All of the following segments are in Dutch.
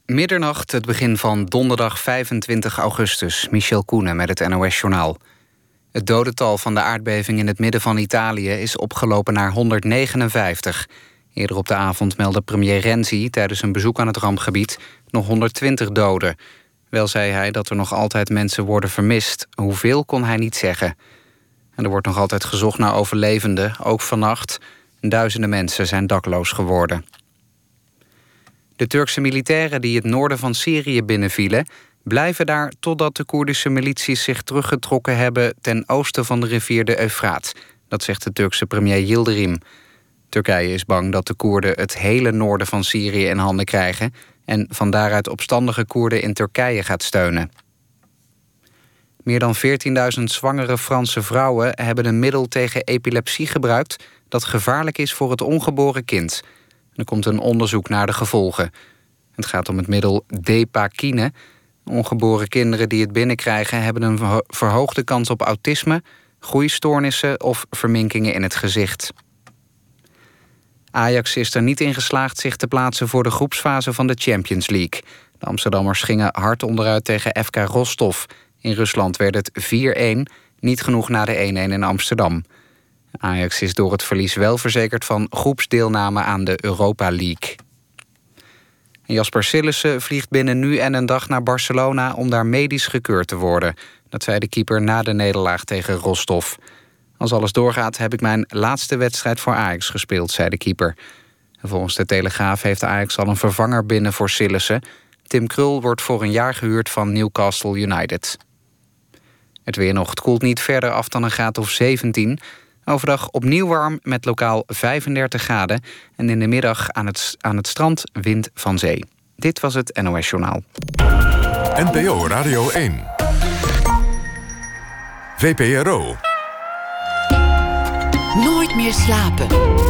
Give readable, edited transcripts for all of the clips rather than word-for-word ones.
Middernacht, het begin van donderdag 25 augustus. Michel Koenen met het NOS-journaal. Het dodental van de aardbeving in het midden van Italië is opgelopen naar 159. Eerder op de avond meldde premier Renzi tijdens een bezoek aan het rampgebied nog 120 doden. Wel zei hij dat er nog altijd mensen worden vermist. Hoeveel kon hij niet zeggen. En er wordt nog altijd gezocht naar overlevenden, ook vannacht. Duizenden mensen zijn dakloos geworden. De Turkse militairen die het noorden van Syrië binnenvielen blijven daar totdat de Koerdische milities zich teruggetrokken hebben ten oosten van de rivier de Eufraat. Dat zegt de Turkse premier Yildirim. Turkije is bang dat de Koerden het hele noorden van Syrië in handen krijgen en van daaruit opstandige Koerden in Turkije gaat steunen. Meer dan 14.000 zwangere Franse vrouwen hebben een middel tegen epilepsie gebruikt dat gevaarlijk is voor het ongeboren kind. Er komt een onderzoek naar de gevolgen. Het gaat om het middel Depakine. Ongeboren kinderen die het binnenkrijgen hebben een verhoogde kans op autisme, groeistoornissen of verminkingen in het gezicht. Ajax is er niet in geslaagd zich te plaatsen voor de groepsfase van de Champions League. De Amsterdammers gingen hard onderuit tegen FK Rostov. In Rusland werd het 4-1, niet genoeg na de 1-1 in Amsterdam. Ajax is door het verlies wel verzekerd van groepsdeelname aan de Europa League. Jasper Sillissen vliegt binnen nu en een dag naar Barcelona om daar medisch gekeurd te worden. Dat zei de keeper na de nederlaag tegen Rostov. Als alles doorgaat heb ik mijn laatste wedstrijd voor Ajax gespeeld, zei de keeper. En volgens de Telegraaf heeft Ajax al een vervanger binnen voor Sillissen. Tim Krul wordt voor een jaar gehuurd van Newcastle United. Het weer nog. Het koelt niet verder af dan een graad of 17. Overdag opnieuw warm met lokaal 35 graden. En in de middag aan het strand wind van zee. Dit was het NOS Journaal. NPO Radio 1. VPRO. Nooit meer slapen.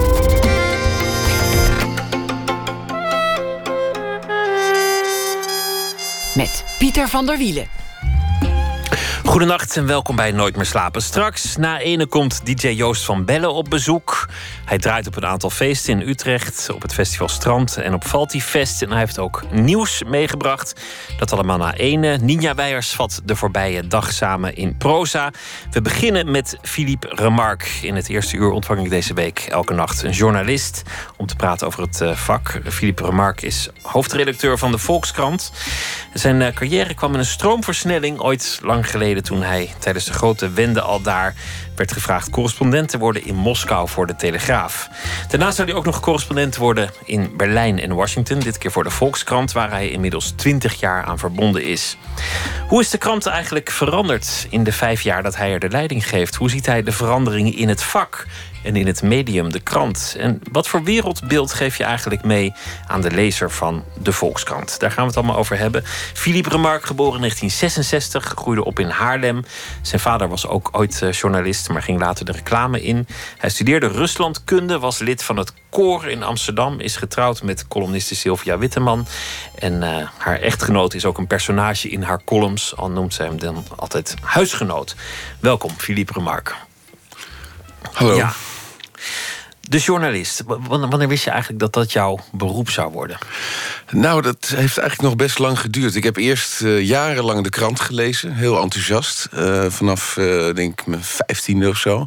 Met Pieter van der Wielen. Goedenacht en welkom bij Nooit meer slapen. Straks na ene komt DJ Joost van Bellen op bezoek. Hij draait op een aantal feesten in Utrecht, op het festival Strand en op Faltifest. En hij heeft ook nieuws meegebracht. Dat allemaal na ene. Ninja Weijers vat de voorbije dag samen in proza. We beginnen met Philippe Remarque. In het eerste uur ontvang ik deze week elke nacht een journalist om te praten over het vak. Philippe Remarque is hoofdredacteur van de Volkskrant. Zijn carrière kwam in een stroomversnelling ooit lang geleden toen hij tijdens de grote wende al daar werd gevraagd correspondent te worden in Moskou voor de Telegraaf. Daarna zou hij ook nog correspondent worden in Berlijn en Washington. Dit keer voor de Volkskrant, waar hij inmiddels 20 jaar aan verbonden is. Hoe is de krant eigenlijk veranderd in de 5 jaar dat hij er de leiding geeft? Hoe ziet hij de veranderingen in het vak en in het medium, de krant? En wat voor wereldbeeld geef je eigenlijk mee aan de lezer van de Volkskrant? Daar gaan we het allemaal over hebben. Philippe Remarque, geboren in 1966, groeide op in Haarlem. Zijn vader was ook ooit journalist, maar ging later de reclame in. Hij studeerde Ruslandkunde, was lid van het koor in Amsterdam, is getrouwd met columniste Sylvia Witteman. En haar echtgenoot is ook een personage in haar columns, al noemt zij hem dan altijd huisgenoot. Welkom, Philippe Remarque. Hallo. Ja. De journalist, wanneer wist je eigenlijk dat dat jouw beroep zou worden? Nou, dat heeft eigenlijk nog best lang geduurd. Ik heb eerst jarenlang de krant gelezen, heel enthousiast. Vanaf, denk ik, mijn 15e of zo.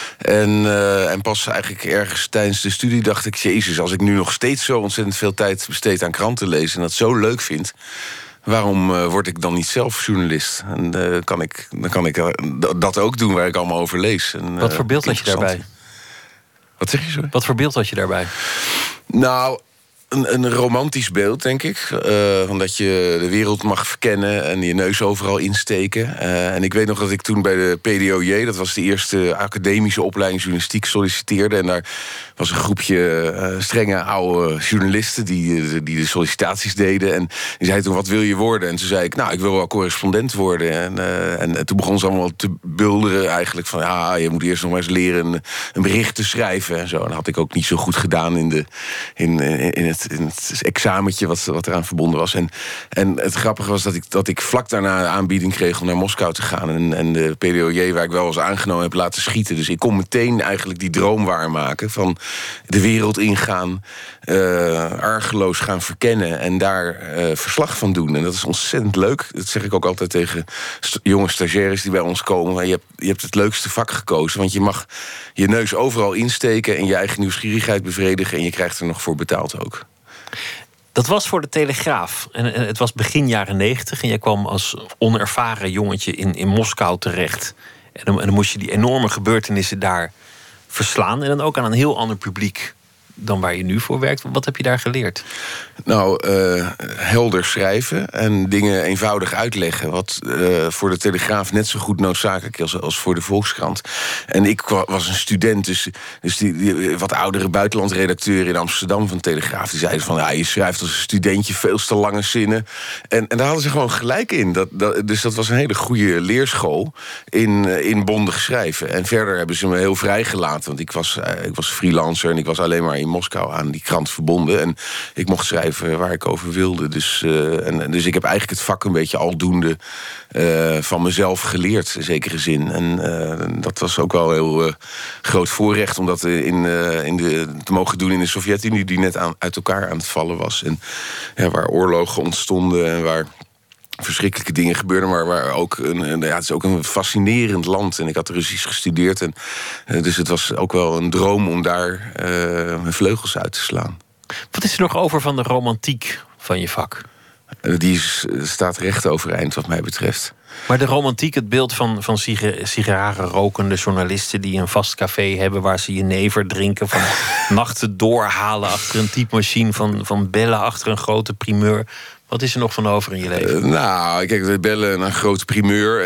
En pas eigenlijk ergens tijdens de studie dacht ik, jezus, als ik nu nog steeds zo ontzettend veel tijd besteed aan kranten lezen en dat zo leuk vind, waarom word ik dan niet zelf journalist? En dan kan ik dat ook doen waar ik allemaal over lees. En, wat voor beeld had je daarbij? Wat zeg je zo? Wat voor beeld had je daarbij? Nou, een romantisch beeld, denk ik. Omdat je de wereld mag verkennen en je neus overal insteken. En ik weet nog dat ik toen bij de PDOJ, dat was de eerste academische opleiding journalistiek, solliciteerde. En daar was een groepje strenge oude journalisten die de sollicitaties deden. En die zeiden toen, wat wil je worden? En toen zei ik, nou, ik wil wel correspondent worden. En toen begon ze allemaal te bulderen eigenlijk van, ja, je moet eerst nog maar eens leren een bericht te schrijven en zo. En dat had ik ook niet zo goed gedaan in het het examentje wat eraan verbonden was. En het grappige was dat ik vlak daarna een aanbieding kreeg om naar Moskou te gaan. En de PDOJ, waar ik wel was aangenomen, heb laten schieten. Dus ik kon meteen eigenlijk die droom waarmaken van de wereld ingaan, argeloos gaan verkennen en daar verslag van doen. En dat is ontzettend leuk. Dat zeg ik ook altijd tegen jonge stagiaires die bij ons komen. Maar je hebt het leukste vak gekozen, want je mag je neus overal insteken en je eigen nieuwsgierigheid bevredigen en je krijgt er nog voor betaald ook. Dat was voor de Telegraaf. En het was begin jaren 90 en jij kwam als onervaren jongetje in Moskou terecht. En dan moest je die enorme gebeurtenissen daar verslaan. En dan ook aan een heel ander publiek dan waar je nu voor werkt. Wat heb je daar geleerd? Nou, helder schrijven en dingen eenvoudig uitleggen. Wat voor de Telegraaf net zo goed noodzakelijk is als voor de Volkskrant. En ik was een student, dus die wat oudere buitenlandredacteur in Amsterdam van Telegraaf, die zeiden van, ja, je schrijft als een studentje veel te lange zinnen. En daar hadden ze gewoon gelijk in. Dus dat was een hele goede leerschool in bondig schrijven. En verder hebben ze me heel vrijgelaten, want ik was freelancer en ik was alleen maar in Moskou aan die krant verbonden. En ik mocht schrijven waar ik over wilde. Dus ik heb eigenlijk het vak een beetje aldoende van mezelf geleerd, in zekere zin. En dat was ook wel een heel groot voorrecht om dat te mogen doen in de Sovjet-Unie, die net uit elkaar aan het vallen was. En ja, waar oorlogen ontstonden en waar verschrikkelijke dingen gebeurden, maar waar ook het is ook een fascinerend land. En ik had Russisch gestudeerd. En dus het was ook wel een droom om daar mijn vleugels uit te slaan. Wat is er nog over van de romantiek van je vak? Die staat recht overeind wat mij betreft. Maar de romantiek, het beeld van sigaren rokende journalisten die een vast café hebben waar ze jenever drinken, van nachten doorhalen achter een typemachine, van bellen achter een grote primeur. Wat is er nog van over in je leven? Nou, kijk, we bellen naar een grote primeur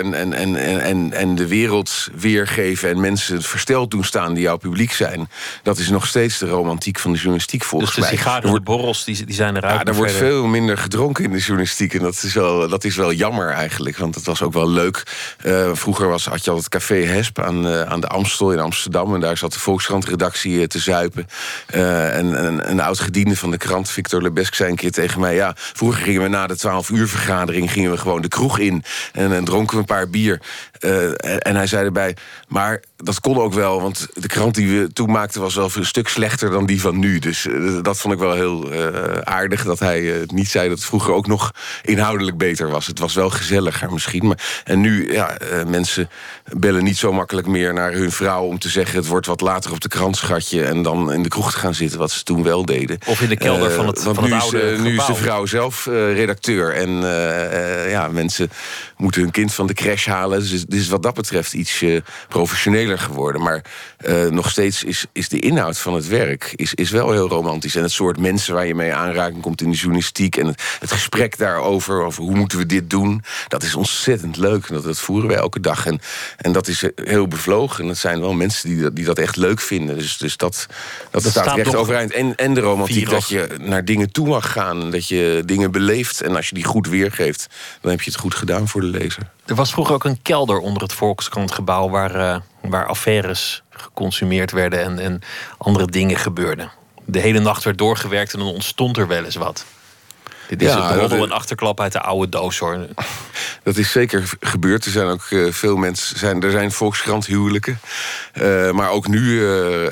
en de wereld weergeven en mensen versteld doen staan die jouw publiek zijn. Dat is nog steeds de romantiek van de journalistiek, volgens mij. Dus de sigaren en de borrels, die zijn eruit. Ja, er wordt veel minder gedronken in de journalistiek. En dat is wel jammer eigenlijk, want het was ook wel leuk. Vroeger had je al het café Hesp aan de Amstel in Amsterdam. En daar zat de Volkskrant-redactie te zuipen. En een oud-gediende van de krant, Victor Lebesk, zei een keer tegen mij, ja, vroeger gingen we na de 12-uur vergadering gingen we gewoon de kroeg in en dan dronken we een paar bier. En hij zei erbij, maar dat kon ook wel, want de krant die we toen maakten was wel een stuk slechter dan die van nu. Dus dat vond ik wel heel aardig, dat hij niet zei dat het vroeger ook nog inhoudelijk beter was. Het was wel gezelliger misschien. En nu, ja, mensen bellen niet zo makkelijk meer naar hun vrouw om te zeggen, het wordt wat later op de krantschatje en dan in de kroeg te gaan zitten, wat ze toen wel deden. Of in de kelder van het oude gebouw. Nu is de vrouw zelf redacteur. En mensen moeten hun kind van de crash halen. Dus het is wat dat betreft iets professioneler geworden. Maar nog steeds is de inhoud van het werk is wel heel romantisch. En het soort mensen waar je mee aanraking komt in de journalistiek en het gesprek daarover, over hoe moeten we dit doen, dat is ontzettend leuk. Dat voeren wij elke dag. En dat is heel bevlogen. En het zijn wel mensen die dat echt leuk vinden. Dus dat staat recht overeind. En de romantiek dat je naar dingen toe mag gaan. Dat je dingen beleeft. En als je die goed weergeeft, dan heb je het goed gedaan voor de lezer. Er was vroeger ook een kelder onder het Volkskrantgebouw waar affaires geconsumeerd werden en andere dingen gebeurden. De hele nacht werd doorgewerkt en dan ontstond er wel eens wat. Dit is een achterklap uit de oude doos, hoor. Dat is zeker gebeurd. Er zijn ook veel mensen. Er zijn Volkskrant-huwelijken. Maar ook nu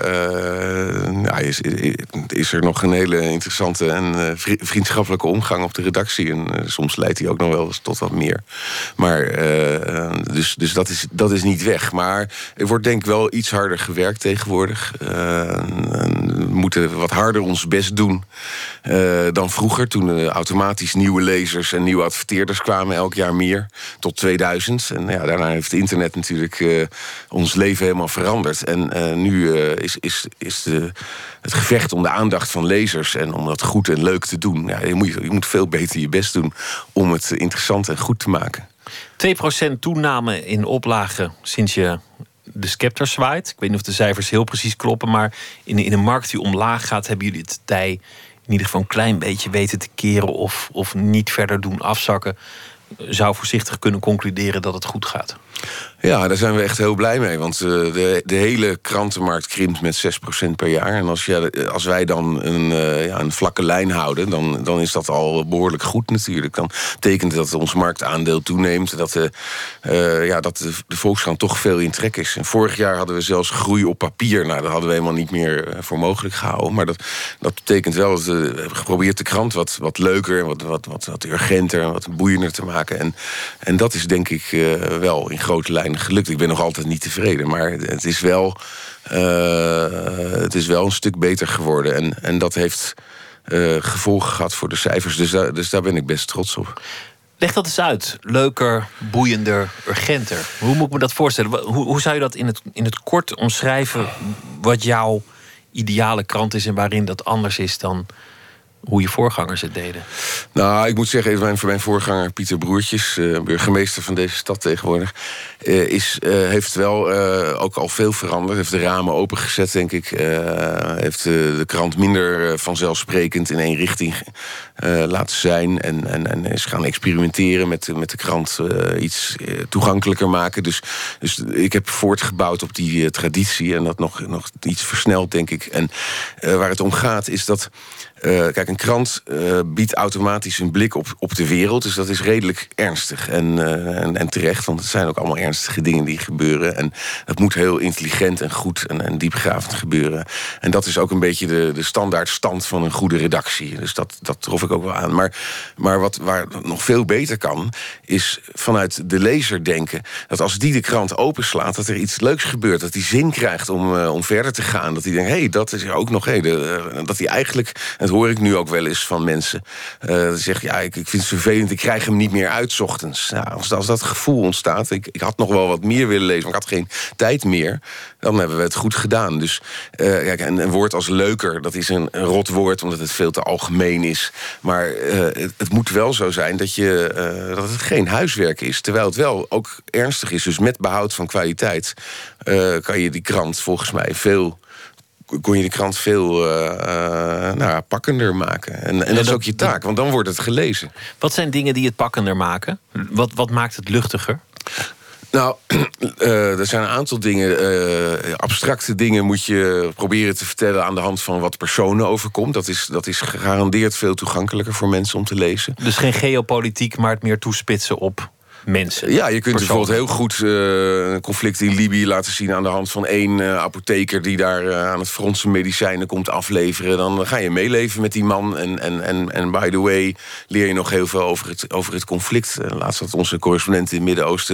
is er nog een hele interessante en vriendschappelijke omgang op de redactie. En soms leidt die ook nog wel eens tot wat meer. Maar dus dat is niet weg. Maar er wordt denk ik wel iets harder gewerkt tegenwoordig. We moeten wat harder ons best doen dan vroeger, toen automatisch nieuwe lezers en nieuwe adverteerders kwamen elk jaar meer, tot 2000. En ja, daarna heeft het internet natuurlijk ons leven helemaal veranderd. En nu is het gevecht om de aandacht van lezers en om dat goed en leuk te doen. Ja, je moet veel beter je best doen om het interessant en goed te maken. 2% toename in oplagen sinds je de scepter zwaait. Ik weet niet of de cijfers heel precies kloppen, maar in een markt die omlaag gaat, hebben jullie het tij in ieder geval een klein beetje weten te keren of niet verder doen afzakken. Zou voorzichtig kunnen concluderen dat het goed gaat? Ja, daar zijn we echt heel blij mee. Want de hele krantenmarkt krimpt met 6% per jaar. En als wij dan een vlakke lijn houden, dan is dat al behoorlijk goed natuurlijk. Dan betekent dat ons marktaandeel toeneemt. Dat de Volkskrant toch veel in trek is. En vorig jaar hadden we zelfs groei op papier. Nou, dat hadden we helemaal niet meer voor mogelijk gehouden. Maar dat betekent wel dat we hebben geprobeerd de krant wat leuker, wat urgenter en wat boeiender te maken. En dat is denk ik wel in grote lijnen gelukt. Ik ben nog altijd niet tevreden, maar het is wel een stuk beter geworden. En dat heeft gevolgen gehad voor de cijfers. Dus daar ben ik best trots op. Leg dat eens uit. Leuker, boeiender, urgenter. Hoe moet ik me dat voorstellen? Hoe zou je dat in het kort omschrijven, wat jouw ideale krant is en waarin dat anders is dan hoe je voorgangers het deden? Nou, ik moet zeggen, mijn voorganger Pieter Broertjes, burgemeester van deze stad tegenwoordig, heeft wel ook al veel veranderd. Heeft de ramen opengezet, denk ik. Heeft de krant minder vanzelfsprekend in één richting laten zijn. En is gaan experimenteren met de krant, iets toegankelijker maken. Dus ik heb voortgebouwd op die traditie en dat nog iets versneld, denk ik. En waar het om gaat is dat kijk, een krant biedt automatisch een blik op de wereld. Dus dat is redelijk ernstig en terecht. Want het zijn ook allemaal ernstige dingen die gebeuren. En het moet heel intelligent en goed en diepgravend gebeuren. En dat is ook een beetje de standaardstand van een goede redactie. Dus dat trof ik ook wel aan. Maar waar het nog veel beter kan, is vanuit de lezer denken dat als die de krant openslaat, dat er iets leuks gebeurt. Dat hij zin krijgt om verder te gaan. Dat hij denkt, hé, dat is er ook nog. Dat hij eigenlijk, dat hoor ik nu ook wel eens van mensen, zeggen, ja, ik vind het vervelend, ik krijg hem niet meer uit 's ochtends. Nou, als dat gevoel ontstaat, ik had nog wel wat meer willen lezen, maar ik had geen tijd meer, dan hebben we het goed gedaan. Dus kijk, een woord als leuker, dat is een rot woord, omdat het veel te algemeen is. Maar het moet wel zo zijn dat het geen huiswerk is, terwijl het wel ook ernstig is. Dus met behoud van kwaliteit kan je die krant volgens mij veel pakkender maken. En dat is ook je taak, want dan wordt het gelezen. Wat zijn dingen die het pakkender maken? Wat maakt het luchtiger? Nou, er zijn een aantal dingen. Abstracte dingen moet je proberen te vertellen aan de hand van wat personen overkomt. Dat is gegarandeerd veel toegankelijker voor mensen om te lezen. Dus geen geopolitiek, maar het meer toespitsen op mensen. Ja, je kunt bijvoorbeeld heel goed een conflict in Libië laten zien aan de hand van één apotheker die daar aan het front zijn medicijnen komt afleveren. Dan ga je meeleven met die man. En by the way, leer je nog heel veel over het conflict. Laatst had onze correspondent in het Midden-Oosten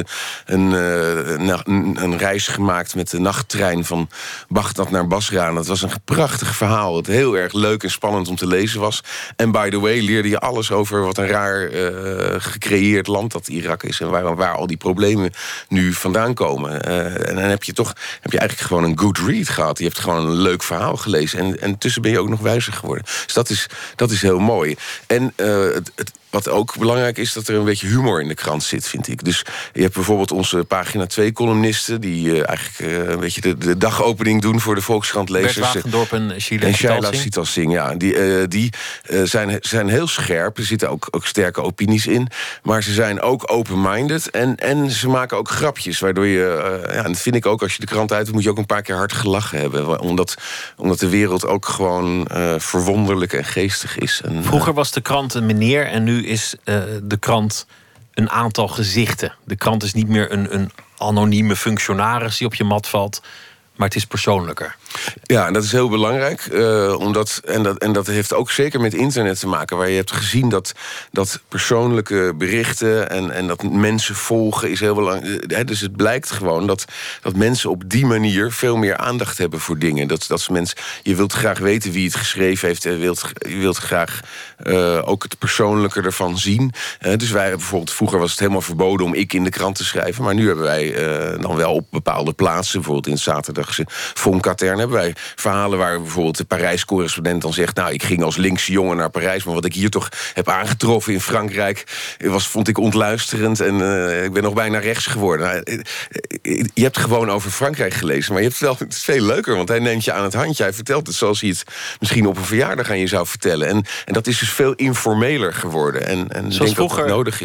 een reis gemaakt met de nachttrein van Bagdad naar Basra. En dat was een prachtig verhaal, het heel erg leuk en spannend om te lezen was. En by the way leerde je alles over wat een raar gecreëerd land dat Irak is. En waar al die problemen nu vandaan komen. En dan heb je eigenlijk gewoon een good read gehad. Je hebt gewoon een leuk verhaal gelezen. En tussen ben je ook nog wijzer geworden. Dus dat is heel mooi. En wat ook belangrijk is, dat er een beetje humor in de krant zit, vind ik. Dus je hebt bijvoorbeeld onze pagina 2-columnisten... die eigenlijk een beetje de dagopening doen voor de Volkskrant-lezers. Bert Wagendorp en Shaila Sitalsing, ja. Die zijn heel scherp. Er zitten ook sterke opinies in. Maar ze zijn ook open-minded. En ze maken ook grapjes, waardoor je... en dat vind ik ook, als je de krant uit moet je ook een paar keer hard gelachen hebben. Omdat de wereld ook gewoon verwonderlijk en geestig is. Vroeger was de krant een meneer en nu is de krant een aantal gezichten. De krant is niet meer een anonieme functionaris die op je mat valt, maar het is persoonlijker. Ja, en dat is heel belangrijk. Dat heeft ook zeker met internet te maken, waar je hebt gezien dat persoonlijke berichten en dat mensen volgen is heel belangrijk. Dus het blijkt gewoon dat mensen op die manier veel meer aandacht hebben voor dingen. Je wilt graag weten wie het geschreven heeft. En je wilt graag ook het persoonlijke ervan zien. Dus wij bijvoorbeeld, vroeger was het helemaal verboden om ik in de krant te schrijven. Maar nu hebben wij dan wel op bepaalde plaatsen, bijvoorbeeld in het zaterdagse Fonkatern, hebben wij verhalen waar bijvoorbeeld de Parijs-correspondent dan zegt, nou, ik ging als linkse jongen naar Parijs, maar wat ik hier toch heb aangetroffen in Frankrijk vond ik ontluisterend en ik ben nog bijna rechts geworden. Nou, je hebt gewoon over Frankrijk gelezen, maar het is veel leuker, want hij neemt je aan het handje. Hij vertelt het zoals hij het misschien op een verjaardag aan je zou vertellen. En dat is dus veel informeler geworden. En ik denk dat het nodig is.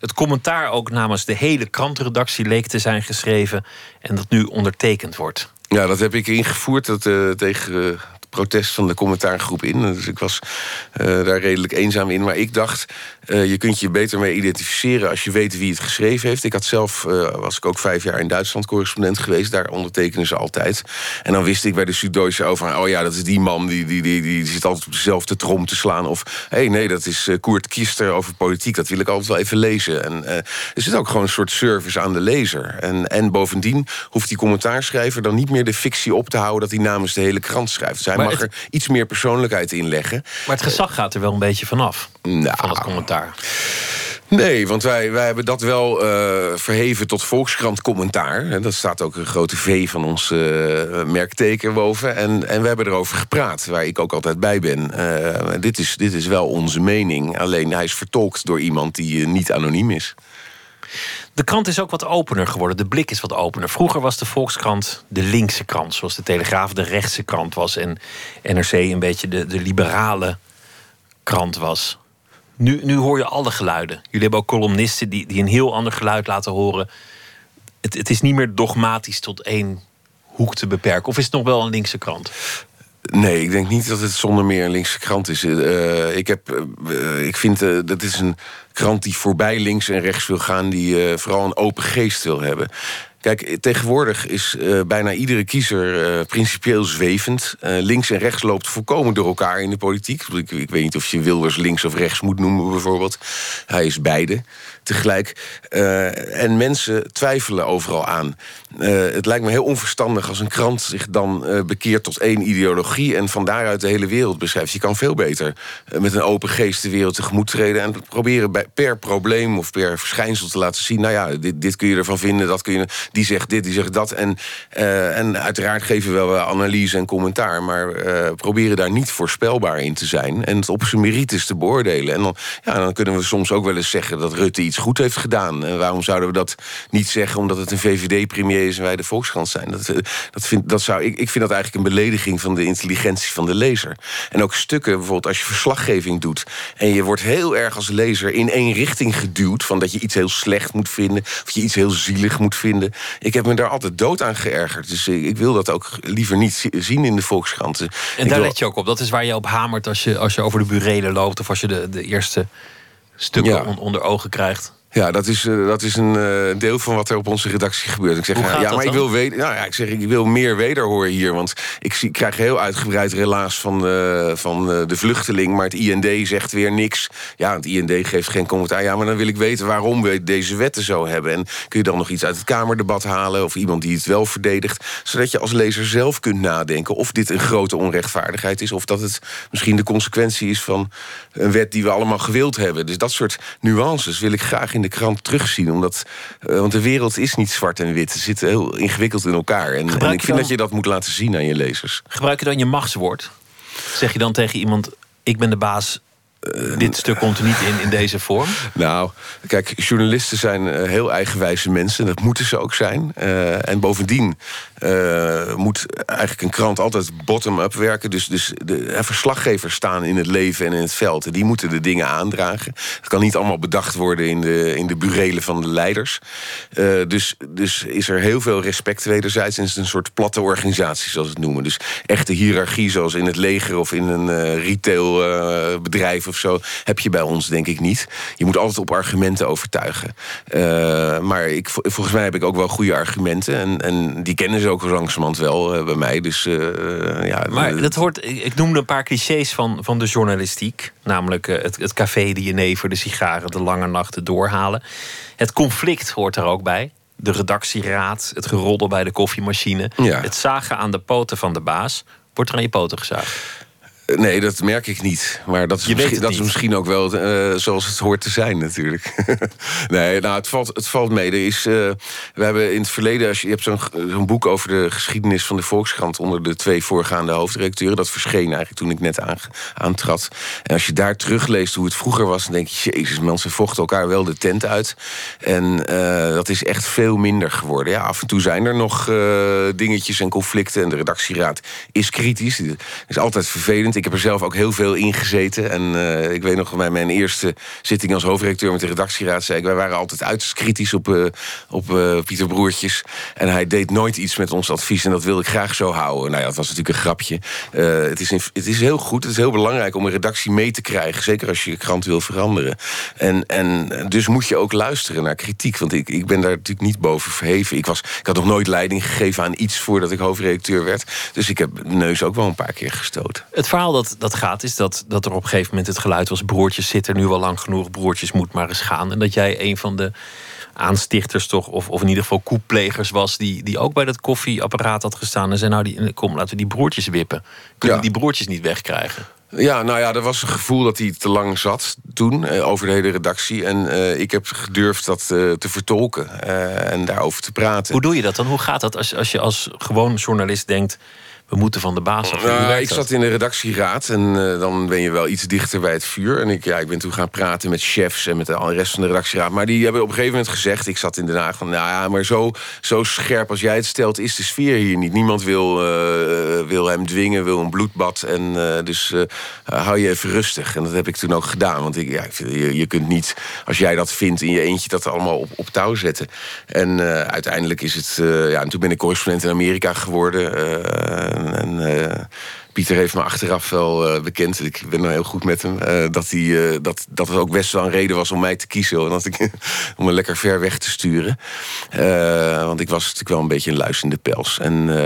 het commentaar ook namens de hele krantenredactie leek te zijn geschreven en dat nu ondertekend wordt. Ja, dat heb ik ingevoerd tegen het protest van de commentaargroep in. Dus ik was daar redelijk eenzaam in. Maar ik dacht, je kunt je beter mee identificeren als je weet wie het geschreven heeft. Ik had zelf, was ik ook 5 jaar in Duitsland correspondent geweest. Daar ondertekenen ze altijd. En dan wist ik bij de Süddeutsche over, oh ja, dat is die man, die zit altijd op dezelfde trom te slaan. Of, nee, dat is Koert Kister over politiek. Dat wil ik altijd wel even lezen. En er zit ook gewoon een soort service aan de lezer. En bovendien hoeft die commentaarschrijver dan niet meer de fictie op te houden dat hij namens de hele krant schrijft. Dus hij mag er iets meer persoonlijkheid in leggen. Maar het gezag gaat er wel een beetje vanaf, van het commentaar. Nee, want wij hebben dat wel verheven tot Volkskrant commentaar. En dat staat ook een grote V van ons merkteken boven. En we hebben erover gepraat, waar ik ook altijd bij ben. Dit is wel onze mening. Alleen hij is vertolkt door iemand die niet anoniem is. De krant is ook wat opener geworden. De blik is wat opener. Vroeger was de Volkskrant de linkse krant, zoals de Telegraaf de rechtse krant was en NRC een beetje de liberale krant was. Nu hoor je alle geluiden. Jullie hebben ook columnisten die een heel ander geluid laten horen. Het is niet meer dogmatisch tot één hoek te beperken. Of is het nog wel een linkse krant? Nee, ik denk niet dat het zonder meer een linkse krant is. Ik vind dat is een krant die voorbij links en rechts wil gaan, die vooral een open geest wil hebben. Kijk, tegenwoordig is bijna iedere kiezer principieel zwevend. Links en rechts loopt volkomen door elkaar in de politiek. Ik weet niet of je Wilders links of rechts moet noemen, bijvoorbeeld. Hij is beide tegelijk. En mensen twijfelen overal aan. Het lijkt me heel onverstandig als een krant zich dan bekeert tot één ideologie en van daaruit de hele wereld beschrijft. Je kan veel beter met een open geest de wereld tegemoet treden en proberen per probleem of per verschijnsel te laten zien, nou ja, dit kun je ervan vinden, dat kun je, die zegt dit, die zegt dat. En uiteraard geven we wel analyse en commentaar, maar proberen daar niet voorspelbaar in te zijn en het op zijn merites te beoordelen. En dan kunnen we soms ook wel eens zeggen dat Rutte iets goed heeft gedaan. En waarom zouden we dat niet zeggen omdat het een VVD-premier is en wij de Volkskrant zijn? Ik vind dat eigenlijk een belediging van de intelligentie van de lezer. En ook stukken, bijvoorbeeld als je verslaggeving doet en je wordt heel erg als lezer in één richting geduwd, van dat je iets heel slecht moet vinden of je iets heel zielig moet vinden. Ik heb me daar altijd dood aan geërgerd. Dus ik wil dat ook liever niet zien in de Volkskrant. En daar let je ook op. Dat is waar je op hamert als je over de burelen loopt of als je de eerste stukken onder ogen krijgt. Ja, dat is een deel van wat er op onze redactie gebeurt. Ik zeg, ik wil ik wil meer wederhoor hier. Want ik krijg heel uitgebreid relaas van de vluchteling, maar het IND zegt weer niks. Ja, het IND geeft geen commentaar. Ja, maar dan wil ik weten waarom we deze wetten zo hebben. En kun je dan nog iets uit het Kamerdebat halen of iemand die het wel verdedigt, zodat je als lezer zelf kunt nadenken of dit een grote onrechtvaardigheid is of dat het misschien de consequentie is van een wet die we allemaal gewild hebben. Dus dat soort nuances wil ik graag in de krant terugzien. Want de wereld is niet zwart en wit. Ze zitten heel ingewikkeld in elkaar. En ik vind dat je dat moet laten zien aan je lezers. Gebruik je dan je machtswoord? Zeg je dan tegen iemand, ik ben de baas, dit stuk komt er niet in deze vorm? Nou, kijk, journalisten zijn heel eigenwijze mensen. Dat moeten ze ook zijn. En bovendien moet eigenlijk een krant altijd bottom-up werken. Dus de verslaggevers staan in het leven en in het veld. En die moeten de dingen aandragen. Het kan niet allemaal bedacht worden in de burelen van de leiders. Dus is er heel veel respect wederzijds. En het is een soort platte organisatie, zoals we het noemen. Dus echte hiërarchie, zoals in het leger of in een retailbedrijf of zo, heb je bij ons denk ik niet. Je moet altijd op argumenten overtuigen. Maar volgens mij heb ik ook wel goede argumenten. En die kennen ze ook langzamerhand wel bij mij. Dus, maar dat hoort, ik noemde een paar clichés van de journalistiek. Namelijk het café, de jenever, de sigaren, de lange nachten doorhalen. Het conflict hoort daar ook bij. De redactieraad, het geroddel bij de koffiemachine. Ja. Het zagen aan de poten van de baas. Wordt er aan je poten gezaagd? Nee, dat merk ik niet. Maar dat is misschien ook wel zoals het hoort te zijn natuurlijk. Nee, nou, het valt mee. We hebben in het verleden, je hebt zo'n boek over de geschiedenis van de Volkskrant onder de 2 voorgaande hoofdredacteuren. Dat verscheen eigenlijk toen ik net aantrad. En als je daar terugleest hoe het vroeger was, dan denk je, jezus, mensen vochten elkaar wel de tent uit. En dat is echt veel minder geworden. Ja, af en toe zijn er nog dingetjes en conflicten. En de redactieraad is kritisch. Het is altijd vervelend. Ik heb er zelf ook heel veel in gezeten. En ik weet nog, bij mijn eerste zitting als hoofdredacteur met de redactieraad zei ik, wij waren altijd uiterst kritisch op Pieter Broertjes. En hij deed nooit iets met ons advies en dat wilde ik graag zo houden. Nou ja, dat was natuurlijk een grapje. Het is heel goed, het is heel belangrijk om een redactie mee te krijgen. Zeker als je je krant wil veranderen. En dus moet je ook luisteren naar kritiek. Want ik ben daar natuurlijk niet boven verheven. Ik had nog nooit leiding gegeven aan iets voordat ik hoofdredacteur werd. Dus ik heb de neus ook wel een paar keer gestoten. Het verhaal dat gaat is dat er op een gegeven moment het geluid was, Broertjes zit er nu al lang genoeg, Broertjes moet maar eens gaan. En dat jij een van de aanstichters toch, of in ieder geval koeplegers was, die ook bij dat koffieapparaat had gestaan en zei, nou, kom, laten we die Broertjes wippen. Kunnen we die Broertjes niet wegkrijgen? Ja, nou ja, er was een gevoel dat hij te lang zat toen, over de hele redactie. En ik heb gedurfd dat te vertolken en daarover te praten. Hoe doe je dat dan? Hoe gaat dat als je als gewoon journalist denkt, we moeten van de baas af? Ik zat in de redactieraad en dan ben je wel iets dichter bij het vuur. En ik ben toen gaan praten met chefs en met de rest van de redactieraad. Maar die hebben op een gegeven moment gezegd, ik zat in Den Haag, van nou ja, maar zo scherp als jij het stelt is de sfeer hier niet. Niemand wil hem dwingen, wil een bloedbad. En dus hou je even rustig. En dat heb ik toen ook gedaan. Want je kunt niet, als jij dat vindt in je eentje, dat allemaal op touw zetten. En uiteindelijk is het, en toen ben ik correspondent in Amerika geworden. Pieter heeft me achteraf wel bekend, ik ben nou heel goed met hem, dat het ook best wel een reden was om mij te kiezen. Om me lekker ver weg te sturen. Want ik was natuurlijk wel een beetje een luis in de pels.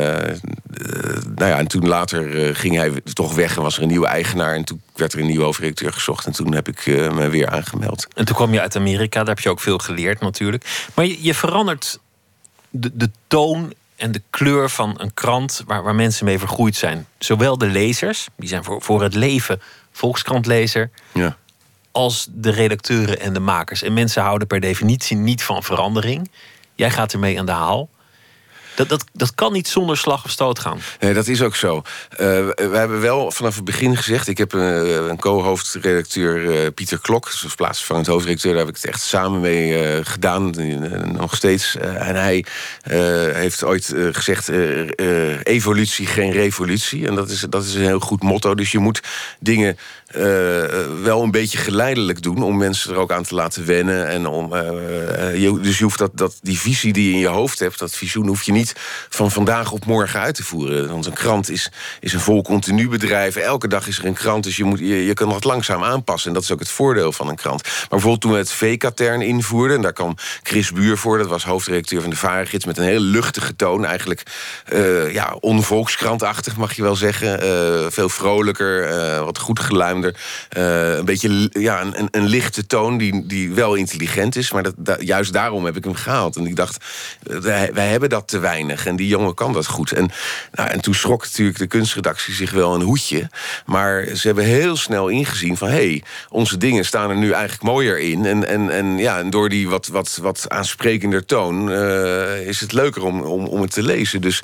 En toen later ging hij toch weg en was er een nieuwe eigenaar. En toen werd er een nieuwe hoofdredacteur gezocht. En toen heb ik me weer aangemeld. En toen kwam je uit Amerika, daar heb je ook veel geleerd natuurlijk. Maar je verandert de toon en de kleur van een krant waar mensen mee vergroeid zijn. Zowel de lezers, die zijn voor het leven Volkskrantlezer, ja, als de redacteuren en de makers. En mensen houden per definitie niet van verandering. Jij gaat ermee aan de haal. Dat kan niet zonder slag of stoot gaan. Nee, dat is ook zo. We hebben wel vanaf het begin gezegd, ik heb een co-hoofdredacteur, Pieter Klok, dus plaatsvervangend hoofdredacteur, daar heb ik het echt samen mee gedaan, nog steeds. En hij heeft ooit gezegd, evolutie, geen revolutie. En dat is een heel goed motto. Dus je moet dingen wel een beetje geleidelijk doen om mensen er ook aan te laten wennen. En dus je hoeft die visie die je in je hoofd hebt, dat visioen hoef je niet van vandaag op morgen uit te voeren. Want een krant is een vol continu bedrijf. Elke dag is er een krant, dus je kan dat langzaam aanpassen. En dat is ook het voordeel van een krant. Maar bijvoorbeeld toen we het V-katern invoerden, en daar kwam Chris Buur voor, dat was hoofdredacteur van de Varengids, met een hele luchtige toon, eigenlijk onvolkskrantachtig mag je wel zeggen. Veel vrolijker, wat goed geluimder. Een beetje een lichte toon die wel intelligent is, maar juist daarom heb ik hem gehaald. En ik dacht, wij hebben dat te weinig. En die jongen kan dat goed. En toen schrok natuurlijk de kunstredactie zich wel een hoedje. Maar ze hebben heel snel ingezien van, onze dingen staan er nu eigenlijk mooier in. En door die wat aansprekender toon is het leuker om het te lezen. Dus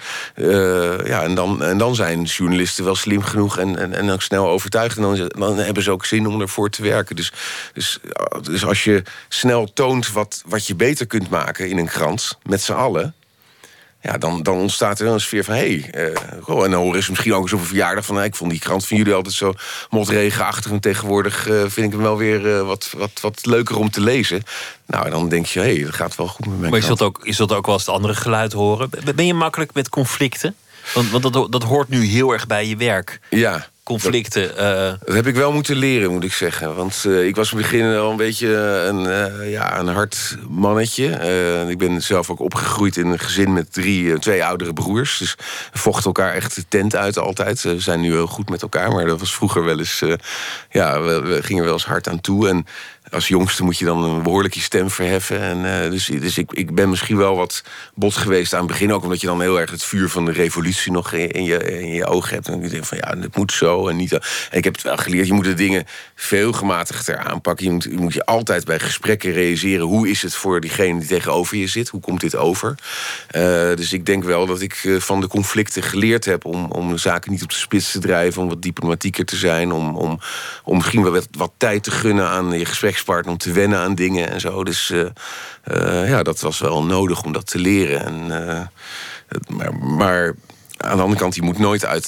en dan zijn journalisten wel slim genoeg en ook snel overtuigd. En dan hebben ze ook zin om ervoor te werken. Dus als je snel toont wat je beter kunt maken in een krant, met z'n allen, ja, dan ontstaat er wel een sfeer van, en dan horen ze misschien ook eens op een verjaardag van, ik vond die krant van jullie altijd zo motregenachtig en tegenwoordig vind ik hem wel weer wat leuker om te lezen. Nou, en dan denk je, dat gaat wel goed met mijn krant. Maar je zult ook wel eens het andere geluid horen. Ben je makkelijk met conflicten? Want dat hoort nu heel erg bij je werk. Ja. Conflicten. Dat heb ik wel moeten leren, moet ik zeggen. Want ik was in het begin al een beetje een hard mannetje. Ik ben zelf ook opgegroeid in een gezin met twee oudere broers. Dus we vochten elkaar echt de tent uit altijd. We zijn nu heel goed met elkaar, maar dat was vroeger wel eens, we gingen wel eens hard aan toe. En als jongste moet je dan een behoorlijk je stem verheffen. En, dus ik ben misschien wel wat bot geweest aan het begin. Ook omdat je dan heel erg het vuur van de revolutie nog in je ogen hebt. En ik denk van, het moet zo en niet. En ik heb het wel geleerd, je moet de dingen veel gematigder aanpakken. Je moet je altijd bij gesprekken realiseren, hoe is het voor diegene die tegenover je zit? Hoe komt dit over? Dus ik denk wel dat ik van de conflicten geleerd heb om de zaken niet op de spits te drijven, om wat diplomatieker te zijn, om misschien wel wat tijd te gunnen aan je gesprekspartner, om te wennen aan dingen en zo. Dus dat was wel nodig om dat te leren. Maar aan de andere kant, je moet nooit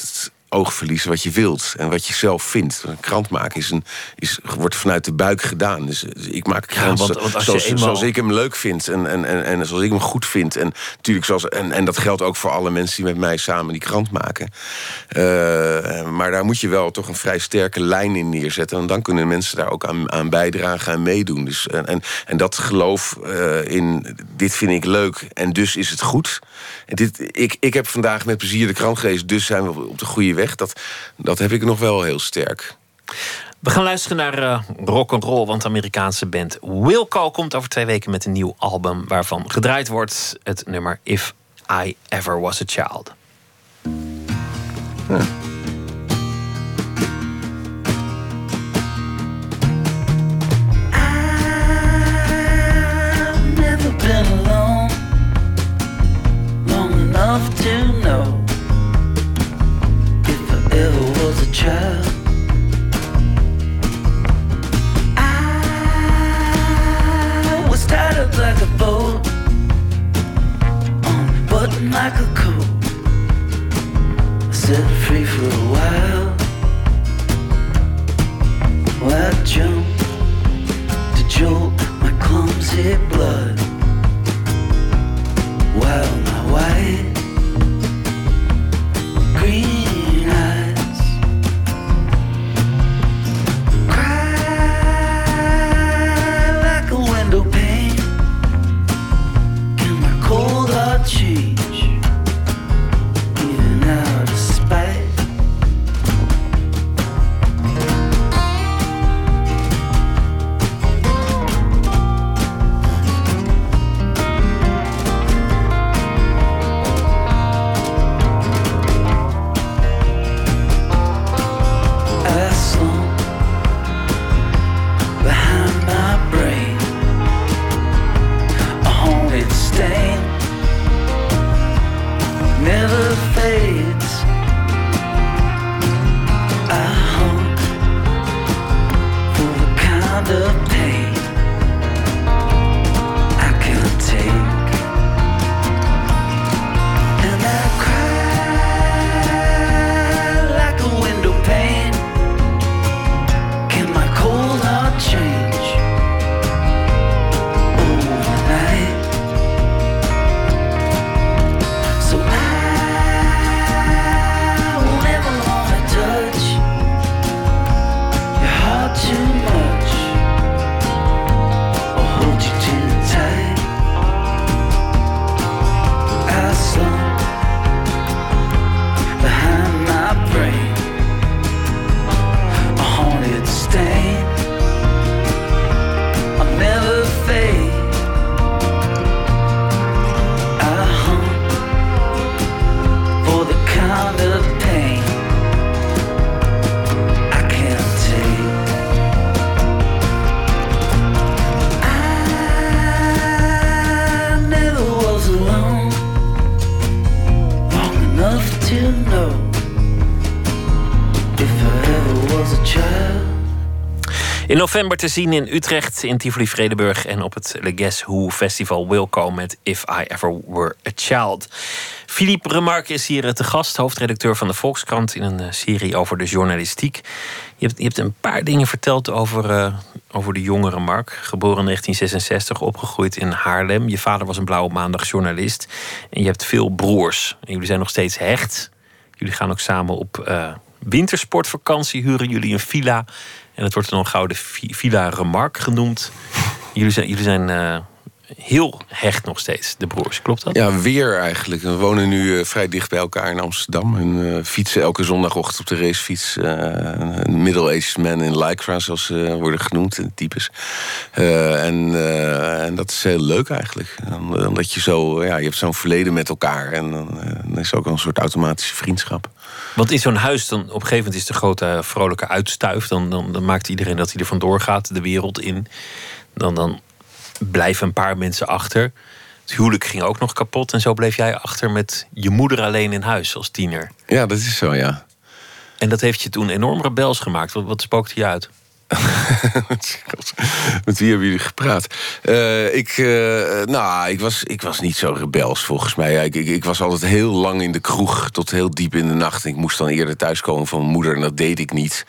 oog verliezen wat je wilt en wat je zelf vindt. Een krant maken wordt vanuit de buik gedaan. Dus ik maak een krant zoals ik hem leuk vind en zoals ik hem goed vind. En natuurlijk en dat geldt ook voor alle mensen die met mij samen die krant maken. Maar daar moet je wel toch een vrij sterke lijn in neerzetten. En dan kunnen mensen daar ook aan bijdragen en meedoen. Dus, en dat geloof in dit vind ik leuk en dus is het goed. En ik heb vandaag met plezier de krant gelezen, dus zijn we op de goede weg. Dat heb ik nog wel heel sterk. We gaan luisteren naar rock'n'roll, want de Amerikaanse band Wilco komt over 2 weken met een nieuw album waarvan gedraaid wordt het nummer If I Ever Was a Child. Ja. Enough to know if I ever was a child. I was tied up like a boat on a button like a coat, set free for a while. Well, I jumped to jolt my clumsy blood, while my white green eyes cry like a window pane. Can my cold heart change, even out of spite? Never fades. I hunt for the kind of pain I can't take, and I cry like a window pane. Can my cold heart change overnight? So too much, or hold you too tight. I slump behind my brain, a haunted stain. I'll never fade. I hunt for the kind of pain I can't take. Enough to know if I ever was a child. In november te zien in Utrecht, in Tivoli-Vredenburg en op het Le Guess Who Festival Wilco met If I Ever Were a Child. Philippe Remarque is hier te gast, hoofdredacteur van de Volkskrant in een serie over de journalistiek. Je hebt een paar dingen verteld over de jonge Remarque. Geboren in 1966, opgegroeid in Haarlem. Je vader was een Blauwe Maandag journalist. En je hebt veel broers. En jullie zijn nog steeds hecht. Jullie gaan ook samen op wintersportvakantie. Huren jullie een villa. En het wordt dan een gouden Villa Remarque genoemd. Jullie zijn heel hecht nog steeds, de broers. Klopt dat? Ja, weer eigenlijk. We wonen nu vrij dicht bij elkaar in Amsterdam. En fietsen elke zondagochtend op de racefiets. Een middle-aged man in lycra, zoals ze worden genoemd, de types. En dat is heel leuk eigenlijk. Omdat je zo, je hebt zo'n verleden met elkaar. En dan is het ook een soort automatische vriendschap. Want in zo'n huis, dan op een gegeven moment is de grote vrolijke uitstuif. Dan maakt iedereen dat hij er vandoor gaat, de wereld in. Dan blijven een paar mensen achter. Het huwelijk ging ook nog kapot. En zo bleef jij achter met je moeder alleen in huis als tiener. Ja, dat is zo, ja. En dat heeft je toen enorm rebels gemaakt. Wat spookte je uit? Met wie hebben jullie gepraat? Ik was niet zo rebels volgens mij. Ik was altijd heel lang in de kroeg tot heel diep in de nacht. Ik moest dan eerder thuiskomen van mijn moeder en dat deed ik niet.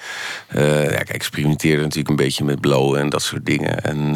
Ik experimenteerde natuurlijk een beetje met blowen en dat soort dingen.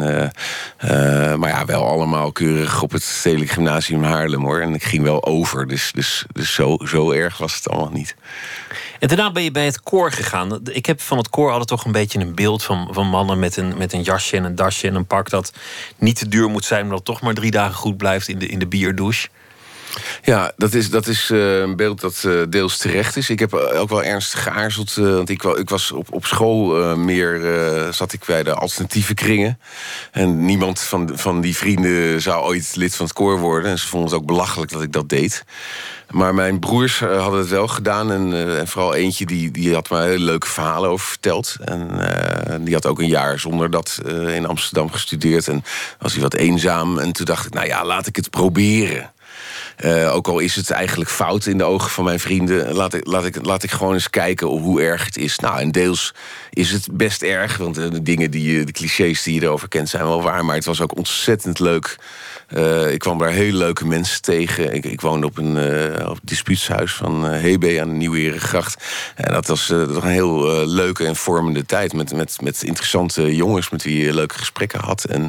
Maar ja, wel allemaal keurig op het Stedelijk Gymnasium Haarlem, hoor. En ik ging wel over, dus zo erg was het allemaal niet. En daarna ben je bij het koor gegaan. Ik heb van het koor altijd toch een beetje een beeld van mannen met een jasje en een dasje en een pak dat niet te duur moet zijn, maar dat toch maar 3 dagen goed blijft in de bierdouche. Ja, dat is een beeld dat deels terecht is. Ik heb ook wel ernstig geaarzeld. Want ik was op school zat ik bij de alternatieve kringen. En niemand van die vrienden zou ooit lid van het koor worden. En ze vonden het ook belachelijk dat ik dat deed. Maar mijn broers hadden het wel gedaan. En vooral eentje die had me hele leuke verhalen over verteld. En die had ook een jaar zonder dat in Amsterdam gestudeerd. En was hij wat eenzaam. En toen dacht ik, nou ja, laat ik het proberen. Ook al is het eigenlijk fout in de ogen van mijn vrienden, laat ik gewoon eens kijken hoe erg het is. Nou, en deels is het best erg, want de clichés die je erover kent zijn wel waar. Maar het was ook ontzettend leuk. Ik kwam daar hele leuke mensen tegen. Ik woonde op het dispuutshuis van Hebe aan de Nieuwe Herengracht. En dat was een heel leuke en vormende tijd. Met interessante jongens met wie je leuke gesprekken had. En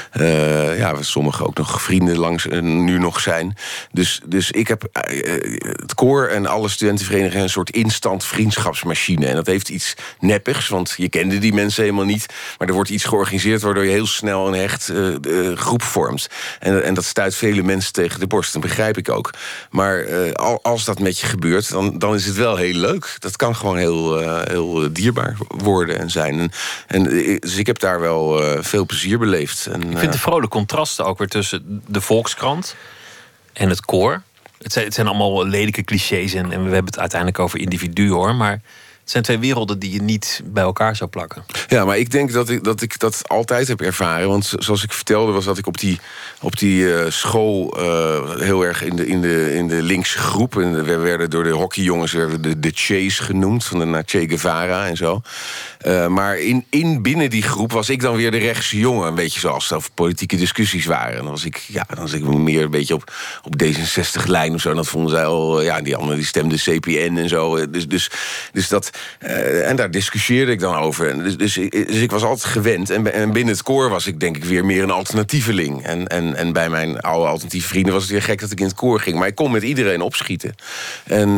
sommigen ook nog vrienden langs nu nog zijn. Dus ik heb het koor en alle studentenverenigingen een soort instant vriendschapsmachine. En dat heeft iets neppigs, want je kende die mensen helemaal niet. Maar er wordt iets georganiseerd waardoor je heel snel een hecht groep vormt. En dat stuit vele mensen tegen de borst. Dat begrijp ik ook. Maar als dat met je gebeurt, dan is het wel heel leuk. Dat kan gewoon heel dierbaar worden en zijn. Dus ik heb daar wel veel plezier beleefd. Ik vind de vrolijke contrasten ook weer tussen de Volkskrant en het koor. Het zijn allemaal lelijke clichés en we hebben het uiteindelijk over individuen, hoor. Maar het zijn 2 werelden die je niet bij elkaar zou plakken. Ja, maar ik denk dat ik dat altijd heb ervaren. Want zoals ik vertelde, was dat ik op die school heel erg in de linkse groep. En we werden door de hockeyjongens de Chase genoemd, van de Che Guevara en zo. Maar binnen die groep was ik dan weer de rechtse jongen. Een beetje zoals het over politieke discussies waren. Dan was ik meer een beetje op D66-lijn of zo. En dat vonden zij al, die anderen die stemden CPN en zo. Dus dat. En daar discussieerde ik dan over. Dus ik was altijd gewend. En binnen het koor was ik denk ik weer meer een alternatieveling. En bij mijn oude alternatieve vrienden was het weer gek dat ik in het koor ging. Maar ik kon met iedereen opschieten. En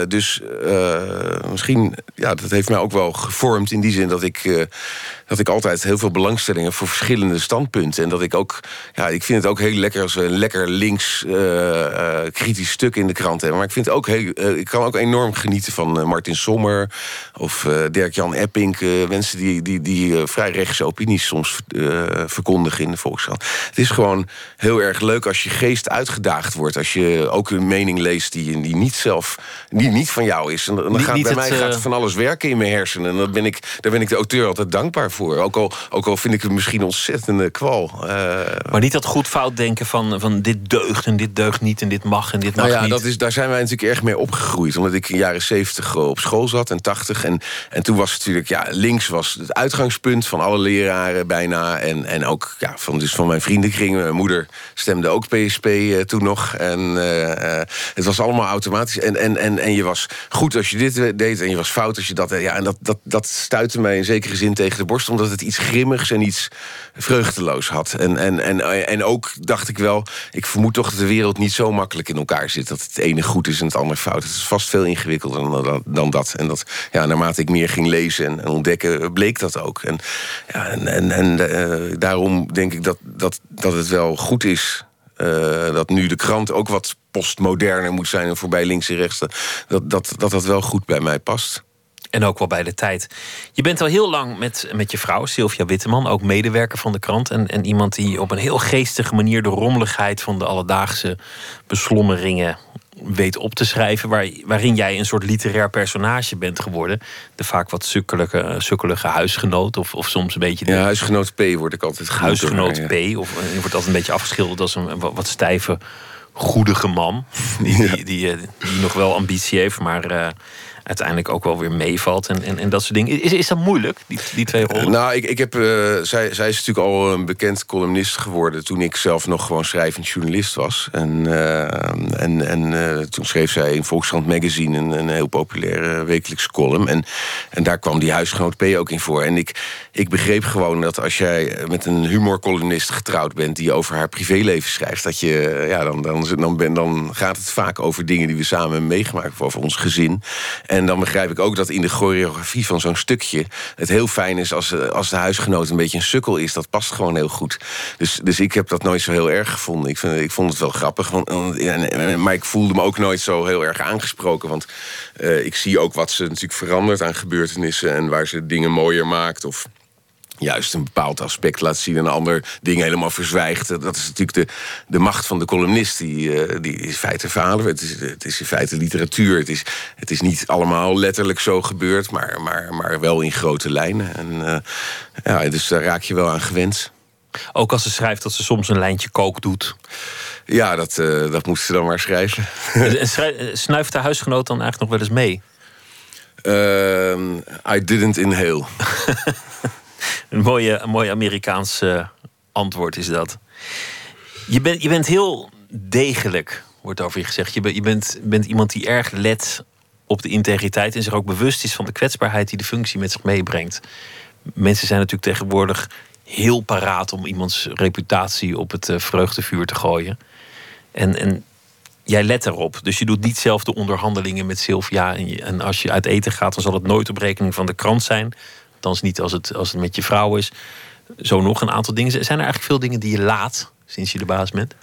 misschien, dat heeft mij ook wel gevormd in die zin dat ik altijd heel veel belangstelling heb voor verschillende standpunten. En dat ik ook, ik vind het ook heel lekker als we een lekker links kritisch stuk in de krant hebben. Maar ik vind het ook ik kan ook enorm genieten van Martin Sommer of Dirk-Jan Epping. Mensen die vrij rechtse opinies soms verkondigen in de Volkskrant. Het is gewoon heel erg leuk als je geest uitgedaagd wordt. Als je ook een mening leest die niet van jou is. En dan gaat bij mij gaat van alles werken in mijn hersenen. En daar ben ik de auteur altijd dankbaar voor. Ook al vind ik het misschien ontzettende kwal. Maar niet dat goed-fout denken van dit deugt en dit deugt niet en dit mag en dit mag niet. Daar zijn wij natuurlijk erg mee opgegroeid. Omdat ik in de jaren 70 op school zat en 80. En toen was het natuurlijk, links was het uitgangspunt van alle leraren bijna. En ook van mijn vriendenkring. Mijn moeder stemde ook PSP toen nog. En het was allemaal automatisch. En je was goed als je dit deed en je was fout als je dat deed. Ja, en dat stuitte mij in zekere zin tegen de borst, omdat het iets grimmigs en iets vreugdeloos had. En ook dacht ik wel, ik vermoed toch dat de wereld niet zo makkelijk in elkaar zit. Dat het ene goed is en het ander fout. Het is vast veel ingewikkelder dan dat. En dat, naarmate ik meer ging lezen en ontdekken, bleek dat ook. Daarom denk ik dat het wel goed is dat nu de krant ook wat postmoderner moet zijn en voorbij links en rechts. Dat wel goed bij mij past. En ook wel bij de tijd. Je bent al heel lang met je vrouw, Sylvia Witteman, ook medewerker van de krant. En iemand die op een heel geestige manier de rommeligheid van de alledaagse beslommeringen weet op te schrijven. Waarin jij een soort literair personage bent geworden. De vaak wat sukkelige huisgenoot. Of soms een beetje... huisgenoot P word ik altijd genoemd. Huisgenoot P. Of je wordt altijd een beetje afgeschilderd als een wat stijve, goedige man. Die nog wel ambitie heeft, maar uiteindelijk ook wel weer meevalt en dat soort dingen. Is dat moeilijk, die twee rollen? Nou, ik heb, zij is natuurlijk al een bekend columnist geworden toen ik zelf nog gewoon schrijvend journalist was. En toen schreef zij in Volkskrant Magazine een heel populaire wekelijkse column. En daar kwam die huisgenoot P ook in voor. En ik begreep gewoon dat als jij met een humorcolumnist getrouwd bent die over haar privéleven schrijft, dat je dan gaat het vaak over dingen die we samen hebben meegemaakt, of over ons gezin. En dan begrijp ik ook dat in de choreografie van zo'n stukje het heel fijn is als de huisgenoot een beetje een sukkel is. Dat past gewoon heel goed. Dus ik heb dat nooit zo heel erg gevonden. Ik vond het wel grappig. Maar ik voelde me ook nooit zo heel erg aangesproken. Want ik zie ook wat ze natuurlijk verandert aan gebeurtenissen en waar ze dingen mooier maakt of juist een bepaald aspect laat zien en een ander ding helemaal verzwijgt. Dat is natuurlijk de macht van de columnist. Die is in feite verhalen. Het is in feite literatuur. Het is niet allemaal letterlijk zo gebeurd, maar wel in grote lijnen. En dus daar raak je wel aan gewend. Ook als ze schrijft dat ze soms een lijntje kook doet. Ja, dat moet ze dan maar schrijven. Snuift de huisgenoot dan eigenlijk nog wel eens mee? I didn't inhale. Een mooi Amerikaans antwoord is dat. Je bent heel degelijk, wordt over je gezegd. Je bent iemand die erg let op de integriteit en zich ook bewust is van de kwetsbaarheid die de functie met zich meebrengt. Mensen zijn natuurlijk tegenwoordig heel paraat om iemands reputatie op het vreugdevuur te gooien. En jij let erop. Dus je doet niet zelf de onderhandelingen met Sylvia. En als je uit eten gaat, dan zal het nooit op rekening van de krant zijn. Althans niet als het met je vrouw is. Zo nog een aantal dingen. Zijn er eigenlijk veel dingen die je laat sinds je de baas bent?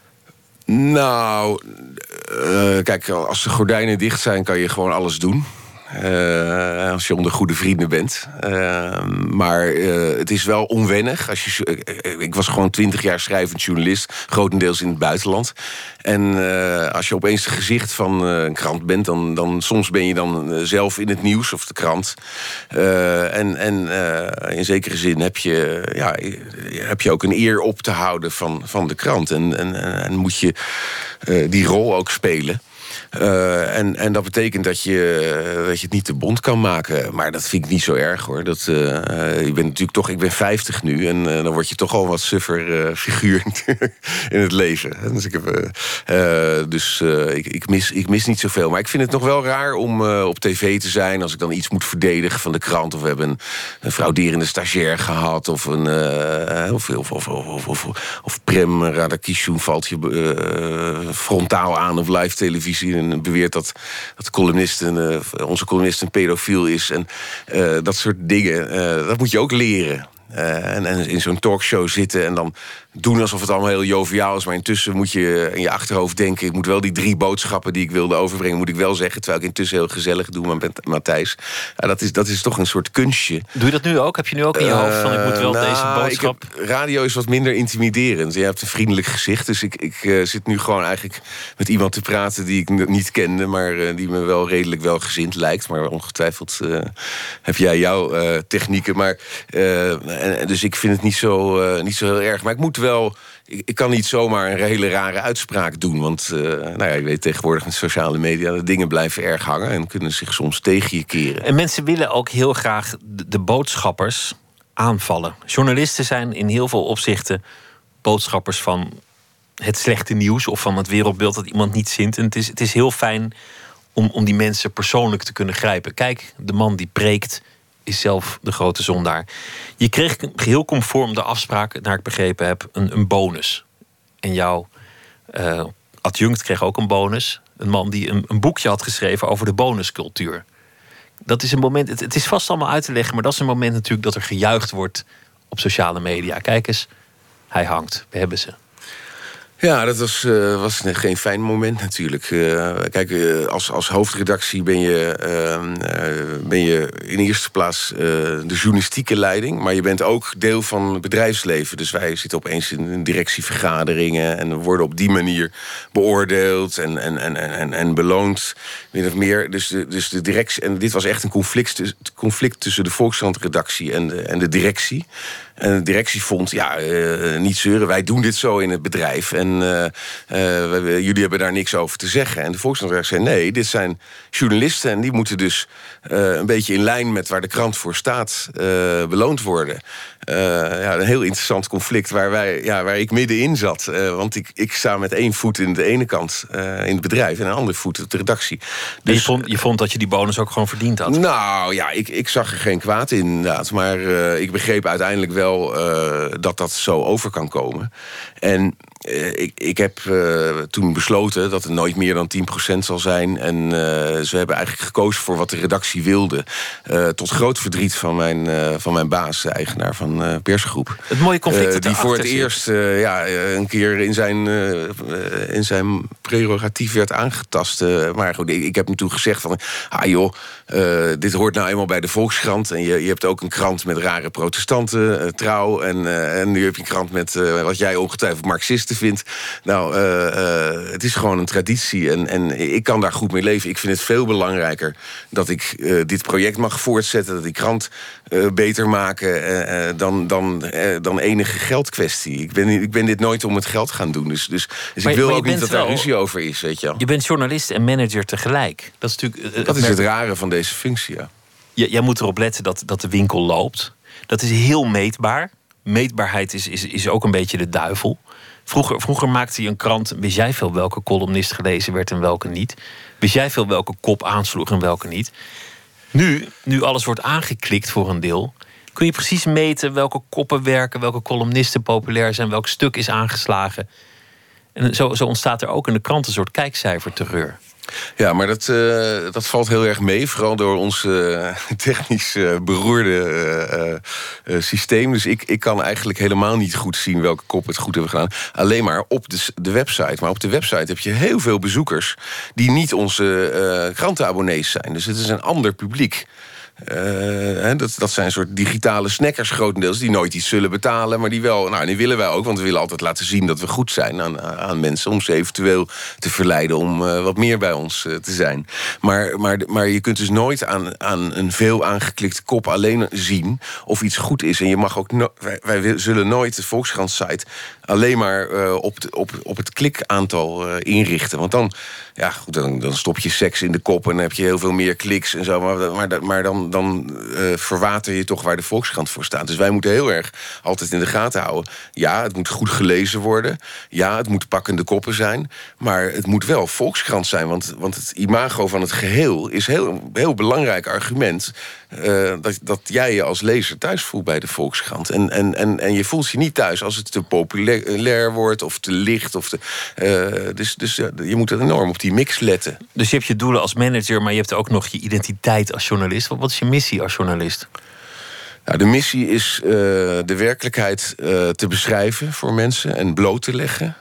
Nou, kijk, als de gordijnen dicht zijn, kan je gewoon alles doen. Als je onder goede vrienden bent. Maar het is wel onwennig. Ik was gewoon 20 jaar schrijvend journalist, grotendeels in het buitenland. En als je opeens het gezicht van een krant bent, dan soms ben je dan zelf in het nieuws of de krant. En in zekere zin heb je ook een eer op te houden van de krant. En moet je die rol ook spelen. En dat betekent dat je het niet te bont kan maken. Maar dat vind ik niet zo erg, hoor. Ik ben 50 nu en dan word je toch al wat suffer figuur in het leven. Dus ik mis niet zoveel. Maar ik vind het nog wel raar om op tv te zijn als ik dan iets moet verdedigen van de krant. Of we hebben een frauderende stagiair gehad. Of of Prem Radakishun valt je frontaal aan op live televisie en beweert dat onze columnist een pedofiel is. En dat soort dingen, dat moet je ook leren. En in zo'n talkshow zitten en dan doen alsof het allemaal heel joviaal is. Maar intussen moet je in je achterhoofd denken, ik moet wel die 3 boodschappen die ik wilde overbrengen, moet ik wel zeggen, terwijl ik intussen heel gezellig doe met Matthijs. Dat is toch een soort kunstje. Doe je dat nu ook? Heb je nu ook in je hoofd van, ik moet wel deze boodschap? Radio is wat minder intimiderend. Je hebt een vriendelijk gezicht. Dus ik zit nu gewoon eigenlijk met iemand te praten die ik niet kende, maar die me wel redelijk welgezind lijkt. Maar ongetwijfeld heb jij jouw technieken. Maar dus ik vind het niet zo heel erg. Maar ik moet wel. Ik kan niet zomaar een hele rare uitspraak doen. Want je weet tegenwoordig met sociale media, de dingen blijven erg hangen en kunnen zich soms tegen je keren. En mensen willen ook heel graag de boodschappers aanvallen. Journalisten zijn in heel veel opzichten boodschappers van het slechte nieuws of van het wereldbeeld dat iemand niet zint. En het is heel fijn om die mensen persoonlijk te kunnen grijpen. Kijk, de man die preekt is zelf de grote zondaar. Je kreeg geheel conform de afspraak, naar ik begrepen heb, een bonus. En jouw adjunct kreeg ook een bonus. Een man die een boekje had geschreven over de bonuscultuur. Dat is een moment, het is vast allemaal uit te leggen, maar dat is een moment natuurlijk dat er gejuicht wordt op sociale media. Kijk eens, hij hangt, we hebben ze. Ja, dat was geen fijn moment natuurlijk. Kijk, als hoofdredactie ben je in eerste plaats de journalistieke leiding, maar je bent ook deel van het bedrijfsleven. Dus wij zitten opeens in directievergaderingen en worden op die manier beoordeeld en beloond, min of meer. Dus de directie, en dit was echt een conflict tussen de Volkskrant-redactie en de directie. En de directie vond, niet zeuren, wij doen dit zo in het bedrijf. En jullie hebben daar niks over te zeggen. En de Volkskrant zei, nee, dit zijn journalisten... en die moeten dus een beetje in lijn met waar de krant voor staat beloond worden. Een heel interessant conflict waar ik middenin zat. Want ik sta met één voet in de ene kant in het bedrijf... en een andere voet op de redactie. Dus je vond dat je die bonus ook gewoon verdiend had? Nou ja, ik zag er geen kwaad in, inderdaad. Maar ik begreep uiteindelijk wel dat zo over kan komen. En ik heb toen besloten dat het nooit meer dan 10% zal zijn. En ze hebben eigenlijk gekozen voor wat de redactie wilde. Tot groot verdriet van mijn baas, de eigenaar van Persgroep. Het mooie conflict die voor het eerst een keer in zijn prerogatief werd aangetast. Maar goed, ik heb hem toen gezegd van... dit hoort nou eenmaal bij de Volkskrant. En je hebt ook een krant met rare protestanten, Trouw. En nu heb je een krant met wat jij ongetwijfeld Marxisten vindt. Nou, het is gewoon een traditie. En ik kan daar goed mee leven. Ik vind het veel belangrijker dat ik dit project mag voortzetten. Dat die krant beter maken dan enige geldkwestie. Ik ben dit nooit om het geld gaan doen. Dus ik wil ook niet dat daar ruzie over is, weet je wel. Je bent journalist en manager tegelijk. Dat is natuurlijk dat is het rare van deze functie, ja. Jij moet erop letten dat de winkel loopt. Dat is heel meetbaar. Meetbaarheid is ook een beetje de duivel. Vroeger maakte je een krant... wist jij veel welke columnist gelezen werd en welke niet. Wist jij veel welke kop aansloeg en welke niet. Nu alles wordt aangeklikt voor een deel... kun je precies meten welke koppen werken... welke columnisten populair zijn, welk stuk is aangeslagen. En zo ontstaat er ook in de krant een soort kijkcijferterreur. Ja, maar dat valt heel erg mee. Vooral door ons technisch beroerde systeem. Dus ik kan eigenlijk helemaal niet goed zien welke kop het goed hebben gedaan. Alleen maar op de website. Maar op de website heb je heel veel bezoekers... die niet onze krantenabonnees zijn. Dus het is een ander publiek. Dat zijn een soort digitale snackers grotendeels... die nooit iets zullen betalen, maar die wel... Nou, die willen wij ook, want we willen altijd laten zien dat we goed zijn aan mensen... om ze eventueel te verleiden om wat meer bij ons te zijn. Maar je kunt dus nooit aan een veel aangeklikte kop alleen zien... of iets goed is. En je mag ook wij zullen nooit de Volkskrant-site... alleen maar op het klikaantal inrichten. Want dan stop je seks in de kop... en dan heb je heel veel meer kliks en zo. Maar dan verwater je toch waar de Volkskrant voor staat. Dus wij moeten heel erg altijd in de gaten houden. Ja, het moet goed gelezen worden. Ja, het moet pakkende koppen zijn. Maar het moet wel Volkskrant zijn. Want het imago van het geheel is heel belangrijk argument... dat jij je als lezer thuis voelt bij de Volkskrant. En je voelt je niet thuis als het te populair wordt... of te licht. Dus je moet er enorm op die mix letten. Dus je hebt je doelen als manager... maar je hebt ook nog je identiteit als journalist. Wat is je missie als journalist? Nou, de missie is de werkelijkheid te beschrijven voor mensen... en bloot te leggen.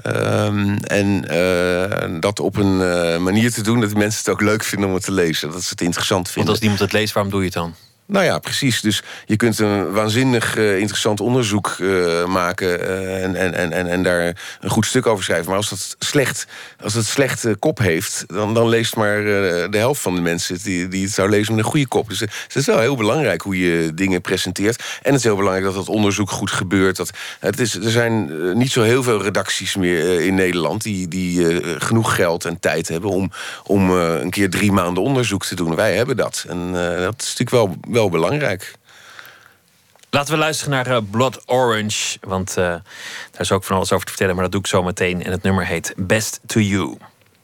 Dat op een manier te doen dat mensen het ook leuk vinden om het te lezen. Dat ze het interessant vinden. Want als niemand het leest, waarom doe je het dan? Nou ja, precies. Dus je kunt een waanzinnig interessant onderzoek maken... en daar een goed stuk over schrijven. Maar als het slechte kop heeft... dan leest maar de helft van de mensen die het zou lezen met een goede kop. Dus het is wel heel belangrijk hoe je dingen presenteert. En het is heel belangrijk dat dat onderzoek goed gebeurt. Er zijn niet zo heel veel redacties meer in Nederland... die genoeg geld en tijd hebben om een keer 3 maanden onderzoek te doen. Wij hebben dat. En dat is natuurlijk wel belangrijk. Laten we luisteren naar Blood Orange. Want daar is ook van alles over te vertellen. Maar dat doe ik zo meteen. En het nummer heet Best to You.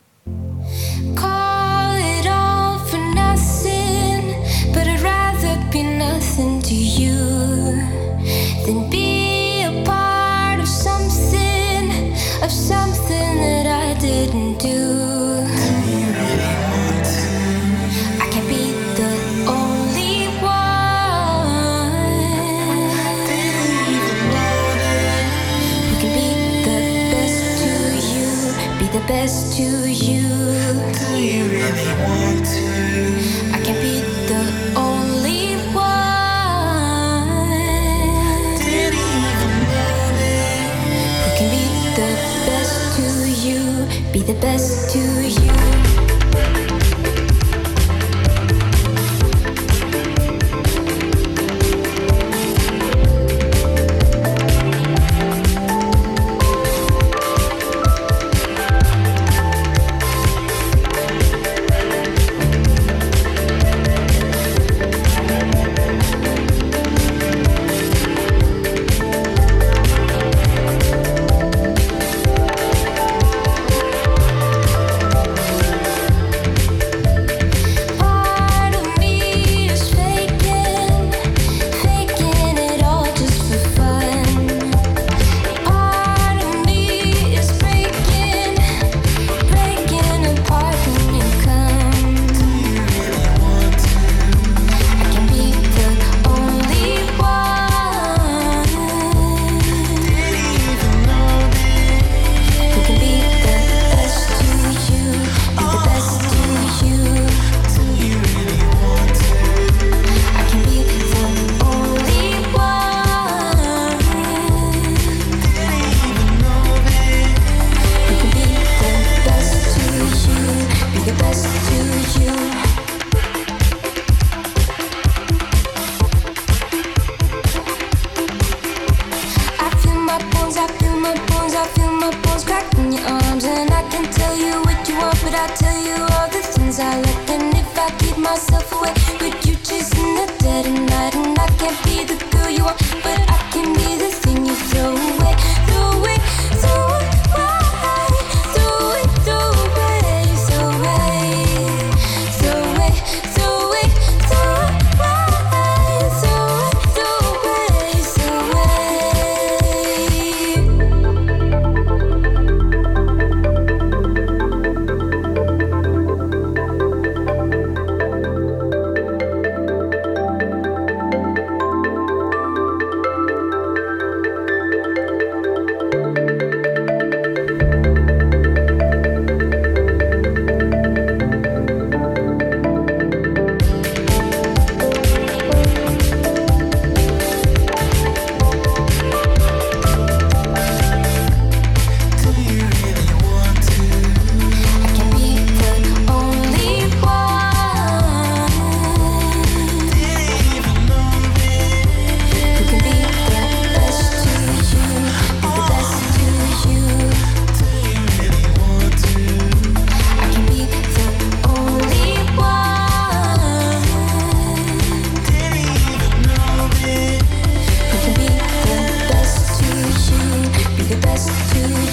Call it all for nothing, but I'd rather be nothing to you than be a part of something that I didn't do. The best to you. Do you really want to? I can be the only one. Did you even know it? Who can be the best to you? Be the best to you.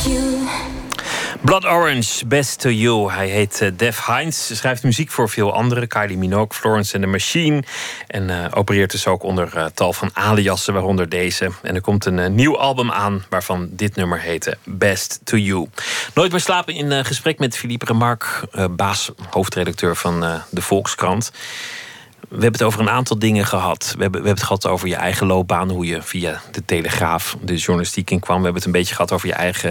you. Blood Orange, Best to You. Hij heet Def Hines. Schrijft muziek voor veel anderen. Kylie Minogue, Florence and the Machine. En opereert dus ook onder tal van aliassen, waaronder deze. En er komt een nieuw album aan waarvan dit nummer heette Best to You. Nooit meer slapen in gesprek met Philippe Remarque, baas, hoofdredacteur van de Volkskrant. We hebben het over een aantal dingen gehad. We hebben het gehad over je eigen loopbaan, hoe je via de Telegraaf de journalistiek in kwam. We hebben het een beetje gehad over je eigen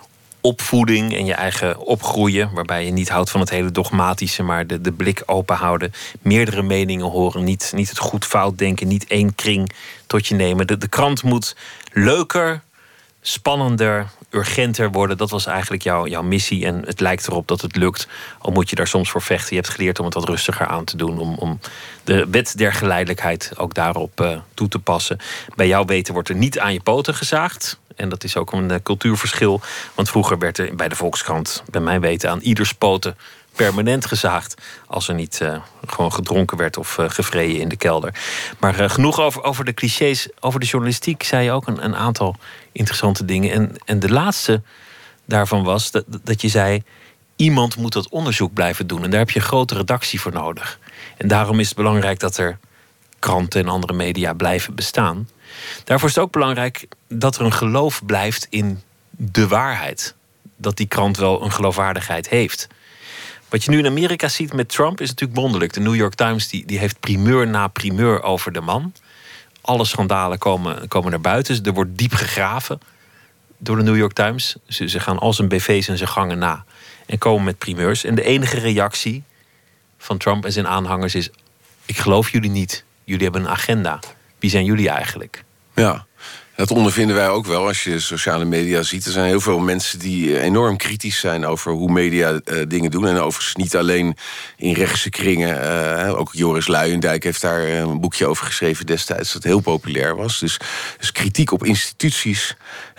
opvoeding en je eigen opgroeien, waarbij je niet houdt van het hele dogmatische, maar de blik open houden, meerdere meningen horen, niet het goed-fout denken, niet één kring tot je nemen. De krant moet leuker, spannender, urgenter worden. Dat was eigenlijk jouw missie en het lijkt erop dat het lukt. Al moet je daar soms voor vechten. Je hebt geleerd om het wat rustiger aan te doen, om de wet der geleidelijkheid ook daarop toe te passen. Bij jouw weten wordt er niet aan je poten gezaagd. En dat is ook een cultuurverschil. Want vroeger werd er bij de Volkskrant, bij mijn weten, aan ieders poten permanent gezaagd. Als er niet gewoon gedronken werd of gevreden in de kelder. Maar genoeg over de clichés. Over de journalistiek zei je ook een aantal interessante dingen. En de laatste daarvan was dat je zei, iemand moet dat onderzoek blijven doen. En daar heb je een grote redactie voor nodig. En daarom is het belangrijk dat er kranten en andere media blijven bestaan. Daarvoor is het ook belangrijk dat er een geloof blijft in de waarheid. Dat die krant wel een geloofwaardigheid heeft. Wat je nu in Amerika ziet met Trump is natuurlijk wonderlijk. De New York Times die heeft primeur na primeur over de man. Alle schandalen komen naar buiten. Er wordt diep gegraven door de New York Times. Ze gaan al zijn BV's en zijn gangen na. En komen met primeurs. En de enige reactie van Trump en zijn aanhangers is, ik geloof jullie niet. Jullie hebben een agenda. Wie zijn jullie eigenlijk? Ja, dat ondervinden wij ook wel als je sociale media ziet. Er zijn heel veel mensen die enorm kritisch zijn over hoe media dingen doen. En overigens niet alleen in rechtse kringen. Ook Joris Luijendijk heeft daar een boekje over geschreven destijds, dat heel populair was. Dus kritiek op instituties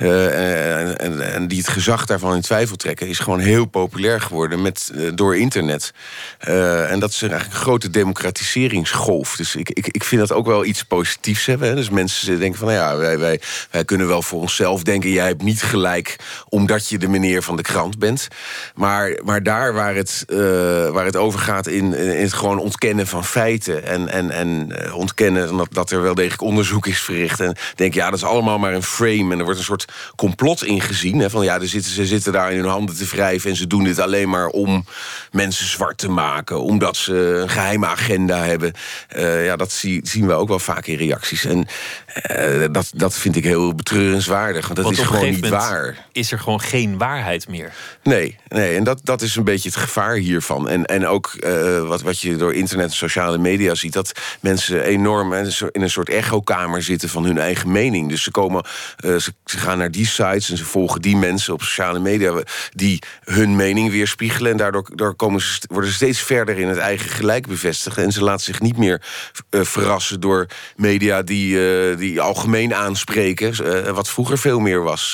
en die het gezag daarvan in twijfel trekken, is gewoon heel populair geworden door internet. En dat is eigenlijk een grote democratiseringsgolf. Dus ik vind dat ook wel iets positiefs hebben. Hè? Dus mensen denken van, nou ja, wij kunnen wel voor onszelf denken, jij hebt niet gelijk omdat je de meneer van de krant bent. Maar daar waar het over gaat in het gewoon ontkennen van feiten en ontkennen dat er wel degelijk onderzoek is verricht. En denk, ja, dat is allemaal maar een frame. En er wordt een soort complot ingezien. Hè, van ja, ze zitten daar in hun handen te wrijven en ze doen dit alleen maar om mensen zwart te maken. Omdat ze een geheime agenda hebben. Dat zien we ook wel vaak in reacties. En dat vind ik heel betreurenswaardig. Want dat is gewoon niet waar. Is er gewoon geen waarheid meer? Nee, en dat is een beetje het gevaar hiervan. En ook wat je door internet en sociale media ziet, dat mensen enorm in een soort echokamer zitten van hun eigen mening. Dus ze gaan naar die sites en ze volgen die mensen op sociale media die hun mening weerspiegelen. En daardoor worden ze steeds verder in het eigen gelijk bevestigd. En ze laten zich niet meer verrassen door media die algemeen aanspreken. Wat vroeger veel meer was.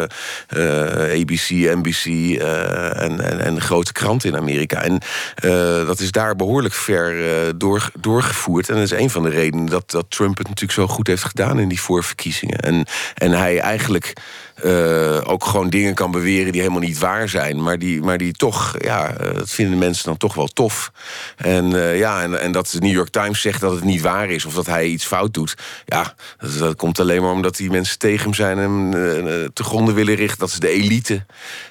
ABC, NBC en de grote kranten in Amerika. En dat is daar behoorlijk ver doorgevoerd. En dat is een van de redenen dat Trump het natuurlijk zo goed heeft gedaan in die voorverkiezingen. En hij eigenlijk ook gewoon dingen kan beweren die helemaal niet waar zijn. Maar die toch, dat vinden mensen dan toch wel tof. En dat de New York Times zegt dat het niet waar is of dat hij iets fout doet. Ja, dat komt alleen maar omdat die mensen tegen hem zijn en te gronden willen richten. Dat is de elite.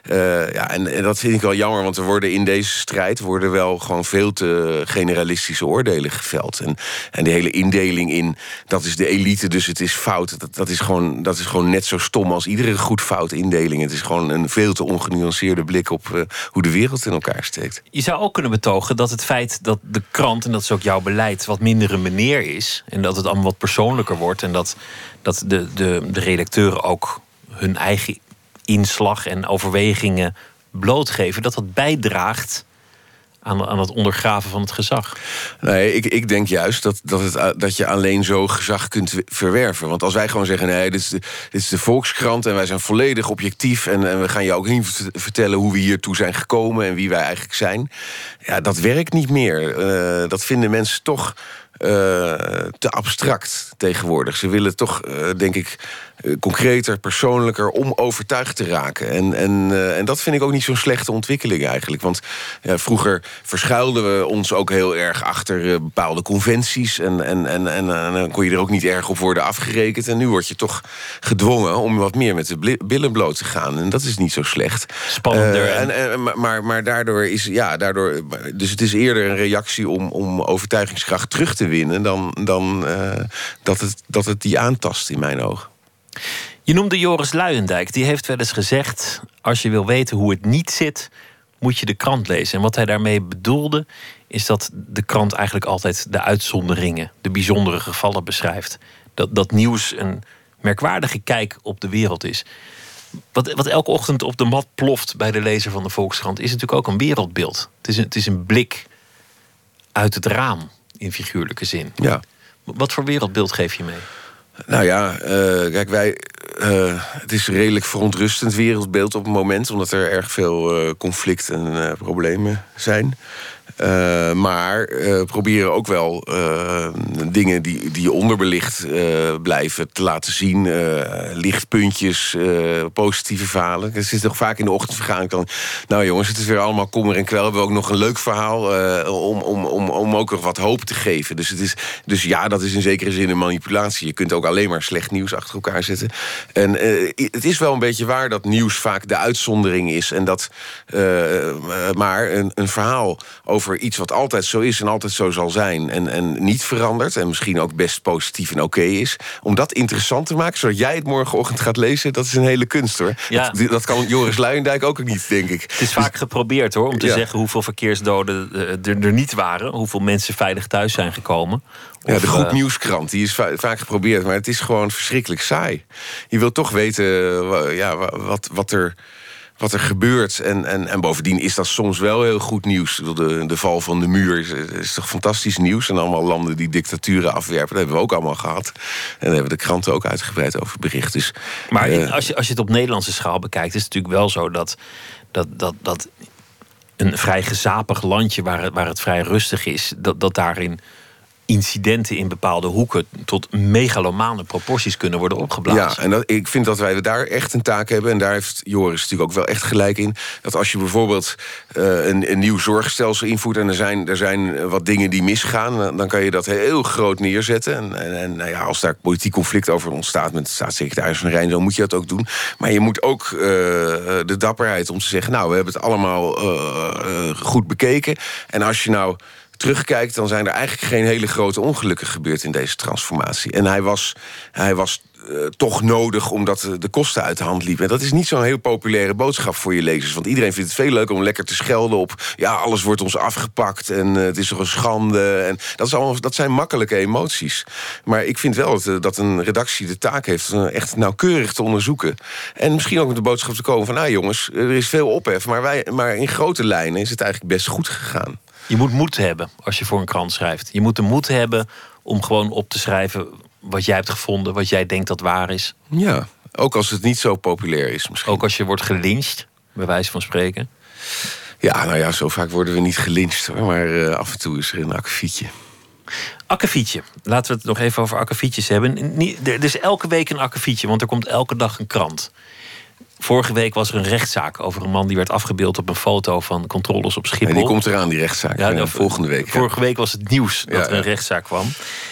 En dat vind ik wel jammer, want er worden in deze strijd wel gewoon veel te generalistische oordelen geveld. En die hele indeling in dat is de elite, dus het is fout. Dat is gewoon net zo stom als iedere goed-fout indeling. Het is gewoon een veel te ongenuanceerde blik op hoe de wereld in elkaar steekt. Je zou ook kunnen betogen dat het feit dat de krant, en dat is ook jouw beleid, wat minder een meneer is. En dat het allemaal wat persoonlijker wordt. En dat de redacteuren ook hun eigen inslag en overwegingen blootgeven. Dat bijdraagt aan het ondergraven van het gezag. Nee, ik denk juist dat je alleen zo gezag kunt verwerven. Want als wij gewoon zeggen, nee, dit is de Volkskrant en wij zijn volledig objectief en we gaan je ook niet vertellen hoe we hiertoe zijn gekomen en wie wij eigenlijk zijn. Ja, dat werkt niet meer. Dat vinden mensen toch te abstract tegenwoordig. Ze willen toch, denk ik, concreter, persoonlijker, om overtuigd te raken. En dat vind ik ook niet zo'n slechte ontwikkeling eigenlijk. Want vroeger verschuilden we ons ook heel erg achter bepaalde conventies. En dan kon je er ook niet erg op worden afgerekend. En nu word je toch gedwongen om wat meer met de billen bloot te gaan. En dat is niet zo slecht. Spannender. Maar daardoor is... Ja, dus het is eerder een reactie om overtuigingskracht terug te winnen dan dat het die aantast in mijn ogen. Je noemde Joris Luijendijk. Die heeft wel eens gezegd: als je wil weten hoe het niet zit, moet je de krant lezen. En wat hij daarmee bedoelde, is dat de krant eigenlijk altijd de uitzonderingen, de bijzondere gevallen beschrijft. Dat nieuws een merkwaardige kijk op de wereld is. Wat elke ochtend op de mat ploft bij de lezer van de Volkskrant is natuurlijk ook een wereldbeeld. Het is een blik uit het raam, in figuurlijke zin. Ja. Wat voor wereldbeeld geef je mee? Nou ja, kijk, het is een redelijk verontrustend wereldbeeld op het moment, omdat er erg veel conflict en problemen zijn. Maar proberen ook wel dingen die onderbelicht blijven te laten zien. Lichtpuntjes, positieve verhalen. Het zit toch vaak in de ochtendvergadering dan... Nou jongens, het is weer allemaal kommer en kwel. We hebben ook nog een leuk verhaal om ook nog wat hoop te geven. Dus ja, dat is in zekere zin een manipulatie. Je kunt ook alleen maar slecht nieuws achter elkaar zetten. En het is wel een beetje waar dat nieuws vaak de uitzondering is. En dat maar een verhaal over iets wat altijd zo is en altijd zo zal zijn en niet verandert en misschien ook best positief en oké is, om dat interessant te maken, zodat jij het morgenochtend gaat lezen, dat is een hele kunst, hoor. Ja. Dat kan Joris Luijendijk ook niet, denk ik. Het is vaak geprobeerd, hoor, om te zeggen hoeveel verkeersdoden er niet waren, hoeveel mensen veilig thuis zijn gekomen. Ja, de Goed Nieuwskrant, die is vaak geprobeerd, maar het is gewoon verschrikkelijk saai. Je wilt toch weten wat er gebeurt. En bovendien is dat soms wel heel goed nieuws. De val van de muur is toch fantastisch nieuws. En allemaal landen die dictaturen afwerpen. Dat hebben we ook allemaal gehad. En daar hebben de kranten ook uitgebreid over bericht. Dus, maar als je het op Nederlandse schaal bekijkt, is het natuurlijk wel zo dat een vrij gezapig landje waar het vrij rustig is, dat daarin incidenten in bepaalde hoeken tot megalomane proporties kunnen worden opgeblazen. Ja, en ik vind dat wij daar echt een taak hebben. En daar heeft Joris natuurlijk ook wel echt gelijk in. Dat als je bijvoorbeeld een nieuw zorgstelsel invoert en er zijn wat dingen die misgaan, dan kan je dat heel groot neerzetten. En nou ja, als daar politiek conflict over ontstaat met de staatssecretaris van Rijn, dan moet je dat ook doen. Maar je moet ook de dapperheid om te zeggen, nou, we hebben het allemaal goed bekeken. En als je nou terugkijkt, dan zijn er eigenlijk geen hele grote ongelukken gebeurd in deze transformatie. En hij was toch nodig omdat de kosten uit de hand liepen. En dat is niet zo'n heel populaire boodschap voor je lezers. Want iedereen vindt het veel leuker om lekker te schelden op, ja, alles wordt ons afgepakt en het is toch een schande. En dat zijn makkelijke emoties. Maar ik vind wel dat een redactie de taak heeft echt nauwkeurig te onderzoeken. En misschien ook met de boodschap te komen van, nou jongens, er is veel ophef, maar in grote lijnen is het eigenlijk best goed gegaan. Je moet moed hebben als je voor een krant schrijft. Je moet de moed hebben om gewoon op te schrijven wat jij hebt gevonden, wat jij denkt dat waar is. Ja, ook als het niet zo populair is misschien. Ook als je wordt gelyncht, bij wijze van spreken. Ja, nou ja, zo vaak worden we niet gelyncht, hoor. Maar af en toe is er een akkefietje. Akkefietje. Laten we het nog even over akkefietjes hebben. Er is elke week een akkefietje, want er komt elke dag een krant. Vorige week was er een rechtszaak over een man die werd afgebeeld op een foto van controles op Schiphol. En die komt eraan, die rechtszaak, volgende week. Vorige week was het nieuws dat er een rechtszaak kwam.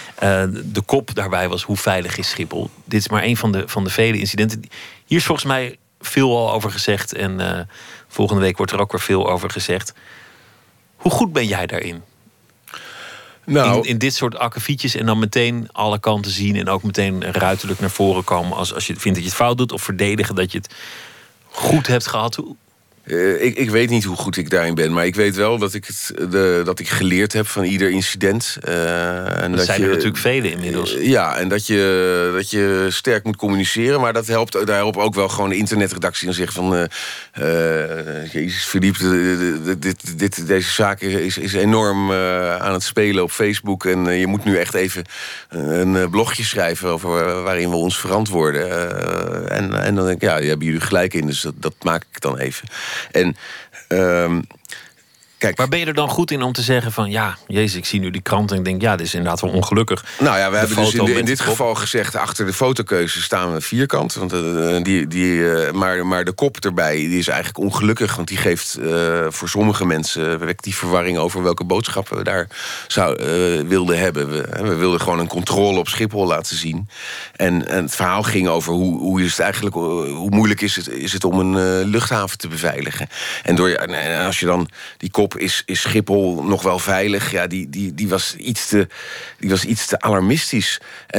De kop daarbij was, hoe veilig is Schiphol? Dit is maar een van de vele incidenten. Hier is volgens mij veel al over gezegd. En volgende week wordt er ook weer veel over gezegd. Hoe goed ben jij daarin? Nou, In dit soort akkefietjes en dan meteen alle kanten zien en ook meteen ruiterlijk naar voren komen als je vindt dat je het fout doet, of verdedigen dat je het goed hebt gehad. Ik weet niet hoe goed ik daarin ben, maar ik weet wel dat ik geleerd heb van ieder incident. En dat zijn er natuurlijk vele inmiddels. Ja, en dat je sterk moet communiceren, maar daar helpt ook wel gewoon de internetredactie en zeggen van Jezus, Philippe, deze zaak is enorm aan het spelen op Facebook en je moet nu echt even een blogje schrijven over waarin we ons verantwoorden. En dan denk ik, ja, daar hebben jullie gelijk in, dus dat maak ik dan even. En Kijk, Maar ben je er dan goed in om te zeggen van... ja, jezus, ik zie nu die krant en ik denk... ja, dit is inderdaad wel ongelukkig. Nou ja, we hebben dus in dit met de kop. geval gezegd... achter de fotokeuze staan we vierkant. Want, maar de kop erbij die is eigenlijk ongelukkig. Want die geeft voor sommige mensen... wekt die verwarring over welke boodschappen we daar wilden hebben. We wilden gewoon een controle op Schiphol laten zien. En het verhaal ging over hoe is het eigenlijk... hoe moeilijk is het om een luchthaven te beveiligen. En als je dan die kop... Is Schiphol nog wel veilig? Ja, die was iets te alarmistisch.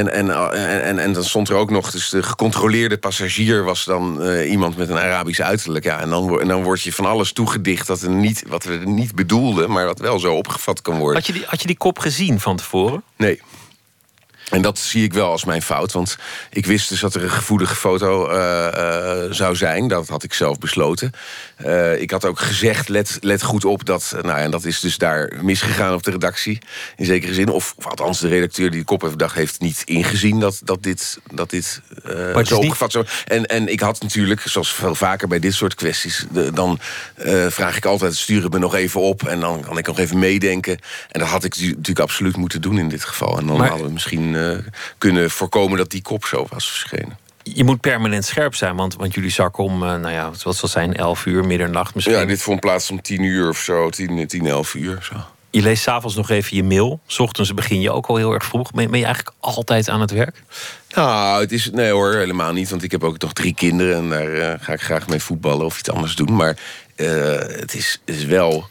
En dan stond er ook nog... dus de gecontroleerde passagier was dan iemand met een Arabisch uiterlijk. Ja, en dan word je van alles toegedicht wat we niet bedoelden... maar wat wel zo opgevat kan worden. Had je die kop gezien van tevoren? Nee. En dat zie ik wel als mijn fout. Want ik wist dus dat er een gevoelige foto zou zijn. Dat had ik zelf besloten. Ik had ook gezegd, let goed op dat... Nou ja, dat is dus daar misgegaan op de redactie. In zekere zin. Of althans, de redacteur die de kop heeft bedacht... heeft niet ingezien dat dit zo opgevat zou... En ik had natuurlijk, zoals veel vaker bij dit soort kwesties... dan vraag ik altijd, stuur het me nog even op... en dan kan ik nog even meedenken. En dat had ik natuurlijk absoluut moeten doen in dit geval. En dan hadden we misschien... kunnen voorkomen dat die kop zo was verschenen. Je moet permanent scherp zijn, want jullie zakken om, wat zal zijn, 11 uur, middernacht misschien. Ja, dit vond plaats om 10 uur of zo, 10, 11 uur. Zo. Je leest 's avonds nog even je mail. 's Ochtends begin je ook al heel erg vroeg. Ben je eigenlijk altijd aan het werk? Nou, nee hoor, helemaal niet. Want ik heb ook nog 3 kinderen en daar ga ik graag mee voetballen of iets anders doen. Maar het is wel...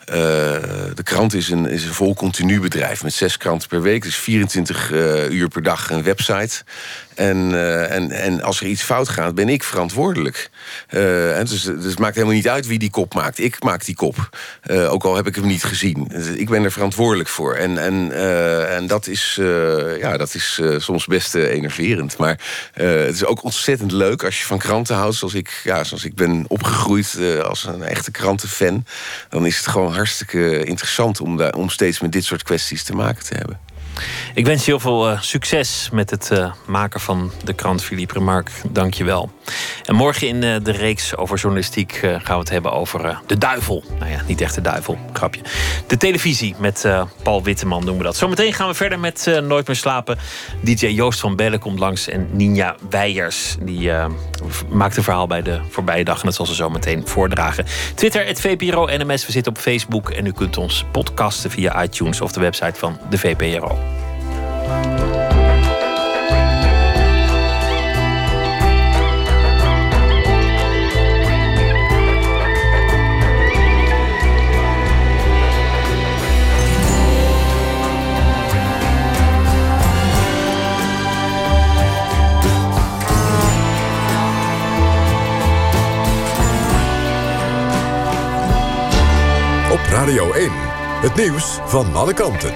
de krant is een vol continu bedrijf met 6 kranten per week. Dus 24 uur per dag een website. En als er iets fout gaat, ben ik verantwoordelijk. Dus het maakt helemaal niet uit wie die kop maakt. Ik maak die kop. Ook al heb ik hem niet gezien. Dus ik ben er verantwoordelijk voor. En dat is soms best enerverend. Maar het is ook ontzettend leuk als je van kranten houdt. Zoals ik ben opgegroeid als een echte krantenfan. Dan is het gewoon hartstikke interessant om steeds met dit soort kwesties te maken te hebben. Ik wens je heel veel succes met het maken van de krant, Philippe Remarque. Dank je wel. En morgen in de reeks over journalistiek gaan we het hebben over de duivel. Nou ja, niet echt de duivel, grapje. De televisie met Paul Witteman noemen we dat. Zometeen gaan we verder met Nooit meer slapen. DJ Joost van Bellen komt langs en Ninja Weijers. Die maakt een verhaal bij de voorbije dag en dat zal ze zo meteen voordragen. Twitter, @VPRO NMS. We zitten op Facebook en u kunt ons podcasten via iTunes of de website van de VPRO. Op Radio 1, het nieuws van alle kanten.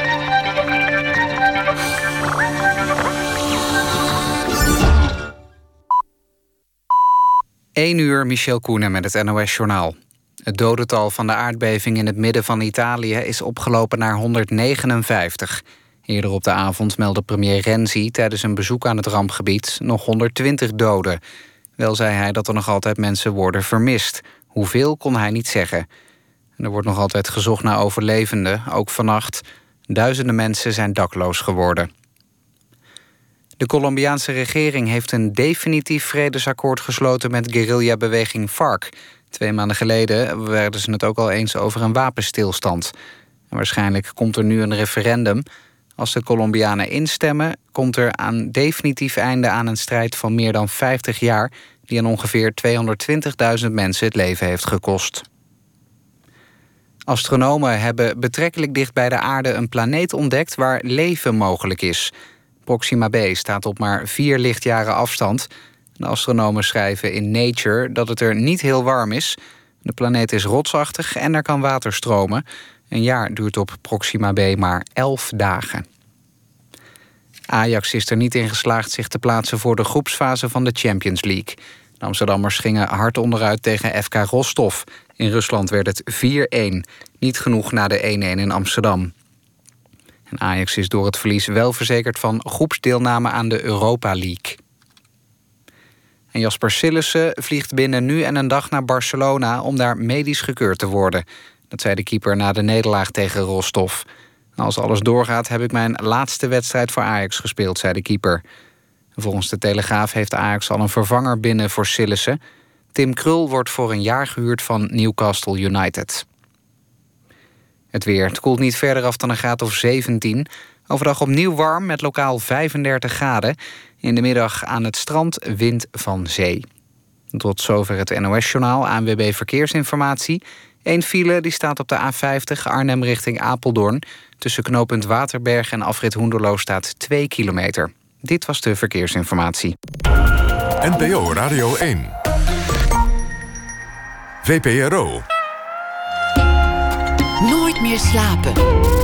1 uur, Michel Koenen met het NOS-journaal. Het dodental van de aardbeving in het midden van Italië is opgelopen naar 159. Eerder op de avond meldde premier Renzi tijdens een bezoek aan het rampgebied nog 120 doden. Wel zei hij dat er nog altijd mensen worden vermist. Hoeveel kon hij niet zeggen. En er wordt nog altijd gezocht naar overlevenden, ook vannacht. Duizenden mensen zijn dakloos geworden. De Colombiaanse regering heeft een definitief vredesakkoord gesloten met guerrillabeweging FARC. 2 maanden geleden werden ze het ook al eens over een wapenstilstand. En waarschijnlijk komt er nu een referendum. Als de Colombianen instemmen, komt er een definitief einde aan een strijd van meer dan 50 jaar... die aan ongeveer 220.000 mensen het leven heeft gekost. Astronomen hebben betrekkelijk dicht bij de aarde een planeet ontdekt waar leven mogelijk is. Proxima b staat op maar 4 lichtjaren afstand. De astronomen schrijven in Nature dat het er niet heel warm is. De planeet is rotsachtig en er kan water stromen. Een jaar duurt op Proxima b maar 11 dagen. Ajax is er niet in geslaagd zich te plaatsen voor de groepsfase van de Champions League. De Amsterdammers gingen hard onderuit tegen FK Rostov. In Rusland werd het 4-1. Niet genoeg na de 1-1 in Amsterdam. En Ajax is door het verlies wel verzekerd van groepsdeelname aan de Europa League. En Jasper Sillissen vliegt binnen nu en een dag naar Barcelona om daar medisch gekeurd te worden. Dat zei de keeper na de nederlaag tegen Rostov. Als alles doorgaat heb ik mijn laatste wedstrijd voor Ajax gespeeld, zei de keeper. Volgens de Telegraaf heeft Ajax al een vervanger binnen voor Sillissen. Tim Krul wordt voor een jaar gehuurd van Newcastle United. Het weer. Het koelt niet verder af dan een graad of 17. Overdag opnieuw warm met lokaal 35 graden. In de middag aan het strand wind van zee. Tot zover het NOS-journaal. ANWB Verkeersinformatie. 1 file die staat op de A50 Arnhem richting Apeldoorn. Tussen knooppunt Waterberg en afrit Hoenderloo staat 2 kilometer. Dit was de verkeersinformatie. NPO Radio 1. VPRO. Nooit meer slapen.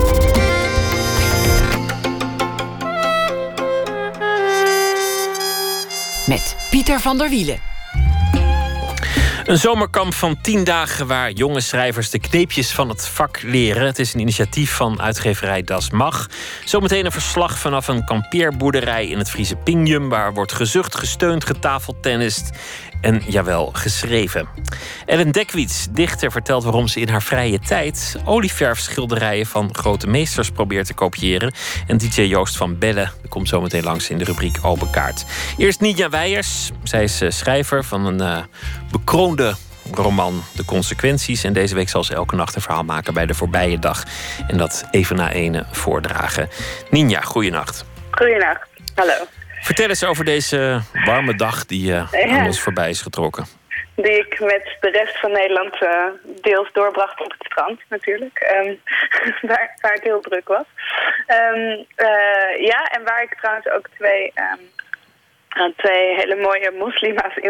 Met Pieter van der Wielen. Een zomerkamp van 10 dagen waar jonge schrijvers de kneepjes van het vak leren. Het is een initiatief van uitgeverij Das Mag. Zometeen een verslag vanaf een kampeerboerderij in het Friese Pingjum, waar wordt gezucht, gesteund, getafeltennist en jawel, geschreven. Ellen Dekwits, dichter, vertelt waarom ze in haar vrije tijd olieverfschilderijen van grote meesters probeert te kopiëren. En DJ Joost van Belle komt zometeen langs in de rubriek Open Kaart. Eerst Ninja Weijers. Zij is schrijver van een bekroonde roman De Consequenties. En deze week zal ze elke nacht een verhaal maken bij De Voorbije Dag. En dat even na ene voordragen. Ninja, goeienacht. Goeienacht, hallo. Vertel eens over deze warme dag die aan ons voorbij is getrokken. Die ik met de rest van Nederland deels doorbracht op het strand natuurlijk. Waar het heel druk was. Ja, en waar ik trouwens ook twee hele mooie moslima's in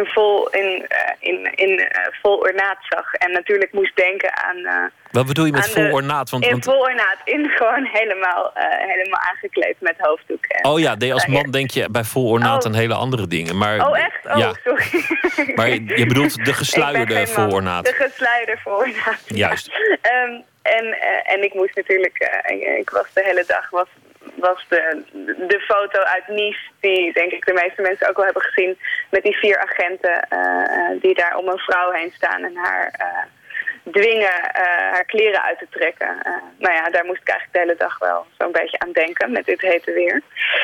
vol ornaat zag. En natuurlijk moest denken aan... Wat bedoel je met vol ornaat? In vol ornaat, gewoon helemaal aangekleed met hoofddoek. Oh ja, als man denk je bij vol ornaat aan hele andere dingen. Maar, oh echt? Oh, ja. Sorry. Maar je bedoelt de gesluierde vol ornaat. De gesluierde vol ornaat. Juist. En ik moest natuurlijk... ik was de hele dag... was de foto uit Nice, die denk ik de meeste mensen ook wel hebben gezien, met die 4 agenten die daar om een vrouw heen staan en haar dwingen haar kleren uit te trekken. Nou ja, daar moest ik eigenlijk de hele dag wel zo'n beetje aan denken met dit hete weer.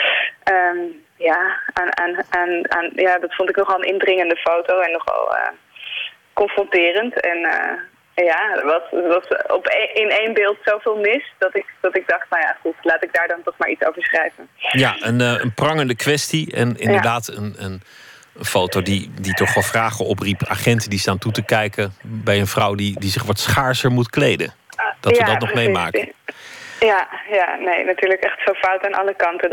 Ja, dat vond ik nogal een indringende foto en nogal confronterend. En ja, er was in 1 beeld zoveel mis dat ik dacht, nou ja, goed, laat ik daar dan toch maar iets over schrijven. Ja, een prangende kwestie en inderdaad een foto die toch wel vragen opriep. Agenten die staan toe te kijken bij een vrouw die zich wat schaarser moet kleden. Dat we dat nog meemaken. Ja, nee, natuurlijk echt zo fout aan alle kanten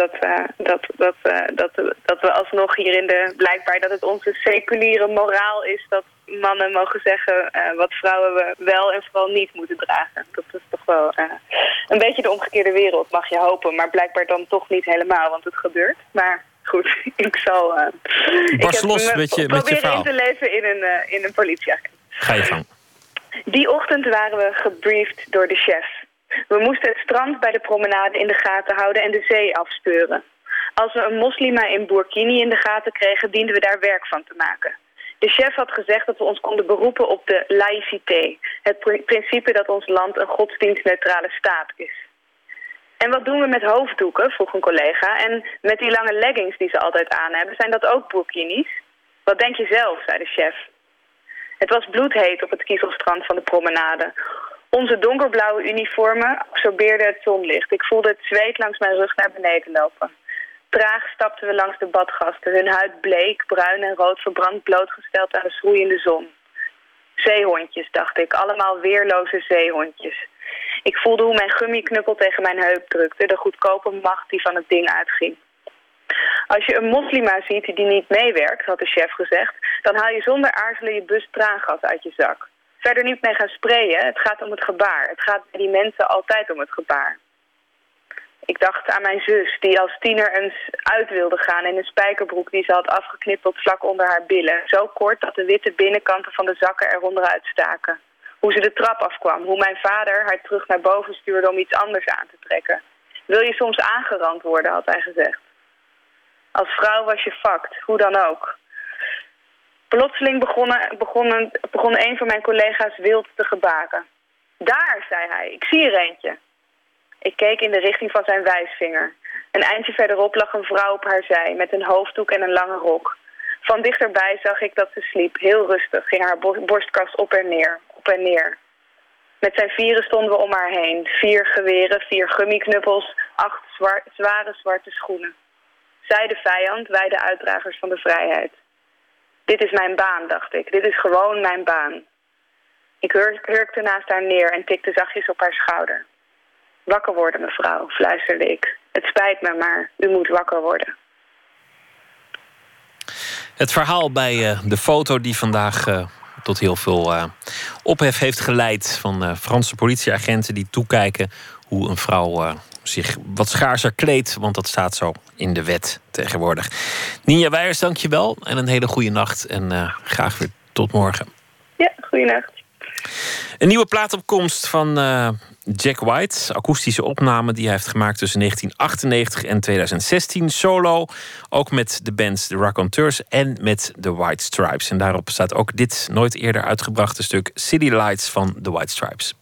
dat we alsnog hierin blijkbaar dat het onze seculiere moraal is dat mannen mogen zeggen wat vrouwen we wel en vooral niet moeten dragen. Dat is toch wel een beetje de omgekeerde wereld, mag je hopen. Maar blijkbaar dan toch niet helemaal, want het gebeurt. Maar goed, ik zal... Barst los met je verhaal. Proberen in te leven in een politieagent. Ga je gang. Die ochtend waren we gebriefd door de chef. We moesten het strand bij de promenade in de gaten houden en de zee afspeuren. Als we een moslima in burkini in de gaten kregen, dienden we daar werk van te maken. De chef had gezegd dat we ons konden beroepen op de laïcité. Het principe dat ons land een godsdienstneutrale staat is. En wat doen we met hoofddoeken, vroeg een collega. En met die lange leggings die ze altijd aan hebben, zijn dat ook burkinis? Wat denk je zelf, zei de chef. Het was bloedheet op het kiezelstrand van de promenade. Onze donkerblauwe uniformen absorbeerden het zonlicht. Ik voelde het zweet langs mijn rug naar beneden lopen. Traag stapten we langs de badgasten, hun huid bleek, bruin en rood verbrand blootgesteld aan de schroeiende zon. Zeehondjes, dacht ik, allemaal weerloze zeehondjes. Ik voelde hoe mijn gummiknuppel tegen mijn heup drukte, de goedkope macht die van het ding uitging. Als je een moslima ziet die niet meewerkt, had de chef gezegd, dan haal je zonder aarzelen je bus traangas uit je zak. Verder niet mee gaan sprayen, het gaat om het gebaar. Het gaat bij die mensen altijd om het gebaar. Ik dacht aan mijn zus, die als tiener eens uit wilde gaan in een spijkerbroek die ze had afgeknippeld vlak onder haar billen. Zo kort dat de witte binnenkanten van de zakken er onderuit staken. Hoe ze de trap afkwam, hoe mijn vader haar terug naar boven stuurde om iets anders aan te trekken. Wil je soms aangerand worden, had hij gezegd. Als vrouw was je fucked, hoe dan ook. Plotseling begon een van mijn collega's wild te gebaren. Daar, zei hij, ik zie er eentje. Ik keek in de richting van zijn wijsvinger. Een eindje verderop lag een vrouw op haar zij, met een hoofddoek en een lange rok. Van dichterbij zag ik dat ze sliep. Heel rustig ging haar borstkas op en neer. Met zijn vieren stonden we om haar heen. 4 geweren, 4 gummiknuppels, 8 zware zwarte schoenen. Zij de vijand, wij de uitdragers van de vrijheid. Dit is mijn baan, dacht ik. Dit is gewoon mijn baan. Ik hurkte naast haar neer en tikte zachtjes op haar schouder. Wakker worden, mevrouw, fluisterde ik. Het spijt me, maar u moet wakker worden. Het verhaal bij de foto die vandaag tot heel veel ophef heeft geleid... van Franse politieagenten die toekijken hoe een vrouw zich wat schaarser kleedt... want dat staat zo in de wet tegenwoordig. Ninja Weijers, dank je wel en een hele goede nacht. En graag weer tot morgen. Ja, goeienacht. Een nieuwe plaatopkomst van Jack White. Akoestische opname die hij heeft gemaakt tussen 1998 en 2016. Solo, ook met de bands The Raconteurs en met The White Stripes. En daarop staat ook dit nooit eerder uitgebrachte stuk City Lights van The White Stripes.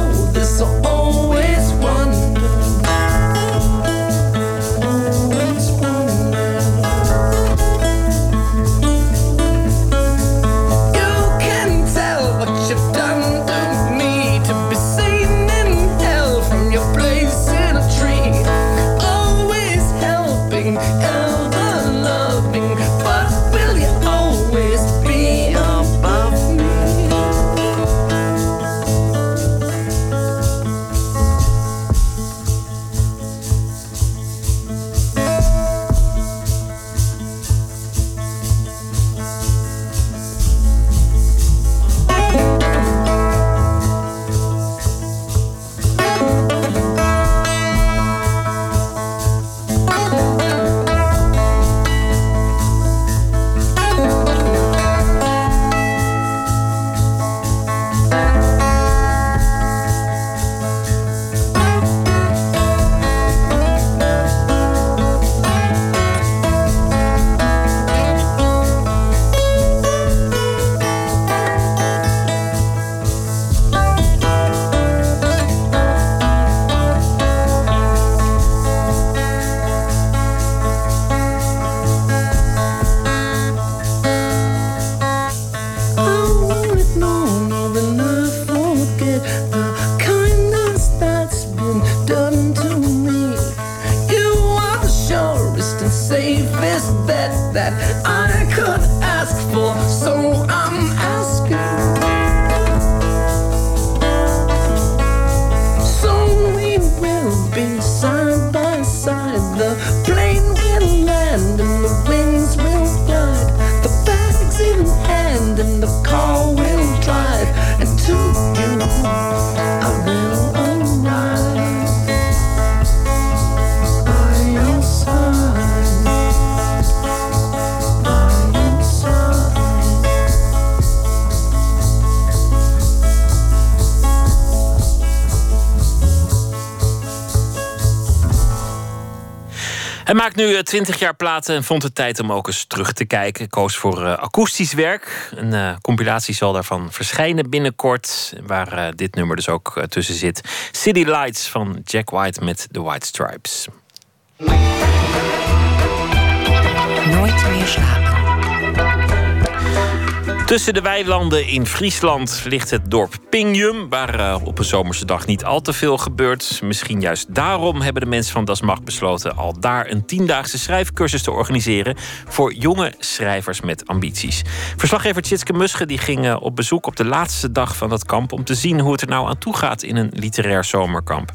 Always that I could ask for, so I'm asking. So we will be side by side. The plane will land and the wings will glide. The bags in hand and the car will drive. And to you I will arrive by your side, by your side. Hij maakt nu 20 jaar platen en vond het tijd om ook eens terug te kijken. Koos voor akoestisch werk. Een compilatie zal daarvan verschijnen binnenkort, waar dit nummer dus ook tussen zit. City Lights van Jack White met The White Stripes. Nooit meer slapen. Tussen de weilanden in Friesland ligt het dorp Pingjum, waar op een zomerse dag niet al te veel gebeurt. Misschien juist daarom hebben de mensen van Das Mag besloten al daar een 10-daagse schrijfcursus te organiseren voor jonge schrijvers met ambities. Verslaggever Tjitske Musche die ging op bezoek op de laatste dag van dat kamp om te zien hoe het er nou aan toe gaat in een literair zomerkamp.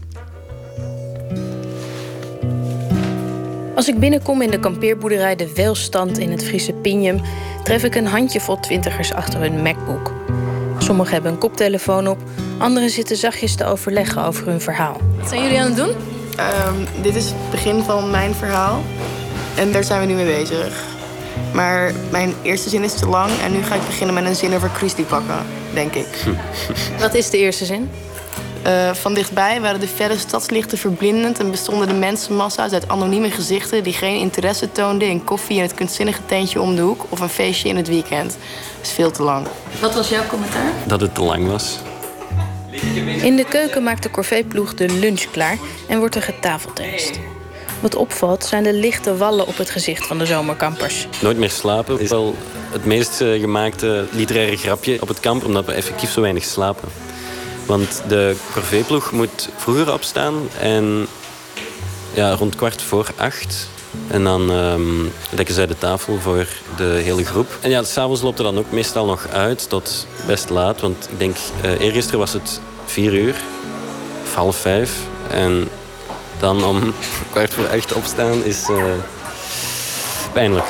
Als ik binnenkom in de kampeerboerderij De Welstand in het Friese Pingjum, tref ik een handjevol twintigers achter hun MacBook. Sommigen hebben een koptelefoon op, anderen zitten zachtjes te overleggen over hun verhaal. Wat zijn jullie aan het doen? Dit is het begin van mijn verhaal en daar zijn we nu mee bezig. Maar mijn eerste zin is te lang en nu ga ik beginnen met een zin over Christy pakken, denk ik. Wat is de eerste zin? Van dichtbij waren de felle stadslichten verblindend en bestonden de mensenmassa's uit anonieme gezichten die geen interesse toonden in koffie in het kunstzinnige tentje om de hoek of een feestje in het weekend. Dat is veel te lang. Wat was jouw commentaar? Dat het te lang was. In de keuken maakt de corvée-ploeg de lunch klaar en wordt er getafeltennist. Wat opvalt zijn de lichte wallen op het gezicht van de zomerkampers. Nooit meer slapen is wel het meest gemaakte literaire grapje op het kamp, omdat we effectief zo weinig slapen. Want de corvée-ploeg moet vroeger opstaan en rond 7:15. En dan dekken zij de tafel voor de hele groep. En s'avonds loopt er dan ook meestal nog uit tot best laat. Want ik denk, eergisteren was het 4:00, of 4:30. En dan om 7:15 opstaan is pijnlijk.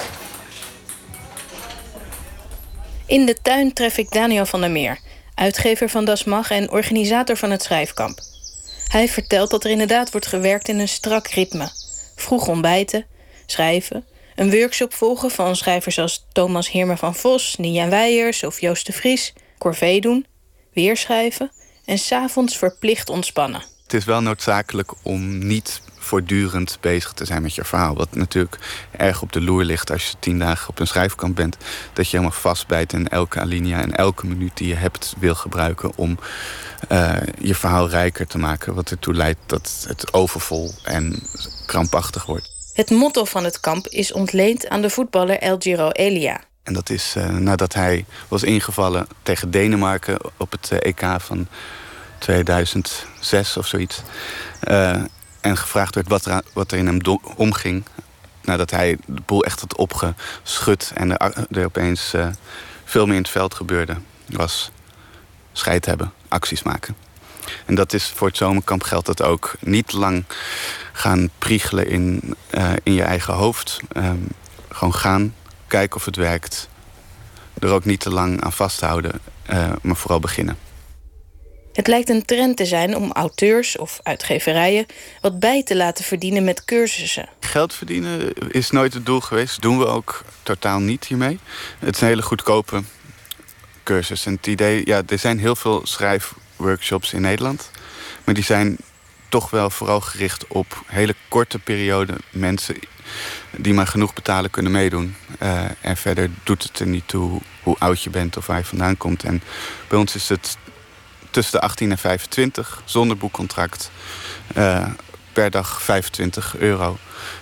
In de tuin tref ik Daniel van der Meer, uitgever van Das Mag en organisator van het schrijfkamp. Hij vertelt dat er inderdaad wordt gewerkt in een strak ritme. Vroeg ontbijten, schrijven, een workshop volgen van schrijvers als Thomas Heerma van Vos, Niaan Weijers of Joost de Vries, corvée doen, weer schrijven en 's avonds verplicht ontspannen. Het is wel noodzakelijk om niet voortdurend bezig te zijn met je verhaal. Wat natuurlijk erg op de loer ligt als je 10 dagen op een schrijfkamp bent. Dat je helemaal vastbijt in elke alinea en elke minuut die je hebt wil gebruiken om je verhaal rijker te maken. Wat ertoe leidt dat het overvol en krampachtig wordt. Het motto van het kamp is ontleend aan de voetballer El Giro Elia. En dat is nadat hij was ingevallen tegen Denemarken op het EK van 2006 of zoiets. En gevraagd werd wat er in hem omging. Nadat hij de boel echt had opgeschud en er opeens veel meer in het veld gebeurde. Was scheid hebben, acties maken. En dat is voor het zomerkamp geldt dat ook. Niet lang gaan priegelen in je eigen hoofd. Gewoon gaan, kijken of het werkt. Er ook niet te lang aan vasthouden, maar vooral beginnen. Het lijkt een trend te zijn om auteurs of uitgeverijen wat bij te laten verdienen met cursussen. Geld verdienen is nooit het doel geweest. Dat doen we ook totaal niet hiermee. Het is een hele goedkope cursus. En het idee, er zijn heel veel schrijfworkshops in Nederland. Maar die zijn toch wel vooral gericht op hele korte perioden mensen die maar genoeg betalen kunnen meedoen. En verder doet het er niet toe hoe oud je bent of waar je vandaan komt. En bij ons is het tussen de 18 en 25, zonder boekcontract. Per dag €25.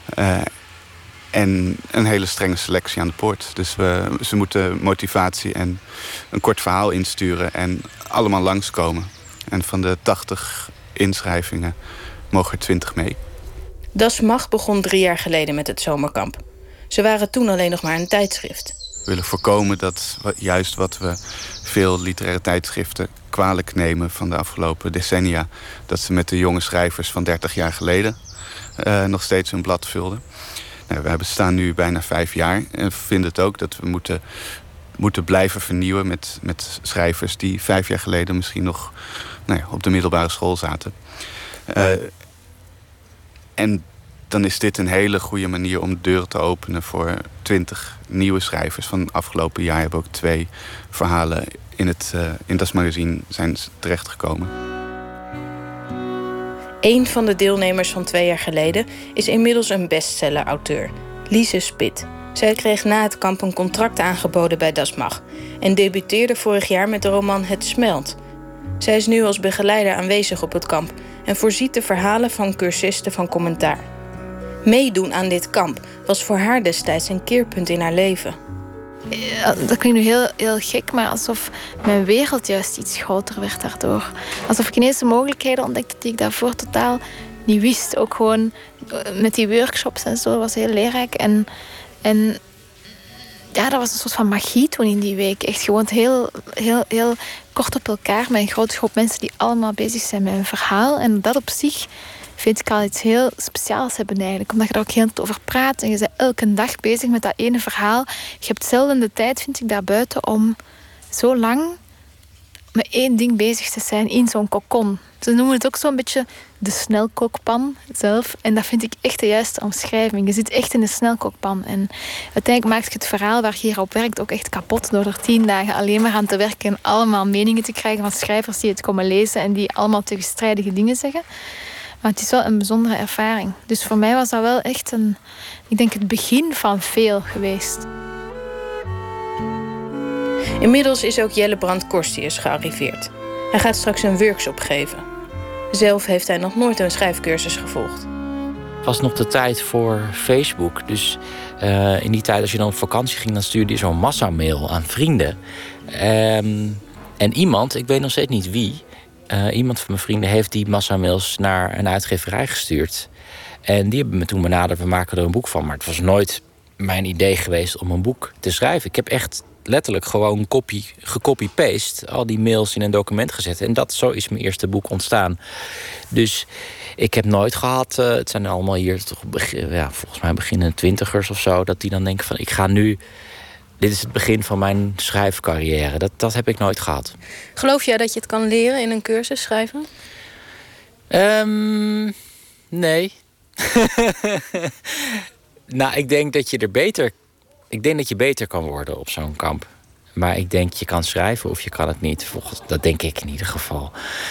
En een hele strenge selectie aan de poort. Dus ze moeten motivatie en een kort verhaal insturen en allemaal langskomen. En van de 80 inschrijvingen mogen er 20 mee. Das Mag begon 3 jaar geleden met het zomerkamp. Ze waren toen alleen nog maar een tijdschrift. We willen voorkomen dat juist wat we veel literaire tijdschriften kwalijk nemen van de afgelopen decennia, dat ze met de jonge schrijvers van 30 jaar geleden nog steeds hun blad vulden. We bestaan nu bijna 5 jaar en vinden het ook dat we moeten blijven vernieuwen met schrijvers die 5 jaar geleden misschien nog op de middelbare school zaten. En dan is dit een hele goede manier om deuren te openen voor 20 nieuwe schrijvers. Van het afgelopen jaar hebben ook 2 verhalen in das magazine zijn terechtgekomen. Een van de deelnemers van 2 jaar geleden is inmiddels een bestseller-auteur, Lise Spit. Zij kreeg na het kamp een contract aangeboden bij Das Mag en debuteerde vorig jaar met de roman Het Smelt. Zij is nu als begeleider aanwezig op het kamp en voorziet de verhalen van cursisten van commentaar. Meedoen aan dit kamp was voor haar destijds een keerpunt in haar leven. Dat klinkt nu heel gek, maar alsof mijn wereld juist iets groter werd daardoor. Alsof ik ineens de mogelijkheden ontdekte die ik daarvoor totaal niet wist. Ook gewoon met die workshops en zo, dat was heel leerrijk. En ja, dat was een soort van magie toen in die week. Echt gewoon heel kort op elkaar met een grote groep mensen die allemaal bezig zijn met een verhaal. En dat op zich vind ik al iets heel speciaals hebben eigenlijk. Omdat je er ook heel veel over praat. En je bent elke dag bezig met dat ene verhaal. Je hebt zelden de tijd, vind ik, daarbuiten om zo lang met één ding bezig te zijn in zo'n kokon. Ze noemen het ook zo'n beetje de snelkookpan zelf. En dat vind ik echt de juiste omschrijving. Je zit echt in de snelkookpan. En uiteindelijk maakt je het verhaal waar je hier op werkt ook echt kapot. Door er 10 dagen alleen maar aan te werken en allemaal meningen te krijgen van schrijvers die het komen lezen en die allemaal tegenstrijdige dingen zeggen. Maar het is wel een bijzondere ervaring. Dus voor mij was dat wel echt het begin van veel geweest. Inmiddels is ook Jelle Brand-Korstius gearriveerd. Hij gaat straks een workshop geven. Zelf heeft hij nog nooit een schrijfcursus gevolgd. Het was nog de tijd voor Facebook. Dus in die tijd, als je dan op vakantie ging, dan stuurde je zo'n massamail aan vrienden. En iemand, ik weet nog steeds niet wie, iemand van mijn vrienden heeft die massamails naar een uitgeverij gestuurd. En die hebben me toen benaderd, we maken er een boek van. Maar het was nooit mijn idee geweest om een boek te schrijven. Ik heb echt letterlijk gewoon gecopy-paste al die mails in een document gezet. En zo is mijn eerste boek ontstaan. Dus ik heb nooit gehad, het zijn allemaal hier toch volgens mij beginnen 20ers of zo, dat die dan denken van ik ga nu, dit is het begin van mijn schrijfcarrière. Dat heb ik nooit gehad. Geloof jij dat je het kan leren in een cursus schrijven? Nee. Nou, ik denk dat je beter kan worden op zo'n kamp. Maar ik denk je kan schrijven of je kan het niet. Dat denk ik in ieder geval.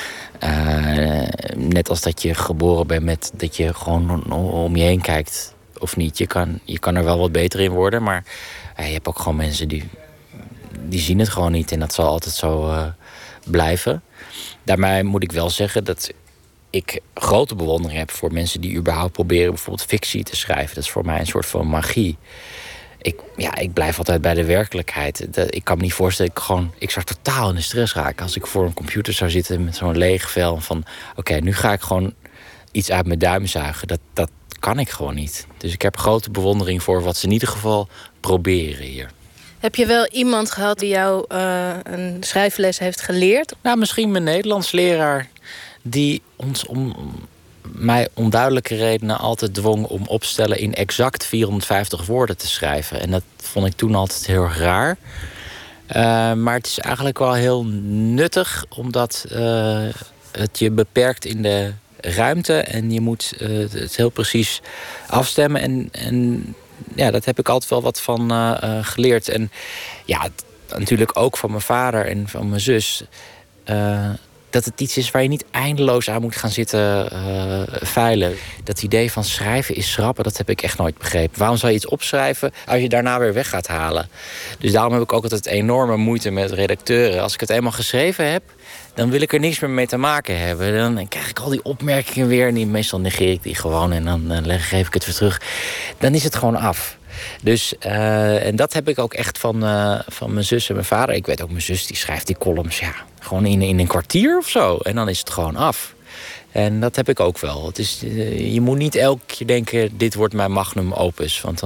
Net als dat je geboren bent met dat je gewoon om je heen kijkt of niet. Je kan er wel wat beter in worden, maar je hebt ook gewoon mensen die zien het gewoon niet. En dat zal altijd zo blijven. Daarbij moet ik wel zeggen dat ik grote bewondering heb voor mensen die überhaupt proberen bijvoorbeeld fictie te schrijven. Dat is voor mij een soort van magie. Ik blijf altijd bij de werkelijkheid. Ik kan me niet voorstellen, ik zou totaal in de stress raken als ik voor een computer zou zitten met zo'n leeg vel van oké, nu ga ik gewoon iets uit mijn duim zuigen. Dat kan ik gewoon niet. Dus ik heb grote bewondering voor wat ze in ieder geval proberen hier. Heb je wel iemand gehad die jou een schrijfles heeft geleerd? Nou, misschien mijn Nederlands leraar die ons om mij onduidelijke redenen altijd dwong om opstellen in exact 450 woorden te schrijven. En dat vond ik toen altijd heel erg raar. Maar het is eigenlijk wel heel nuttig, omdat het je beperkt in de ruimte en je moet het heel precies afstemmen. En ja, dat heb ik altijd wel wat van geleerd. En ja, natuurlijk ook van mijn vader en van mijn zus. Dat het iets is waar je niet eindeloos aan moet gaan zitten veilen. Dat idee van schrijven is schrappen, dat heb ik echt nooit begrepen. Waarom zou je iets opschrijven als je daarna weer weg gaat halen? Dus daarom heb ik ook altijd enorme moeite met redacteuren. Als ik het eenmaal geschreven heb, dan wil ik er niks meer mee te maken hebben. Dan krijg ik al die opmerkingen weer en meestal negeer ik die gewoon en dan geef ik het weer terug. Dan is het gewoon af. Dus, en dat heb ik ook echt van mijn zus en mijn vader. Ik weet ook, mijn zus die schrijft die columns gewoon in een kwartier of zo. En dan is het gewoon af. En dat heb ik ook wel. Het is, je moet niet elke keer denken, dit wordt mijn magnum opus. Want dan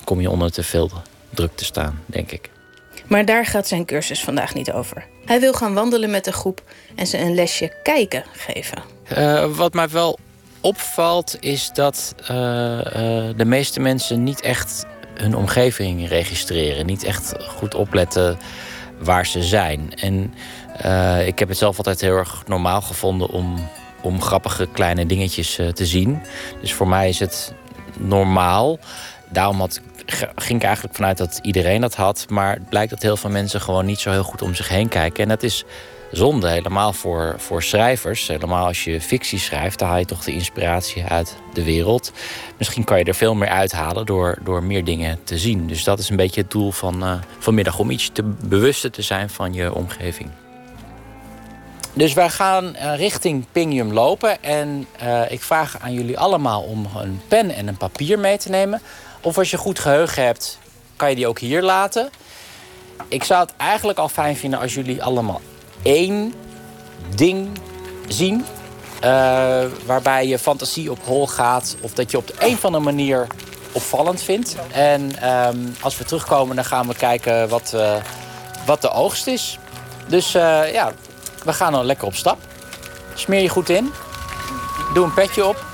kom je onder te veel druk te staan, denk ik. Maar daar gaat zijn cursus vandaag niet over. Hij wil gaan wandelen met de groep en ze een lesje kijken geven. Wat mij wel opvalt is dat de meeste mensen niet echt hun omgeving registreren. Niet echt goed opletten waar ze zijn. En ik heb het zelf altijd heel erg normaal gevonden om grappige kleine dingetjes te zien. Dus voor mij is het normaal. Daarom ging ik eigenlijk vanuit dat iedereen dat had. Maar het blijkt dat heel veel mensen gewoon niet zo heel goed om zich heen kijken. En dat is zonde, helemaal voor schrijvers. Helemaal als je fictie schrijft, dan haal je toch de inspiratie uit de wereld. Misschien kan je er veel meer uithalen door meer dingen te zien. Dus dat is een beetje het doel van vanmiddag, om iets te bewuster te zijn van je omgeving. Dus wij gaan richting Pingium lopen. En ik vraag aan jullie allemaal om een pen en een papier mee te nemen. Of als je goed geheugen hebt, kan je die ook hier laten. Ik zou het eigenlijk al fijn vinden als jullie allemaal 1 ding zien. Waarbij je fantasie op hol gaat. Of dat je op de een of andere manier opvallend vindt. En als we terugkomen, dan gaan we kijken wat de oogst is. Dus we gaan dan lekker op stap. Smeer je goed in. Doe een petje op.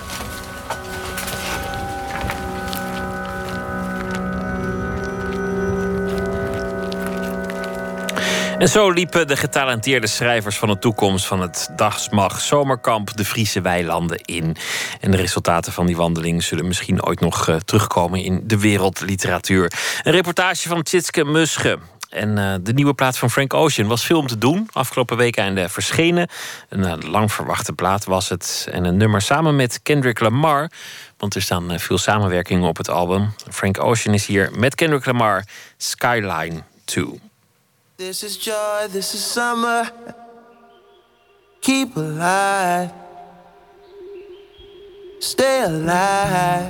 En zo liepen de getalenteerde schrijvers van de toekomst van het DASMAG Zomerkamp de Friese weilanden in. En de resultaten van die wandeling zullen misschien ooit nog terugkomen in de wereldliteratuur. Een reportage van Tjitske Musche. En de nieuwe plaat van Frank Ocean was veel om te doen. Afgelopen weekende verschenen. Een lang verwachte plaat was het. En een nummer samen met Kendrick Lamar. Want er staan veel samenwerkingen op het album. Frank Ocean is hier met Kendrick Lamar. Skyline 2. This is joy, this is summer. Keep alive. Stay alive.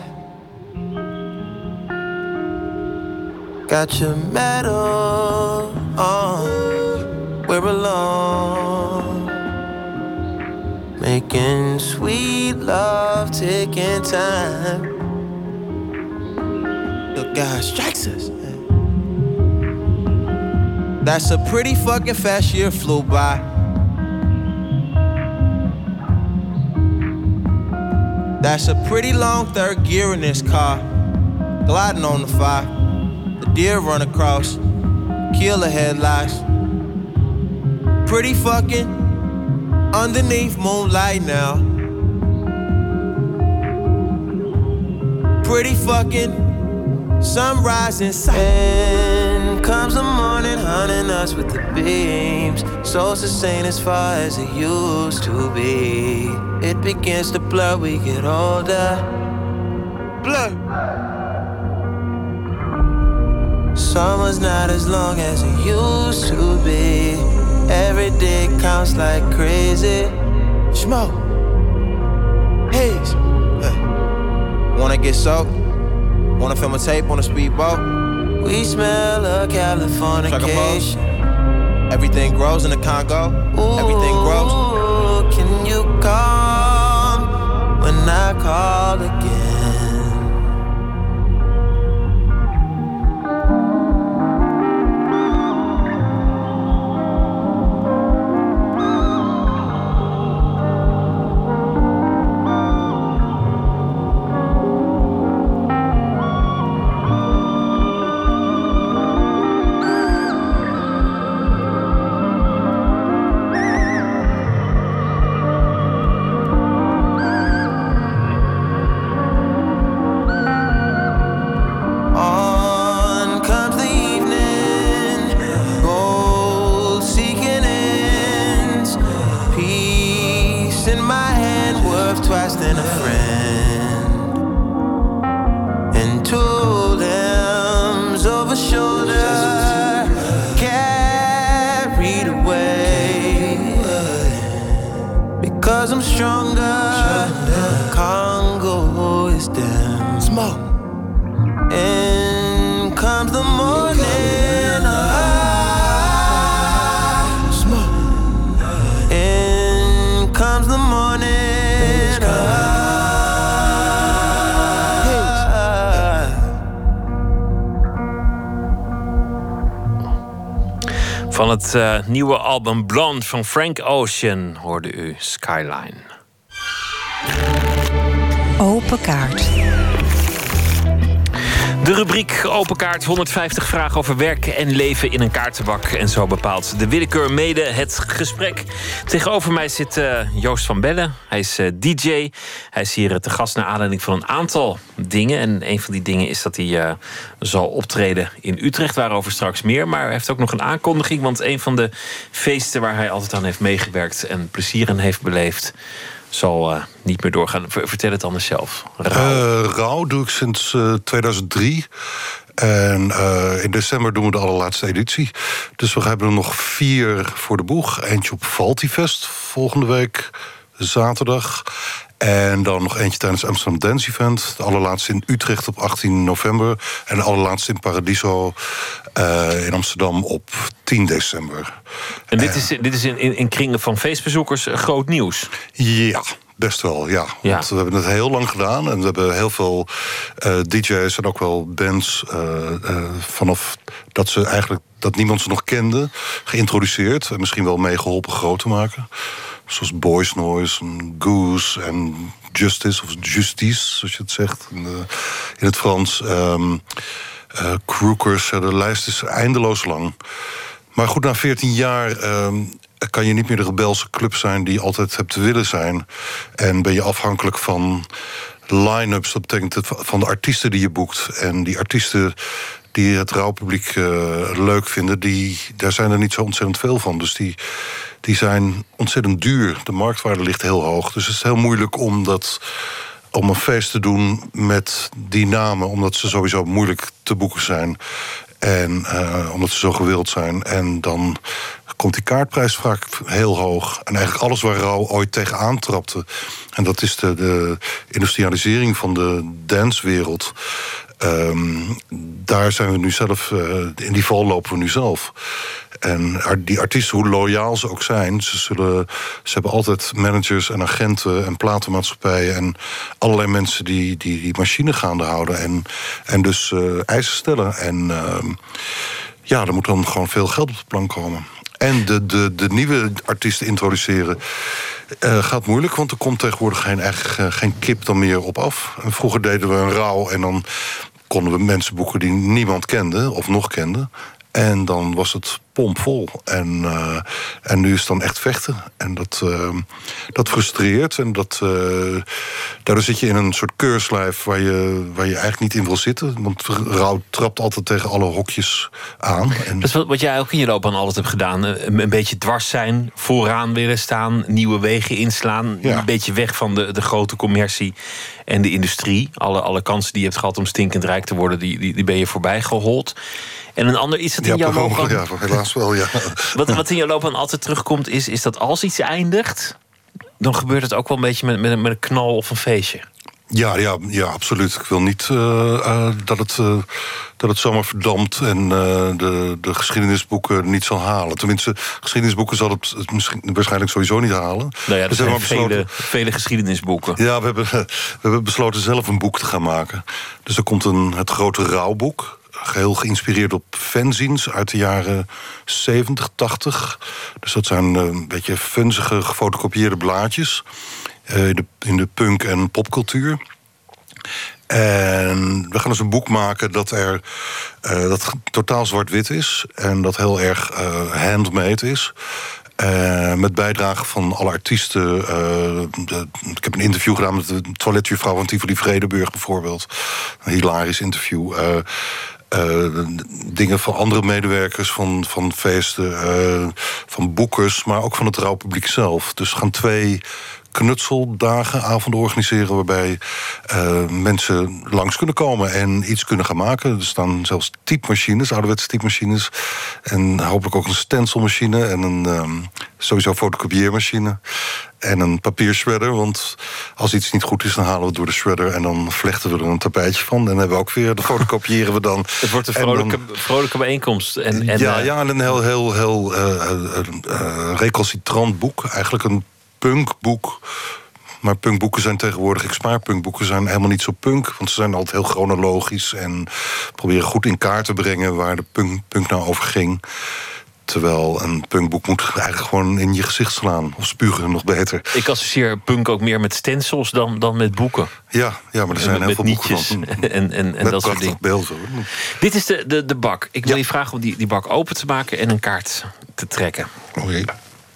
Got your medal on. We're alone. Making sweet love, taking time. Look, God strikes us. That's a pretty fucking fast year flew by. That's a pretty long third gear in this car. Gliding on the fire. The deer run across. Killer headlights. Pretty fucking underneath moonlight now. Pretty fucking sunrise inside. And comes the morning hunting us with the beams. So sustained as far as it used to be. It begins to blur, we get older. Blur. Summer's not as long as it used to be. Every day counts like crazy. Smoke. Haze. Wanna get soaked? Wanna film a tape on a speedboat? We smell of Californication. Everything grows in the Congo. Ooh, everything grows. Can you come when I call again? Van het nieuwe album Blonde van Frank Ocean hoorde u Skyline. Open kaart. De rubriek Open Kaart, 150 vragen over werk en leven in een kaartenbak. En zo bepaalt de willekeur mede het gesprek. Tegenover mij zit Joost van Bellen. Hij is DJ. Hij is hier te gast naar aanleiding van een aantal dingen. En een van die dingen is dat hij zal optreden in Utrecht. Waarover straks meer. Maar hij heeft ook nog een aankondiging. Want een van de feesten waar hij altijd aan heeft meegewerkt en plezier in heeft beleefd, zal niet meer doorgaan. Vertel het anders zelf. Rauw doe ik sinds 2003. En in december doen we de allerlaatste editie. Dus we hebben er nog 4 voor de boeg. Eentje op Valtifest volgende week, zaterdag. En dan nog eentje tijdens het Amsterdam Dance Event. De allerlaatste in Utrecht op 18 november. En de allerlaatste in Paradiso in Amsterdam op 10 december. En dit is in kringen van feestbezoekers groot nieuws? Ja, best wel, ja. Want we hebben het heel lang gedaan. En we hebben heel veel DJ's en ook wel bands vanaf dat ze eigenlijk dat niemand ze nog kende, geïntroduceerd. En misschien wel meegeholpen groot te maken. Zoals Boys Noise en Goose en Justice, of Justice, zoals je het zegt in het Frans. Crookers, de lijst is eindeloos lang. Maar goed, na 14 jaar kan je niet meer de rebelse club zijn die je altijd hebt willen zijn. En ben je afhankelijk van line-ups, dat betekent van de artiesten die je boekt. En die artiesten die het rouwpubliek leuk vinden, daar zijn er niet zo ontzettend veel van. Dus die zijn ontzettend duur. De marktwaarde ligt heel hoog. Dus het is heel moeilijk om een feest te doen met die namen, omdat ze sowieso moeilijk te boeken zijn. En omdat ze zo gewild zijn. En dan komt die kaartprijs vaak heel hoog. En eigenlijk alles waar Rauw ooit tegenaan trapte, en dat is de industrialisering van de dancewereld. Daar zijn we nu zelf, in die val lopen we nu zelf. En die artiesten, hoe loyaal ze ook zijn, ze hebben altijd managers en agenten en platenmaatschappijen en allerlei mensen die machine gaande houden en dus eisen stellen. En er moet dan gewoon veel geld op de plank komen. En de nieuwe artiesten introduceren gaat moeilijk, want er komt tegenwoordig geen kip dan meer op af. En vroeger deden we een Rauw en dan konden we mensen boeken die niemand kende of nog kende. En dan was het pompvol. En nu is het dan echt vechten. En dat frustreert. En daardoor zit je in een soort keurslijf waar je eigenlijk niet in wil zitten. Want Rauw trapt altijd tegen alle hokjes aan. Dat is wat jij ook in je loopbaan altijd hebt gedaan. Een beetje dwars zijn, vooraan willen staan, nieuwe wegen inslaan. Ja. Een beetje weg van de grote commercie en de industrie. Alle kansen die je hebt gehad om stinkend rijk te worden, die ben je voorbij gehold. En een ander iets dat in jouw loopbaan, ja, helaas wel, ja. Wat in jouw loopbaan altijd terugkomt, is dat als iets eindigt, dan gebeurt het ook wel een beetje met een knal of een feestje. Ja, absoluut. Ik wil niet dat het zomaar verdampt en de geschiedenisboeken niet zal halen. Tenminste, geschiedenisboeken zal het waarschijnlijk sowieso niet halen. Nou ja, er zijn vele geschiedenisboeken. Ja, we hebben besloten zelf een boek te gaan maken. Dus er komt het grote Rauwboek. Geheel geïnspireerd op fanzines uit de jaren 70, 80. Dus dat zijn een beetje funzige, gefotocopieerde blaadjes in de punk- en popcultuur. En we gaan dus een boek maken dat totaal zwart-wit is en dat heel erg handmade is. Met bijdrage van alle artiesten. Ik heb een interview gedaan met de toiletjuffrouw van Tivoli Vredenburg bijvoorbeeld. Een hilarisch interview. Dingen van andere medewerkers van feesten, van boekers, maar ook van het rouwpubliek zelf. Dus we gaan 2 knutseldagen, avonden organiseren waarbij mensen langs kunnen komen en iets kunnen gaan maken. Er staan zelfs typemachines, ouderwetse typemachines, en hopelijk ook een stencilmachine en een sowieso fotocopieermachine en een papiershredder, want als iets niet goed is, dan halen we het door de shredder en dan vlechten we er een tapijtje van. En dan hebben we ook weer, de fotocopiëren we dan. Het wordt een vrolijke bijeenkomst. En een heel recalcitrant boek. Eigenlijk een punkboek. Maar punkboeken zijn tegenwoordig, punkboeken zijn helemaal niet zo punk, want ze zijn altijd heel chronologisch en proberen goed in kaart te brengen waar de punk nou over ging. Terwijl een punkboek moet eigenlijk gewoon in je gezicht slaan. Of spugen, nog beter. Ik associeer punk ook meer met stencils dan met boeken. Ja, maar er zijn heel veel boeken van. En dat soort dingen. Beelden. Dit is de bak. Ik wil je vragen om die bak open te maken en een kaart te trekken. Oké.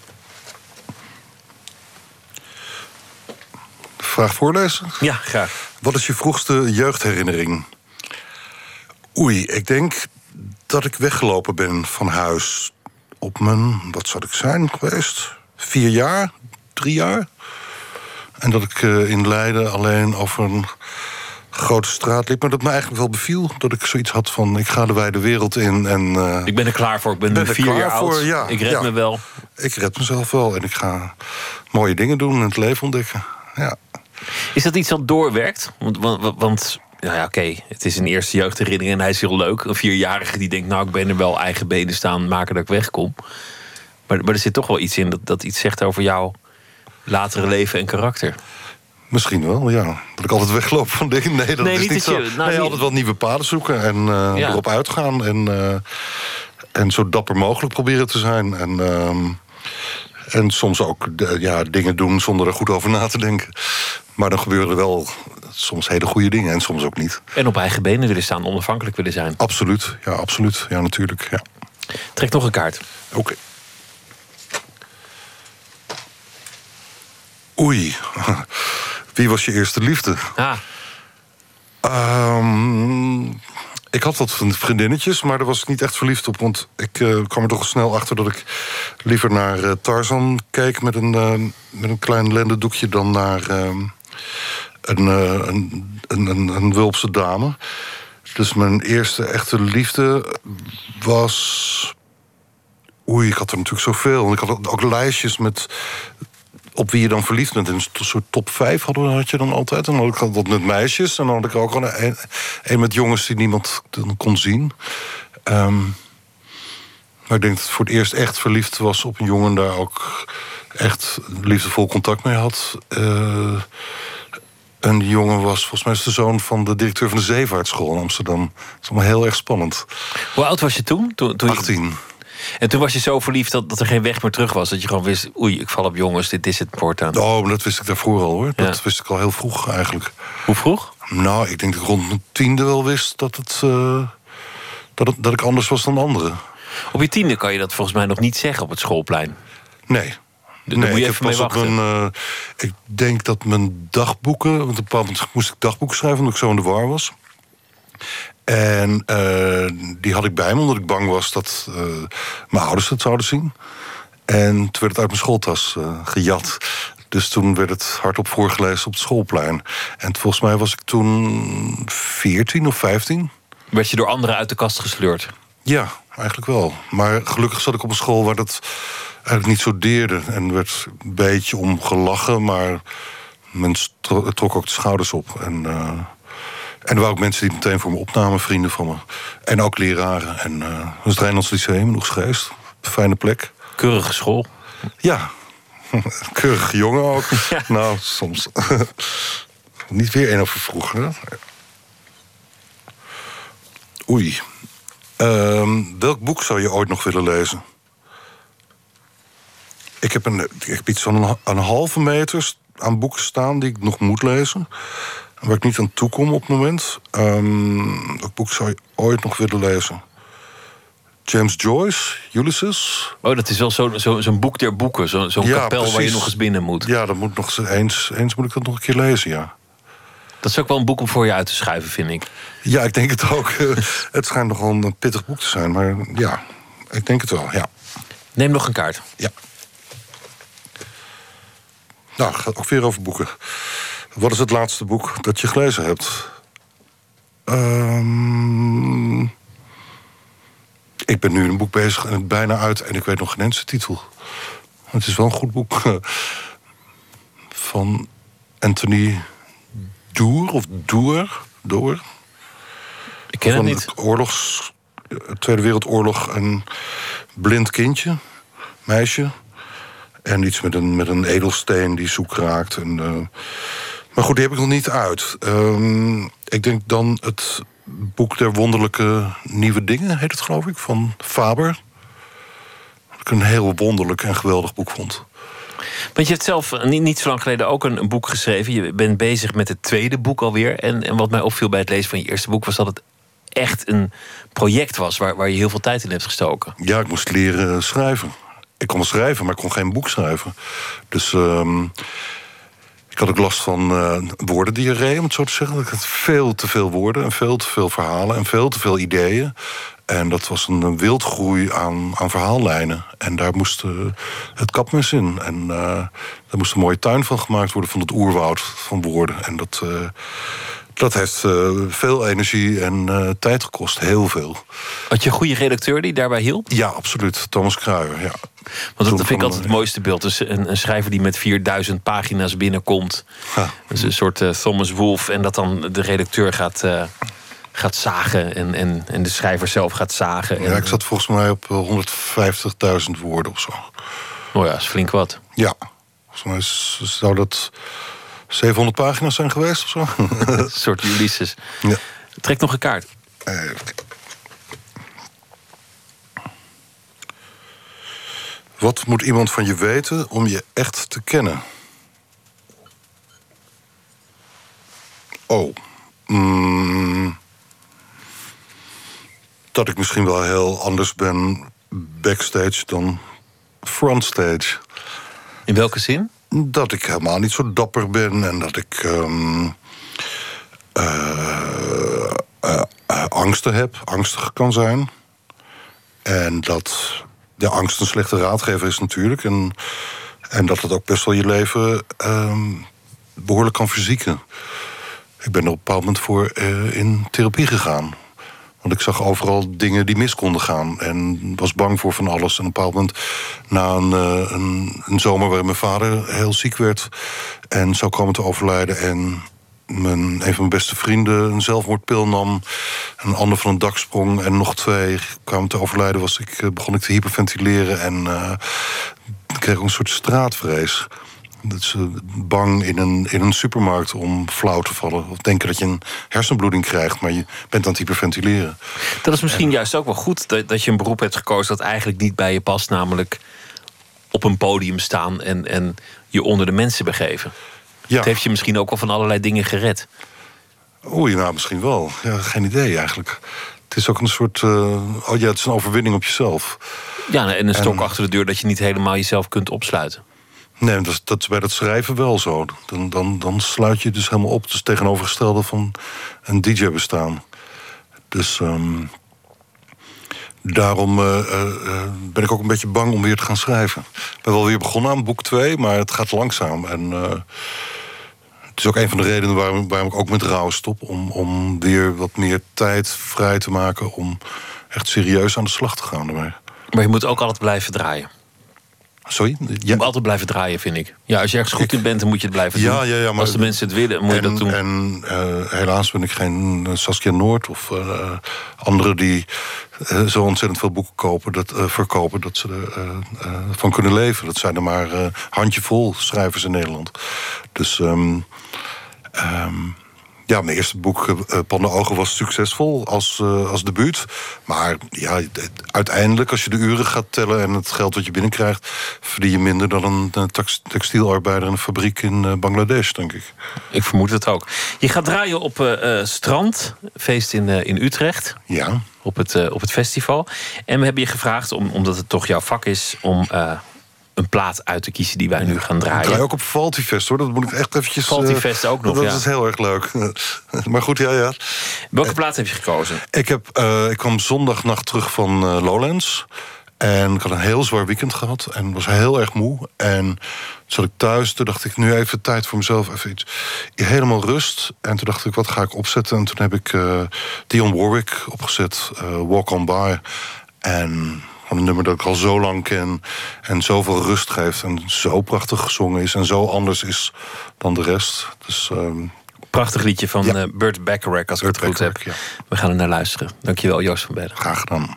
Vraag voorlezen? Ja, graag. Wat is je vroegste jeugdherinnering? Oei, ik denk dat ik weggelopen ben van huis op mijn, wat zou ik zijn geweest? 4 jaar, 3 jaar. En dat ik in Leiden alleen over een grote straat liep. Maar dat me eigenlijk wel beviel. Dat ik zoiets had van, ik ga de wijde wereld in. En, ik ben er klaar voor. Ik ben nu 4 jaar oud. Ja, ik red me wel. Ik red mezelf wel. En ik ga mooie dingen doen en het leven ontdekken. Ja. Is dat iets dat doorwerkt? Want oké, het is een eerste jeugdherinnering en hij is heel leuk. Een 4-jarige die denkt, ik ben er wel eigen benen staan, maken dat ik wegkom. Maar er zit toch wel iets in dat iets zegt over jouw latere leven en karakter. Misschien wel, ja. Dat ik altijd wegloop van dingen. Nee, dat is niet zo. Altijd wel nieuwe paden zoeken en erop uitgaan. En zo dapper mogelijk proberen te zijn. En soms ook dingen doen zonder er goed over na te denken. Maar dan gebeuren er wel soms hele goede dingen en soms ook niet. En op eigen benen willen staan, onafhankelijk willen zijn. Absoluut, ja, absoluut. Ja, natuurlijk, ja. Trek nog een kaart. Oké. Oei. Wie was je eerste liefde? Ik had wat vriendinnetjes, maar daar was ik niet echt verliefd op. Want ik kwam er toch snel achter dat ik liever naar Tarzan keek met een klein lendendoekje dan naar een Wulpse dame. Dus mijn eerste echte liefde was... Oei, ik had er natuurlijk zoveel. Ik had ook lijstjes met op wie je dan verliefd bent. Een soort top 5 had je dan altijd. En dan had ik dat met meisjes. En dan had ik ook al een met jongens die niemand kon zien. Maar ik denk dat ik voor het eerst echt verliefd was op een jongen... daar ook echt liefdevol contact mee had. En die jongen was volgens mij de zoon van de directeur van de zeevaartschool in Amsterdam. Dat is allemaal heel erg spannend. Hoe oud was je toen? 18. En toen was je zo verliefd dat er geen weg meer terug was? Dat je gewoon wist, oei, ik val op jongens, dit is het voortaan. Oh, maar dat wist ik daarvoor al, hoor. Dat wist ik al heel vroeg, eigenlijk. Hoe vroeg? Nou, ik denk dat ik rond mijn 10e wel wist dat ik anders was dan anderen. Op je 10e kan je dat volgens mij nog niet zeggen op het schoolplein. Nee. Daar moet je even mee wachten. Ik denk dat mijn dagboeken... Want op een bepaald moment moest ik dagboeken schrijven... omdat ik zo in de war was. En die had ik bij me, omdat ik bang was dat mijn ouders het zouden zien. En toen werd het uit mijn schooltas gejat. Dus toen werd het hardop voorgelezen op het schoolplein. En volgens mij was ik toen 14 of 15. Werd je door anderen uit de kast gesleurd? Ja, eigenlijk wel. Maar gelukkig zat ik op een school waar dat eigenlijk niet zo deerde. En er werd een beetje om gelachen, maar men trok ook de schouders op. En er waren ook mensen die meteen voor me opnamen, vrienden van me. En ook leraren. En dat was het Rijnlands Lyceum in Oegstgeest. Fijne plek. Keurige school. Ja. Keurige jongen ook. Ja. Nou, soms. Niet weer 1 over vroeg, hè? Oei. Welk boek zou je ooit nog willen lezen? Ik heb iets van een halve meter aan boeken staan die ik nog moet lezen. Waar ik niet aan toe kom op het moment. Welk boek zou je ooit nog willen lezen? James Joyce, Ulysses. Oh, dat is wel zo'n boek der boeken. Zo'n kapel precies. Waar je nog eens binnen moet. Ja, dat moet nog eens moet ik dat nog een keer lezen, ja. Dat is ook wel een boek om voor je uit te schuiven, vind ik. Ja, ik denk het ook. Het schijnt nogal een pittig boek te zijn. Maar ja, ik denk het wel, ja. Neem nog een kaart. Ja. Nou, het gaat ook weer over boeken. Wat is het laatste boek dat je gelezen hebt? Ik ben nu een boek bezig en het bijna uit... en ik weet nog geen enkele titel. Het is wel een goed boek. Van Anthony Doerr of Doerr. Ik ken het niet. Tweede Wereldoorlog, een blind kindje, meisje... En iets met een edelsteen die zoek raakt. Maar goed, die heb ik nog niet uit. Ik denk dan het boek der wonderlijke nieuwe dingen, heet het geloof ik, van Faber. ik een heel wonderlijk en geweldig boek vond. Want je hebt zelf niet zo lang geleden ook een boek geschreven. Je bent bezig met het tweede boek alweer. En wat mij opviel bij het lezen van je eerste boek was dat het echt een project was waar je heel veel tijd in hebt gestoken. Ja, ik moest leren schrijven. Ik kon wel schrijven, maar ik kon geen boek schrijven. Dus ik had ook last van woordendiarree, om het zo te zeggen. Ik had veel te veel woorden en veel te veel verhalen en veel te veel ideeën. En dat was een wildgroei aan verhaallijnen. En daar moest het kapmes in. En daar moest een mooie tuin van gemaakt worden, van het oerwoud van woorden. En dat heeft veel energie en tijd gekost. Heel veel. Had je een goede redacteur die daarbij hielp? Ja, absoluut. Thomas Kruijer, ja. Want dat vind ik altijd het mooiste beeld. Dus een schrijver die met 4000 pagina's binnenkomt. Ja. Dus een soort Thomas Wolfe. En dat dan de redacteur gaat zagen. En de schrijver zelf gaat zagen. Ja, ik zat volgens mij op 150.000 woorden of zo. Oh ja, dat is flink wat. Ja, volgens mij zou dat 700 pagina's zijn geweest of zo. Een soort Ulysses. Ja. Trek nog een kaart. Wat moet iemand van je weten om je echt te kennen? Dat ik misschien wel heel anders ben backstage dan frontstage. In welke zin? Dat ik helemaal niet zo dapper ben en dat ik angsten heb, angstig kan zijn. En dat de angst een slechte raadgever is natuurlijk. En dat het ook best wel je leven behoorlijk kan verzieken. Ik ben er op een bepaald moment voor in therapie gegaan. Want ik zag overal dingen die mis konden gaan. En was bang voor van alles. En op een bepaald moment, na een zomer waarin mijn vader heel ziek werd en zou komen te overlijden. En een van mijn beste vrienden een zelfmoordpil nam. Een ander van een dak sprong. En nog 2 kwamen te overlijden. Begon ik te hyperventileren. En kreeg een soort straatvrees. Dat is bang in een supermarkt om flauw te vallen. Of denken dat je een hersenbloeding krijgt, maar je bent aan het hyperventileren. Dat is misschien juist ook wel goed dat je een beroep hebt gekozen dat eigenlijk niet bij je past. Namelijk op een podium staan en je onder de mensen begeven. Ja. Het heeft je misschien ook wel van allerlei dingen gered. Oei, nou misschien wel. Ja, geen idee eigenlijk. Het is ook een soort het is een overwinning op jezelf. Ja, en een stok achter de deur dat je niet helemaal jezelf kunt opsluiten. Nee, dat is bij dat schrijven wel zo. Dan sluit je dus helemaal op. Het is tegenovergestelde van een DJ bestaan. Dus daarom ben ik ook een beetje bang om weer te gaan schrijven. Ik ben wel weer begonnen aan boek 2, maar het gaat langzaam. En het is ook een van de redenen waarom ik ook met rouw stop. Om weer wat meer tijd vrij te maken om echt serieus aan de slag te gaan ermee. Maar je moet ook altijd blijven draaien. Sorry? Je moet altijd blijven draaien, vind ik. Ja, als je ergens goed in bent, dan moet je het blijven doen. Ja, maar als de mensen het willen, moet je dat doen. En helaas ben ik geen Saskia Noord of anderen die zo ontzettend veel boeken verkopen dat ze ervan kunnen leven. Dat zijn er maar handjevol schrijvers in Nederland. Dus mijn eerste boek, Panda Ogen, was succesvol als debuut. Maar ja, uiteindelijk, als je de uren gaat tellen en het geld wat je binnenkrijgt, verdien je minder dan een textielarbeider in een fabriek in Bangladesh, denk ik. Ik vermoed het ook. Je gaat draaien op Strand, feest in Utrecht. Ja. Op het festival. En we hebben je gevraagd, omdat het toch jouw vak is, om een plaat uit te kiezen die wij nu gaan draaien. Ik draai ook op Faltifest, hoor. Dat moet ik echt eventjes... Faltifest ook nog, dat is heel erg leuk. Maar goed, ja. Welke plaat heb je gekozen? Ik kwam zondagnacht terug van Lowlands. En ik had een heel zwaar weekend gehad. En was heel erg moe. En toen zat ik thuis. Toen dacht ik, nu even tijd voor mezelf. Even iets. Helemaal rust. En toen dacht ik, wat ga ik opzetten? En toen heb ik Dionne Warwick opgezet. Walk On By. En een nummer dat ik al zo lang ken en zoveel rust geeft en zo prachtig gezongen is en zo anders is dan de rest. Dus, prachtig liedje van Burt Bacharach, als ik het goed heb. Ja. We gaan er naar luisteren. Dankjewel, Joost van Bedde. Graag gedaan.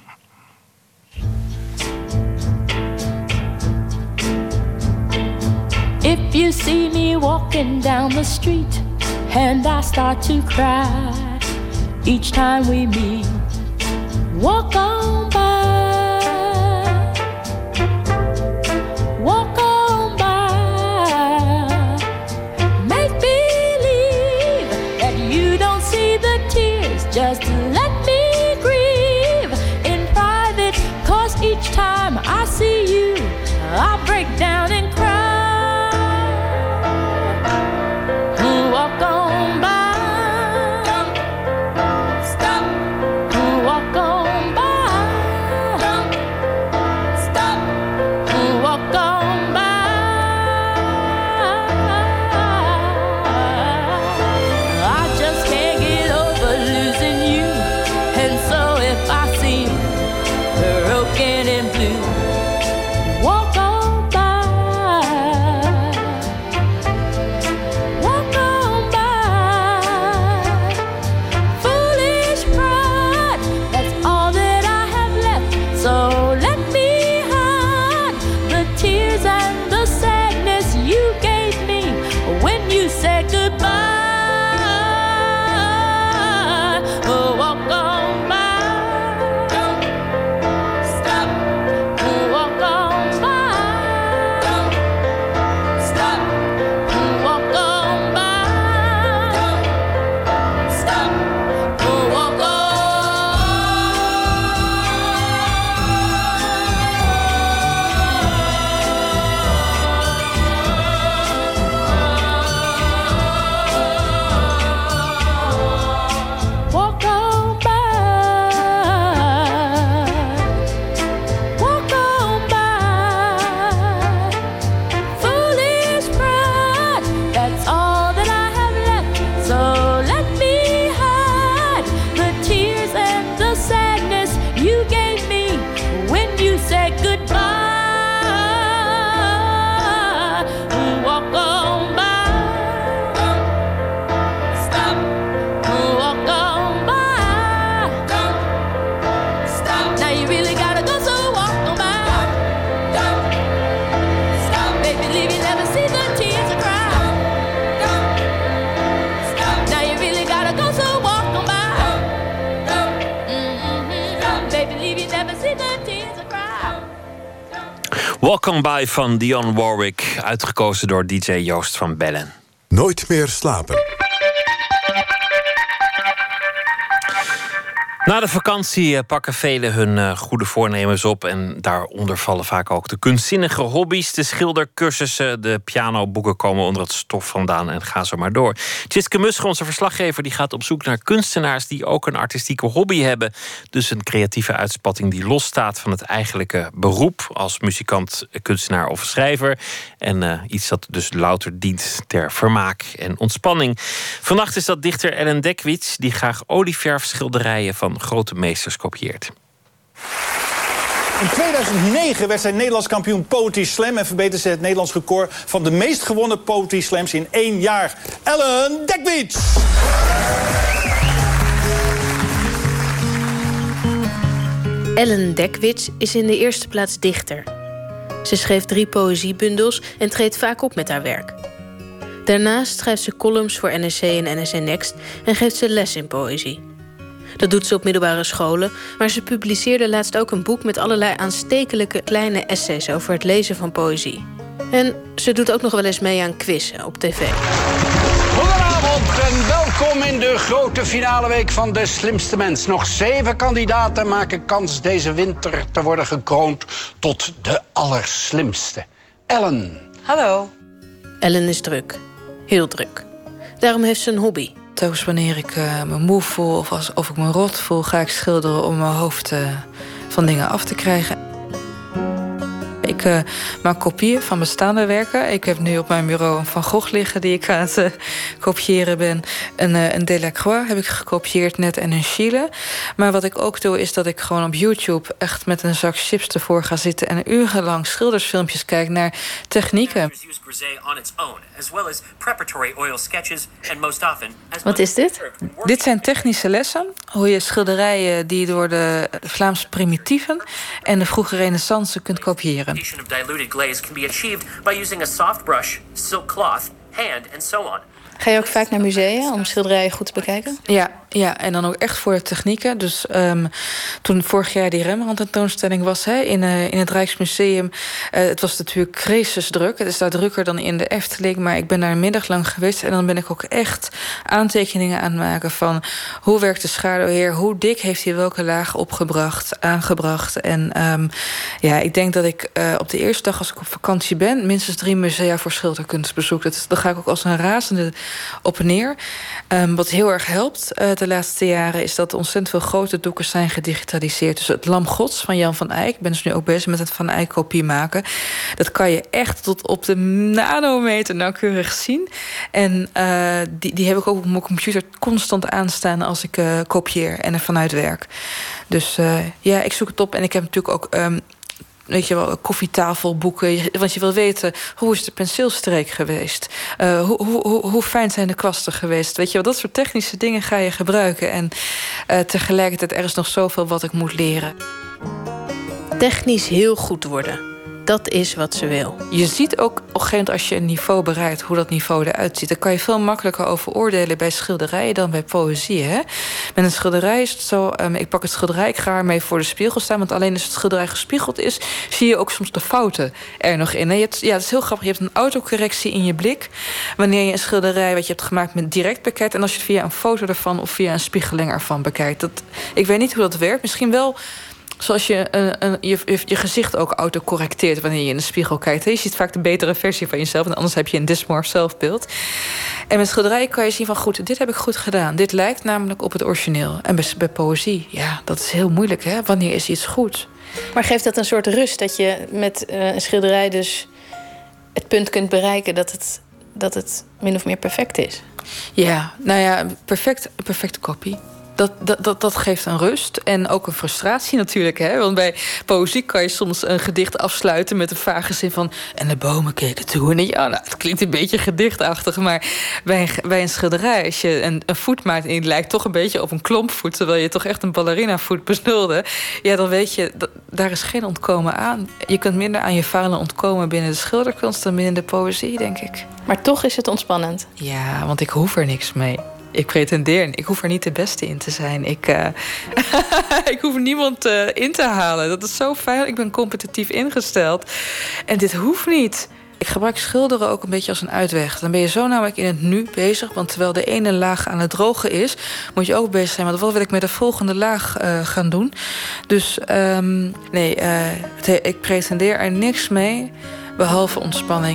If you see me walking down the street and I start to cry each time we meet, walk on by. Just let me grieve in private, 'cause each time I see you, I break down and cry. Walk on by. Stop. Walk on by. Stop. Walk on by. I just can't get over losing you. And so if I seem broken and blue, walk on by. Walk on by. Foolish pride, that's all that I have left. So let me hide the tears and the sadness you gave me when you said goodbye. Oh, walk on by. Stop. Walk on by. Stop. Walk on by. Stop. Walk on. Walk on by. Walk on by. Foolish pride, that's all that I have left. So let me hide the tears and the sadness you gave me when you said goodbye. Walk on by. Stop. Walk on by. Stop. Now you really gotta go, so walk on by. Stop. Baby, leave you never see the tears I cry. Stop. Now you really gotta go, so walk on by. Baby, leave you never see the tears I cry. Walk On By van Dionne Warwick, uitgekozen door DJ Joost van Bellen. Nooit meer slapen. Na de vakantie pakken velen hun goede voornemens op. En daaronder vallen vaak ook de kunstzinnige hobby's. De schildercursussen, de pianoboeken komen onder het stof vandaan. En ga zo maar door. Tjitske Musche, onze verslaggever, die gaat op zoek naar kunstenaars die ook een artistieke hobby hebben. Dus een creatieve uitspatting die losstaat van het eigenlijke beroep als muzikant, kunstenaar of schrijver. En iets dat dus louter dient ter vermaak en ontspanning. Vannacht is dat dichter Ellen Dekwits, die graag olieverfschilderijen van grote meesters kopieert. In 2009 werd zij Nederlands kampioen Poetry Slam en verbeterde ze het Nederlands record van de meest gewonnen Poetry Slams in 1 jaar. Ellen Dekwits! Ellen Dekwits is in de eerste plaats dichter. Ze schreef 3 poëziebundels en treedt vaak op met haar werk. Daarnaast schrijft ze columns voor NRC en NRC Next en geeft ze les in poëzie. Dat doet ze op middelbare scholen, maar ze publiceerde laatst ook een boek met allerlei aanstekelijke kleine essays over het lezen van poëzie. En ze doet ook nog wel eens mee aan quizzen op tv. Goedenavond en welkom in de grote finale week van De Slimste Mens. Nog 7 kandidaten maken kans deze winter te worden gekroond tot de allerslimste. Ellen. Hallo. Ellen is druk. Heel druk. Daarom heeft ze een hobby. Telkens wanneer ik me moe voel of ik me rot voel, ga ik schilderen om mijn hoofd van dingen af te krijgen. Ik maak kopieën van bestaande werken. Ik heb nu op mijn bureau een Van Gogh liggen die ik aan het kopiëren ben. Een Delacroix heb ik gekopieerd net en een Schiele. Maar wat ik ook doe is dat ik gewoon op YouTube echt met een zak chips ervoor ga zitten en urenlang schildersfilmpjes kijk naar technieken. Wat is dit? Dit zijn technische lessen. Hoe je schilderijen die door de Vlaamse primitieven en de vroege renaissance kunt kopiëren. Of diluted glaze can be achieved by using a soft brush, silk cloth, hand and so on. Ga je ook vaak naar musea om schilderijen goed te bekijken? Ja, Ja, en dan ook echt voor de technieken. Dus toen vorig jaar die Rembrandt tentoonstelling was in het Rijksmuseum... het was natuurlijk crisisdruk. Het is daar drukker dan in de Efteling. Maar ik ben daar een middag lang geweest... en dan ben ik ook echt aantekeningen aan het maken van... hoe werkt de schaduwheer, hoe dik heeft hij welke laag aangebracht. En ik denk dat ik op de eerste dag als ik op vakantie ben... minstens 3 musea voor schilderkunst bezoek. Daar ga ik ook als een razende op en neer. Wat heel erg helpt de laatste jaren... is dat ontzettend veel grote doeken zijn gedigitaliseerd. Dus het Lam Gods van Jan van Eyck... ik ben dus nu ook bezig met het Van Eyck kopie maken. Dat kan je echt tot op de nanometer nauwkeurig zien. En die heb ik ook op mijn computer constant aanstaan... als ik kopieer en er vanuit werk. Dus ik zoek het op. En ik heb natuurlijk ook... weet je wel, koffietafelboeken. Want je wil weten, hoe is de penseelstreek geweest? Hoe fijn zijn de kwasten geweest? Weet je wel, dat soort technische dingen ga je gebruiken. En tegelijkertijd, er is nog zoveel wat ik moet leren. Technisch heel goed worden. Dat is wat ze wil. Je ziet ook op een gegeven moment als je een niveau bereikt... hoe dat niveau eruit ziet. Dan kan je veel makkelijker over oordelen bij schilderijen... dan bij poëzie. Hè? Met een schilderij is het zo... ik pak het schilderij, ik ga ermee voor de spiegel staan... want alleen als het schilderij gespiegeld is... zie je ook soms de fouten er nog in. Het is heel grappig. Je hebt een autocorrectie in je blik... wanneer je een schilderij wat je hebt gemaakt met direct bekijkt... en als je het via een foto ervan of via een spiegeling ervan bekijkt. Ik weet niet hoe dat werkt. Misschien wel... zoals je je gezicht ook autocorrecteert wanneer je in de spiegel kijkt. Je ziet vaak de betere versie van jezelf... en anders heb je een dysmorf zelfbeeld. En met schilderijen kan je zien van... goed, dit heb ik goed gedaan. Dit lijkt namelijk op het origineel. En bij poëzie, dat is heel moeilijk. Hè? Wanneer is iets goed? Maar geeft dat een soort rust... dat je met een schilderij dus het punt kunt bereiken... dat het min of meer perfect is? Ja, perfecte kopie. Dat geeft een rust en ook een frustratie natuurlijk. Hè? Want bij poëzie kan je soms een gedicht afsluiten... met een vage zin van... en de bomen keken toe. En het klinkt een beetje gedichtachtig... maar bij een schilderij, als je een voet maakt... en die lijkt toch een beetje op een klompvoet... terwijl je toch echt een ballerina-voet besnulde... dan weet je, daar is geen ontkomen aan. Je kunt minder aan je falen ontkomen binnen de schilderkunst... dan binnen de poëzie, denk ik. Maar toch is het ontspannend. Ja, want ik hoef er niks mee. Ik pretendeer, ik hoef er niet de beste in te zijn. Ik hoef niemand in te halen. Dat is zo fijn. Ik ben competitief ingesteld. En dit hoeft niet. Ik gebruik schilderen ook een beetje als een uitweg. Dan ben je zo namelijk in het nu bezig. Want terwijl de ene laag aan het drogen is... moet je ook bezig zijn met wat wil ik met de volgende laag gaan doen. Dus ik pretendeer er niks mee... behalve ontspanning.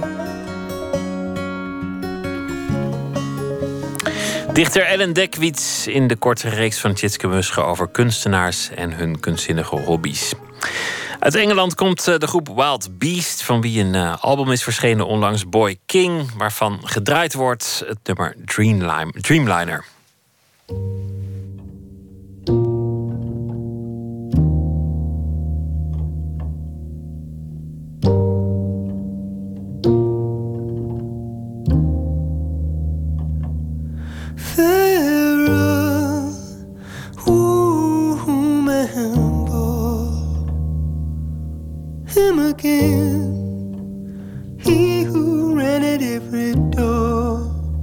Dichter Ellen Dekwits in de korte reeks van Tjitske Musche... over kunstenaars en hun kunstzinnige hobby's. Uit Engeland komt de groep Wild Beast... van wie een album is verschenen onlangs, Boy King... waarvan gedraaid wordt het nummer Dreamliner. Pharaoh, remember him again, he who ran at every door.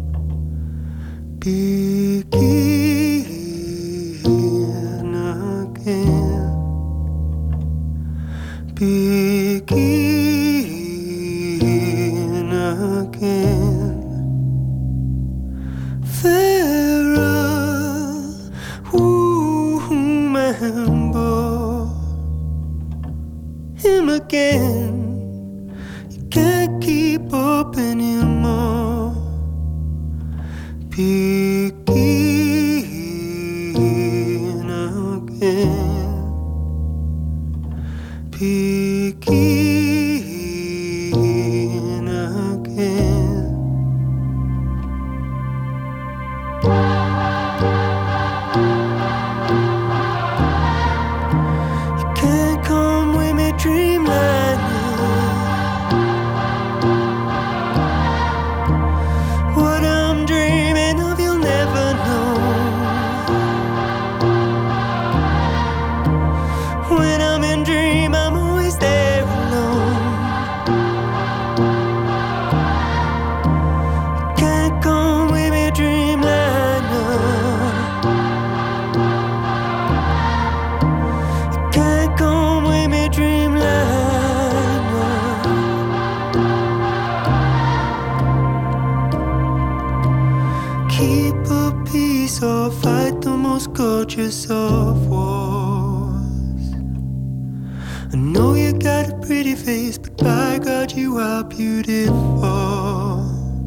Begin again, begin again. Pharaoh, remember him again. You can't keep up anymore. Begin again. Begin again. What I'm dreaming of, you'll Keep a peace or fight the most gorgeous of wars. I know you got a pretty face, but by God you are beautiful.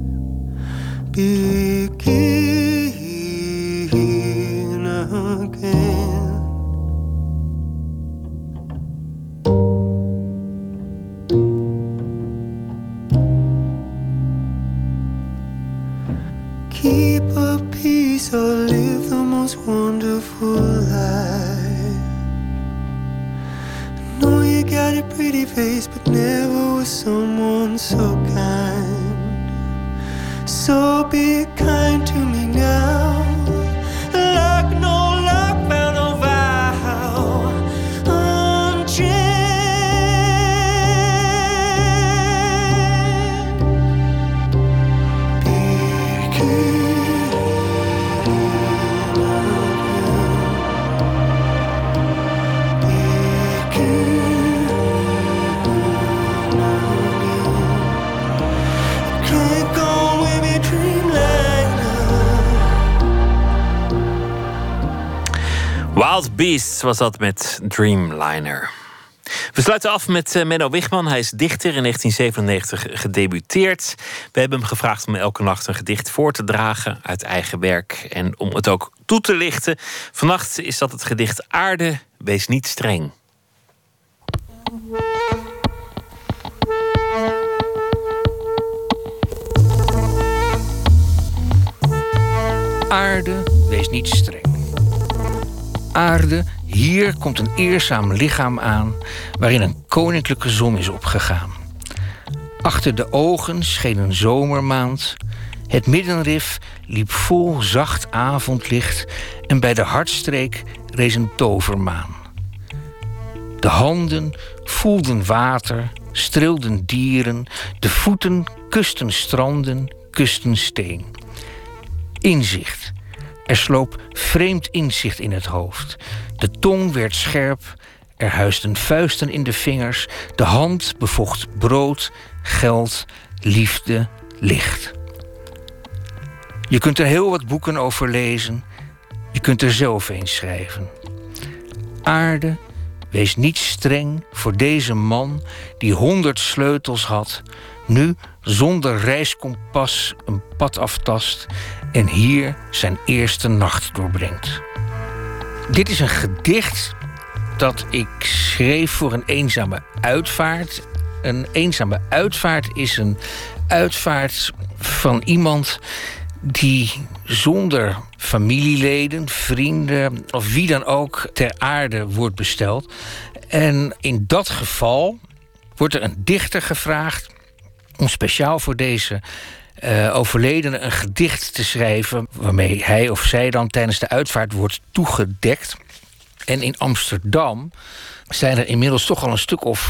Begin again. Keep a peace or live the most wonderful life. I know you got a pretty face, but never was someone so kind. So be kind to me now. Like no luck, found no vow. Unchained. Wild Beasts was dat met Dreamliner. We sluiten af met Menno Wichman. Hij is dichter, in 1997 gedebuteerd. We hebben hem gevraagd om elke nacht een gedicht voor te dragen uit eigen werk en om het ook toe te lichten. Vannacht is dat het gedicht Aarde, wees niet streng. Aarde, wees niet streng. Aarde, hier komt een eerzaam lichaam aan waarin een koninklijke zon is opgegaan. Achter de ogen scheen een zomermaand. Het middenrif liep vol zacht avondlicht en bij de hartstreek rees een tovermaan. De handen voelden water, streelden dieren, de voeten kusten stranden, kusten steen. Inzicht. Er sloop vreemd inzicht in het hoofd. De tong werd scherp, er huisden vuisten in de vingers. De hand bevocht brood, geld, liefde, licht. Je kunt er heel wat boeken over lezen. Je kunt er zelf een schrijven. Aarde, wees niet streng voor deze man die 100 sleutels had, nu zonder reiskompas een pad aftast en hier zijn eerste nacht doorbrengt. Dit is een gedicht dat ik schreef voor een eenzame uitvaart. Een eenzame uitvaart is een uitvaart van iemand die zonder familieleden, vrienden of wie dan ook ter aarde wordt besteld. En in dat geval wordt er een dichter gevraagd om speciaal voor deze overledene een gedicht te schrijven waarmee hij of zij dan tijdens de uitvaart wordt toegedekt. En in Amsterdam zijn er inmiddels toch al een stuk of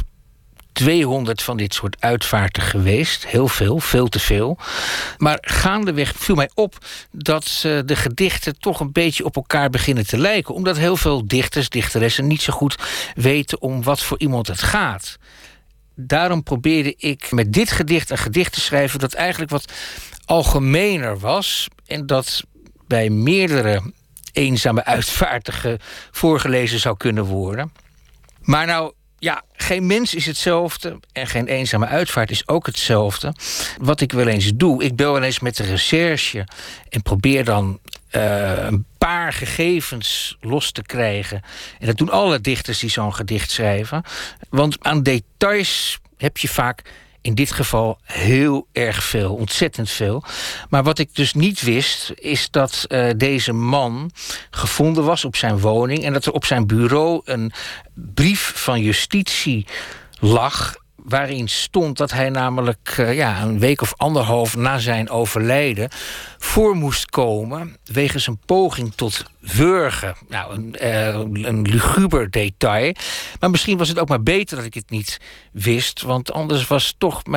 200 van dit soort uitvaarten geweest. Heel veel, veel te veel. Maar gaandeweg viel mij op dat de gedichten toch een beetje op elkaar beginnen te lijken. Omdat heel veel dichters, dichteressen niet zo goed weten om wat voor iemand het gaat. Daarom probeerde ik met dit gedicht een gedicht te schrijven dat eigenlijk wat algemener was en dat bij meerdere eenzame uitvaartigen voorgelezen zou kunnen worden. Maar nou, ja, geen mens is hetzelfde en geen eenzame uitvaart is ook hetzelfde. Wat ik wel eens doe, ik bel wel eens met de recherche en probeer dan een paar gegevens los te krijgen. En dat doen alle dichters die zo'n gedicht schrijven. Want aan details heb je vaak in dit geval heel erg veel, ontzettend veel. Maar wat ik dus niet wist, is dat deze man gevonden was op zijn woning en dat er op zijn bureau een brief van justitie lag waarin stond dat hij namelijk een week of anderhalf na zijn overlijden voor moest komen wegens een poging tot wurgen. Nou, een luguber detail. Maar misschien was het ook maar beter dat ik het niet wist, want anders was toch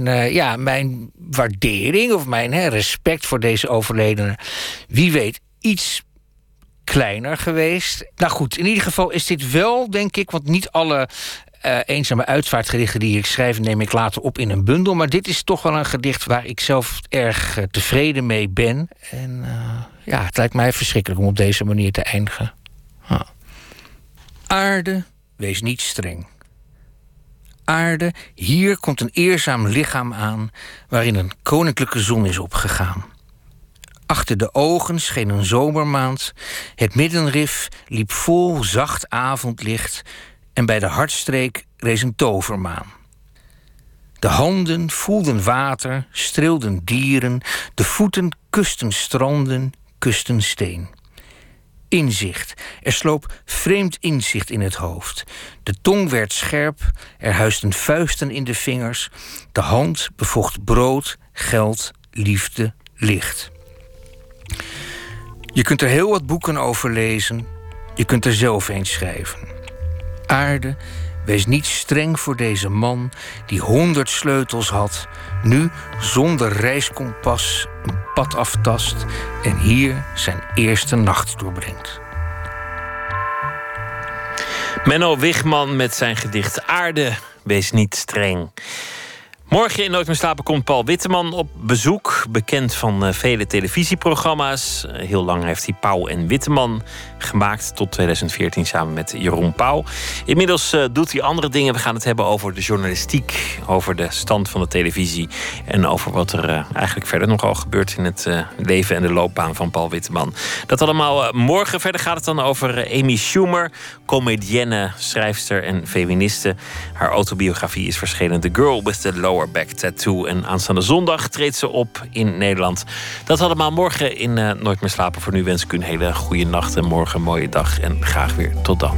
mijn waardering of mijn respect voor deze overledene, wie weet, iets kleiner geweest. Nou goed, in ieder geval is dit wel, denk ik, want niet alle eenzame uitvaartgedichten die ik schrijf, neem ik later op in een bundel. Maar dit is toch wel een gedicht waar ik zelf erg tevreden mee ben. En het lijkt mij verschrikkelijk om op deze manier te eindigen. Aarde, wees niet streng. Aarde, hier komt een eerzaam lichaam aan, waarin een koninklijke zon is opgegaan. Achter de ogen scheen een zomermaand, het middenrif liep vol zacht avondlicht en bij de hartstreek rees een tovermaan. De handen voelden water, streelden dieren, de voeten kusten stranden, kusten steen. Inzicht, er sloop vreemd inzicht in het hoofd. De tong werd scherp, er huisden vuisten in de vingers, de hand bevocht brood, geld, liefde, licht. Je kunt er heel wat boeken over lezen. Je kunt er zelf eens schrijven. Aarde, wees niet streng voor deze man die 100 sleutels had, nu zonder reiskompas een pad aftast en hier zijn eerste nacht doorbrengt. Menno Wichman met zijn gedicht Aarde, wees niet streng. Morgen in Nooit meer slapen komt Paul Witteman op bezoek. Bekend van vele televisieprogramma's. Heel lang heeft hij Pauw en Witteman gemaakt. Tot 2014 samen met Jeroen Pauw. Inmiddels doet hij andere dingen. We gaan het hebben over de journalistiek. Over de stand van de televisie. En over wat er eigenlijk verder nogal gebeurt in het leven en de loopbaan van Paul Witteman. Dat allemaal morgen. Verder gaat het dan over Amy Schumer. Comedienne, schrijfster en feministe. Haar autobiografie is verschenen. The Girl with the Lower Back Tattoo. En aanstaande zondag treedt ze op in Nederland. Dat allemaal morgen in Nooit meer slapen. Voor nu wens ik u een hele goede nacht en morgen een mooie dag. En graag weer tot dan.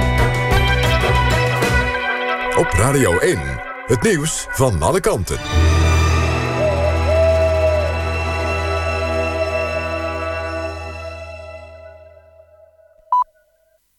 Radio 1, het nieuws van alle kanten.